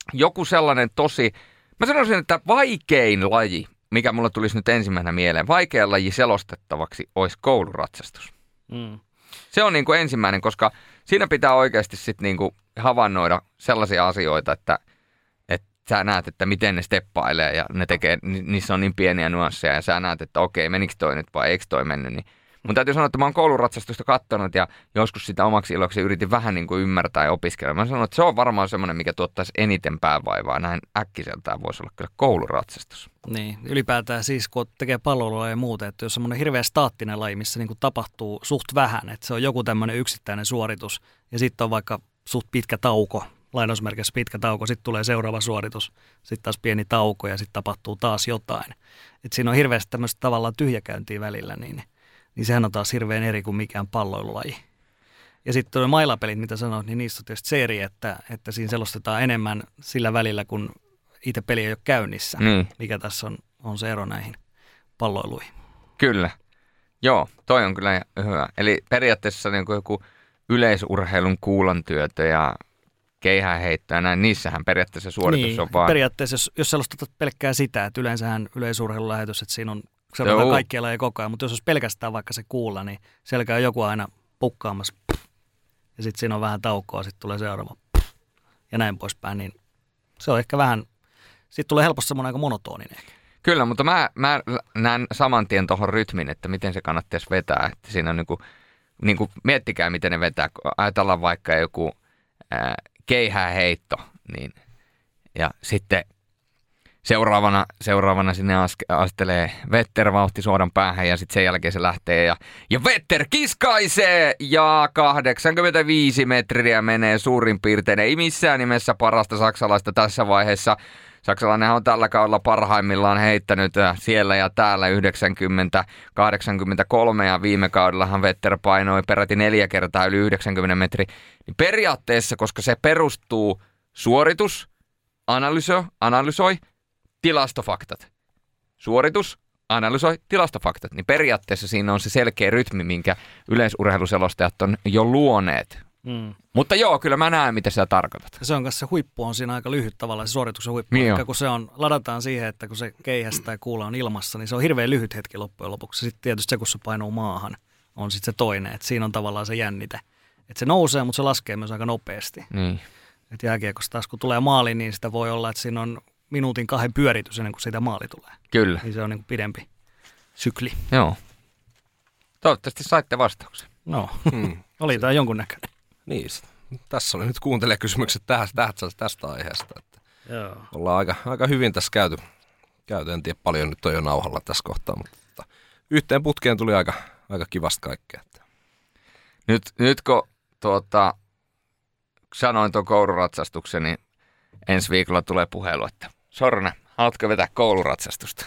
joku sellainen tosi, mä sanoisin, että vaikein laji, mikä mulla tulisi nyt ensimmäisenä mieleen, vaikein laji selostettavaksi olisi kouluratsastus. Mm. Se on niin kuin ensimmäinen, koska siinä pitää oikeasti sitten niin kuin havainnoida sellaisia asioita, että, että sä näet, että miten ne steppailee ja ne tekee, niissä on niin pieniä nuansseja ja sä näet, että okei, menikö toi nyt vai eikö toi mennyt, niin mun täytyy sanoa, että mä oon kouluratsastusta katsonut ja joskus sitä omaksi iloksi yritin vähän niin kuin ymmärtää ja opiskella. Mä sanon, että se on varmaan semmoinen, mikä tuottaisi eniten päävaivaa. Näin äkkiseltään voisi olla kyllä kouluratsastus. Niin, ylipäätään siis, kun tekee palloilua ja muuta, että jos semmoinen hirveä staattinen laji, missä niin kuin tapahtuu suht vähän, että se on joku tämmöinen yksittäinen suoritus ja sitten on vaikka suht pitkä tauko, lainausmerkissä pitkä tauko, sitten tulee seuraava suoritus, sitten taas pieni tauko ja sitten tapahtuu taas jotain. Että siinä on hirveästi tämmöistä tavallaan tyhjäkäyntiä välillä, niin niin sehän on taas hirveän eri kuin mikään palloilulaji. Ja sitten tuo mailapelit, mitä sanoit, niin niistä on tietysti se eri, että, että siinä selostetaan enemmän sillä välillä, kun itse peli ei ole käynnissä. Mm. Mikä tässä on, on se ero näihin palloiluihin. Kyllä. Joo, toi on kyllä hyvä. Eli periaatteessa niin kuin joku yleisurheilun kuulantyötö ja keihäänheitto ja näin, niissähän periaatteessa suoritus niin, on vaan. Periaatteessa, jos, jos selostetaan pelkkää sitä, että yleensähän yleisurheilulähetys, että siinä on seurataan kaikkialla ja koko ajan, mutta jos olisi pelkästään vaikka se kuulla, niin siellä käy joku aina pukkaamassa ja sitten siinä on vähän taukoa, sitten tulee seuraava ja näin poispäin, niin se on ehkä vähän, sitten tulee helposti semmoinen aika monotoninen ehkä. Kyllä, mutta mä, mä näen saman tien tuohon rytmin, että miten se kannattaisi vetää, että siinä on niin kuin, niin kuin miettikää miten ne vetää, ajatellaan vaikka joku ää, keihääheitto, niin ja sitten Seuraavana, seuraavana sinne astelee Vetter vauhtisuodan päähän ja sitten sen jälkeen se lähtee ja, ja Vetter kiskaisee ja kahdeksankymmentäviisi metriä menee suurin piirtein. Ei missään nimessä parasta saksalaista tässä vaiheessa. Saksalainen on tällä kaudella parhaimmillaan heittänyt siellä ja täällä yhdeksänkymmentä kahdeksankymmentäkolme ja viime kaudellahan Vetter painoi peräti neljä kertaa yli yhdeksänkymmentä metriä. Niin periaatteessa, koska se perustuu suoritus, analysoi, analysoi, tilastofaktat. Suoritus, analysoi, tilastofaktat. Niin periaatteessa siinä on se selkeä rytmi, minkä yleisurheiluselostajat on jo luoneet. Mm. Mutta joo, kyllä mä näen, mitä sä tarkoitat. Se on kanssa se huippu on siinä aika lyhyt tavallaan, se suorituksen huippu. Niin kun se on, ladataan siihen, että kun se keihästä tai kuula on ilmassa, niin se on hirveän lyhyt hetki loppujen lopuksi. Sitten tietysti se, kun se painuu maahan, on sitten se toinen. Että siinä on tavallaan se jännite. Että se nousee, mutta se laskee myös aika nopeasti. Niin. Että jääkiekossa taas kun tulee maali, niin sitä voi olla, että siinä on minuutin kahden pyöritys ennen kuin siitä maali tulee. Kyllä. Niin se on niin kuin pidempi sykli. Joo. Toivottavasti saitte vastauksen. No, hmm. oli tämä jonkunnäköinen. Niin, tässä oli nyt kuuntelijakysymykset tästä, tästä aiheesta. Että joo. Ollaan aika, aika hyvin tässä käyty. käyty. En tiedä paljon nyt on jo nauhalla tässä kohtaa, mutta yhteen putkeen tuli aika, aika kivasta kaikkea. Nyt, nyt kun tuota, sanoin tuon kouluratsastuksen, niin ensi viikolla tulee puhelu, että Sorne, haluatko vetää kouluratsastusta?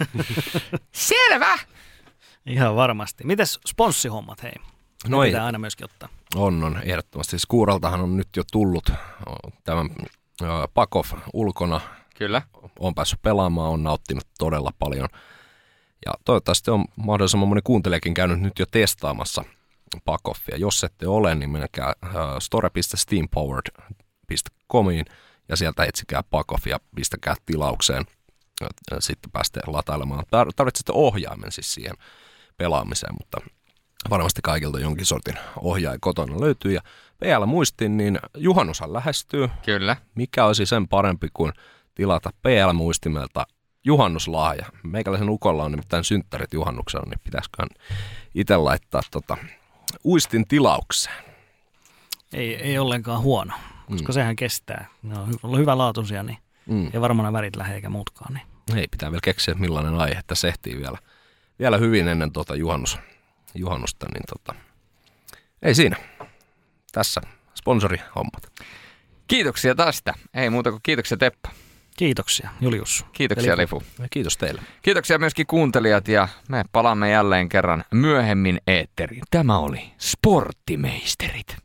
Selvä! Ihan varmasti. Mites sponssihommat, hei? Ne pitää aina myöskin ottaa. On, on, ehdottomasti. Siis Kuuraltahan on nyt jo tullut tämän Pakoff ulkona. Kyllä. On päässyt pelaamaan, on nauttinut todella paljon. Ja toivottavasti on mahdollisimman moni kuuntelijakin käynyt nyt jo testaamassa Pakoffia. Jos ette ole, niin menkää store piste steampowered piste comiin ja sieltä etsikää Pakoff ja pistäkää tilaukseen. Sitten pääsette latailemaan. Tarvitsette ohjaimen siis siihen pelaamiseen, mutta varmasti kaikilta jonkin sortin ohjaaja kotona löytyy. Ja P L-muistin, niin juhannushan lähestyy. Kyllä. Mikä olisi sen parempi kuin tilata P L-muistimelta juhannuslahja. Meikäläisen ukolla on nimittäin synttärit juhannuksella, niin pitäisiköhän itse laittaa tota uistin tilaukseen. Ei, ei ollenkaan huono, koska mm. sehän kestää. Ne on hy- hyvä laatuisia, niin mm. ei varmaan värit lähde eikä muutkaan. Niin. Ei, pitää vielä keksiä, millainen aihe, että sehtii vielä, vielä hyvin ennen tuota juhannus, juhannusta. Niin tota, ei siinä. Tässä sponsorihommat. Kiitoksia tästä. Ei muuta kuin kiitoksia Teppo. Kiitoksia Julius. Kiitoksia Lifu. Ja kiitos teille. Kiitoksia myöskin kuuntelijat ja me palaamme jälleen kerran myöhemmin eetteriin. Tämä oli Sporttimeisterit.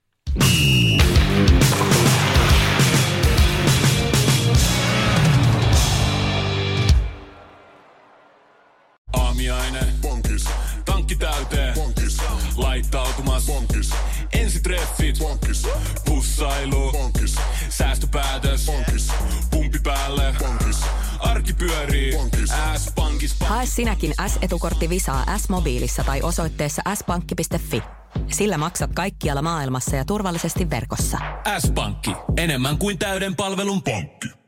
Aamiainen. Bonkis. Tankki täyteen. Bonkis. Laittautumas. Bonkis. Ensitreffit. Bonkis. Pussailu. Bonkis. Säästöpäätös. Bonkis. pyörii. S-pankis. Hae sinäkin S-etukortti Visaa S-mobiilissa tai osoitteessa s pankki piste fi. Sillä maksat kaikkialla maailmassa ja turvallisesti verkossa. S-pankki. Enemmän kuin täyden palvelun pankki.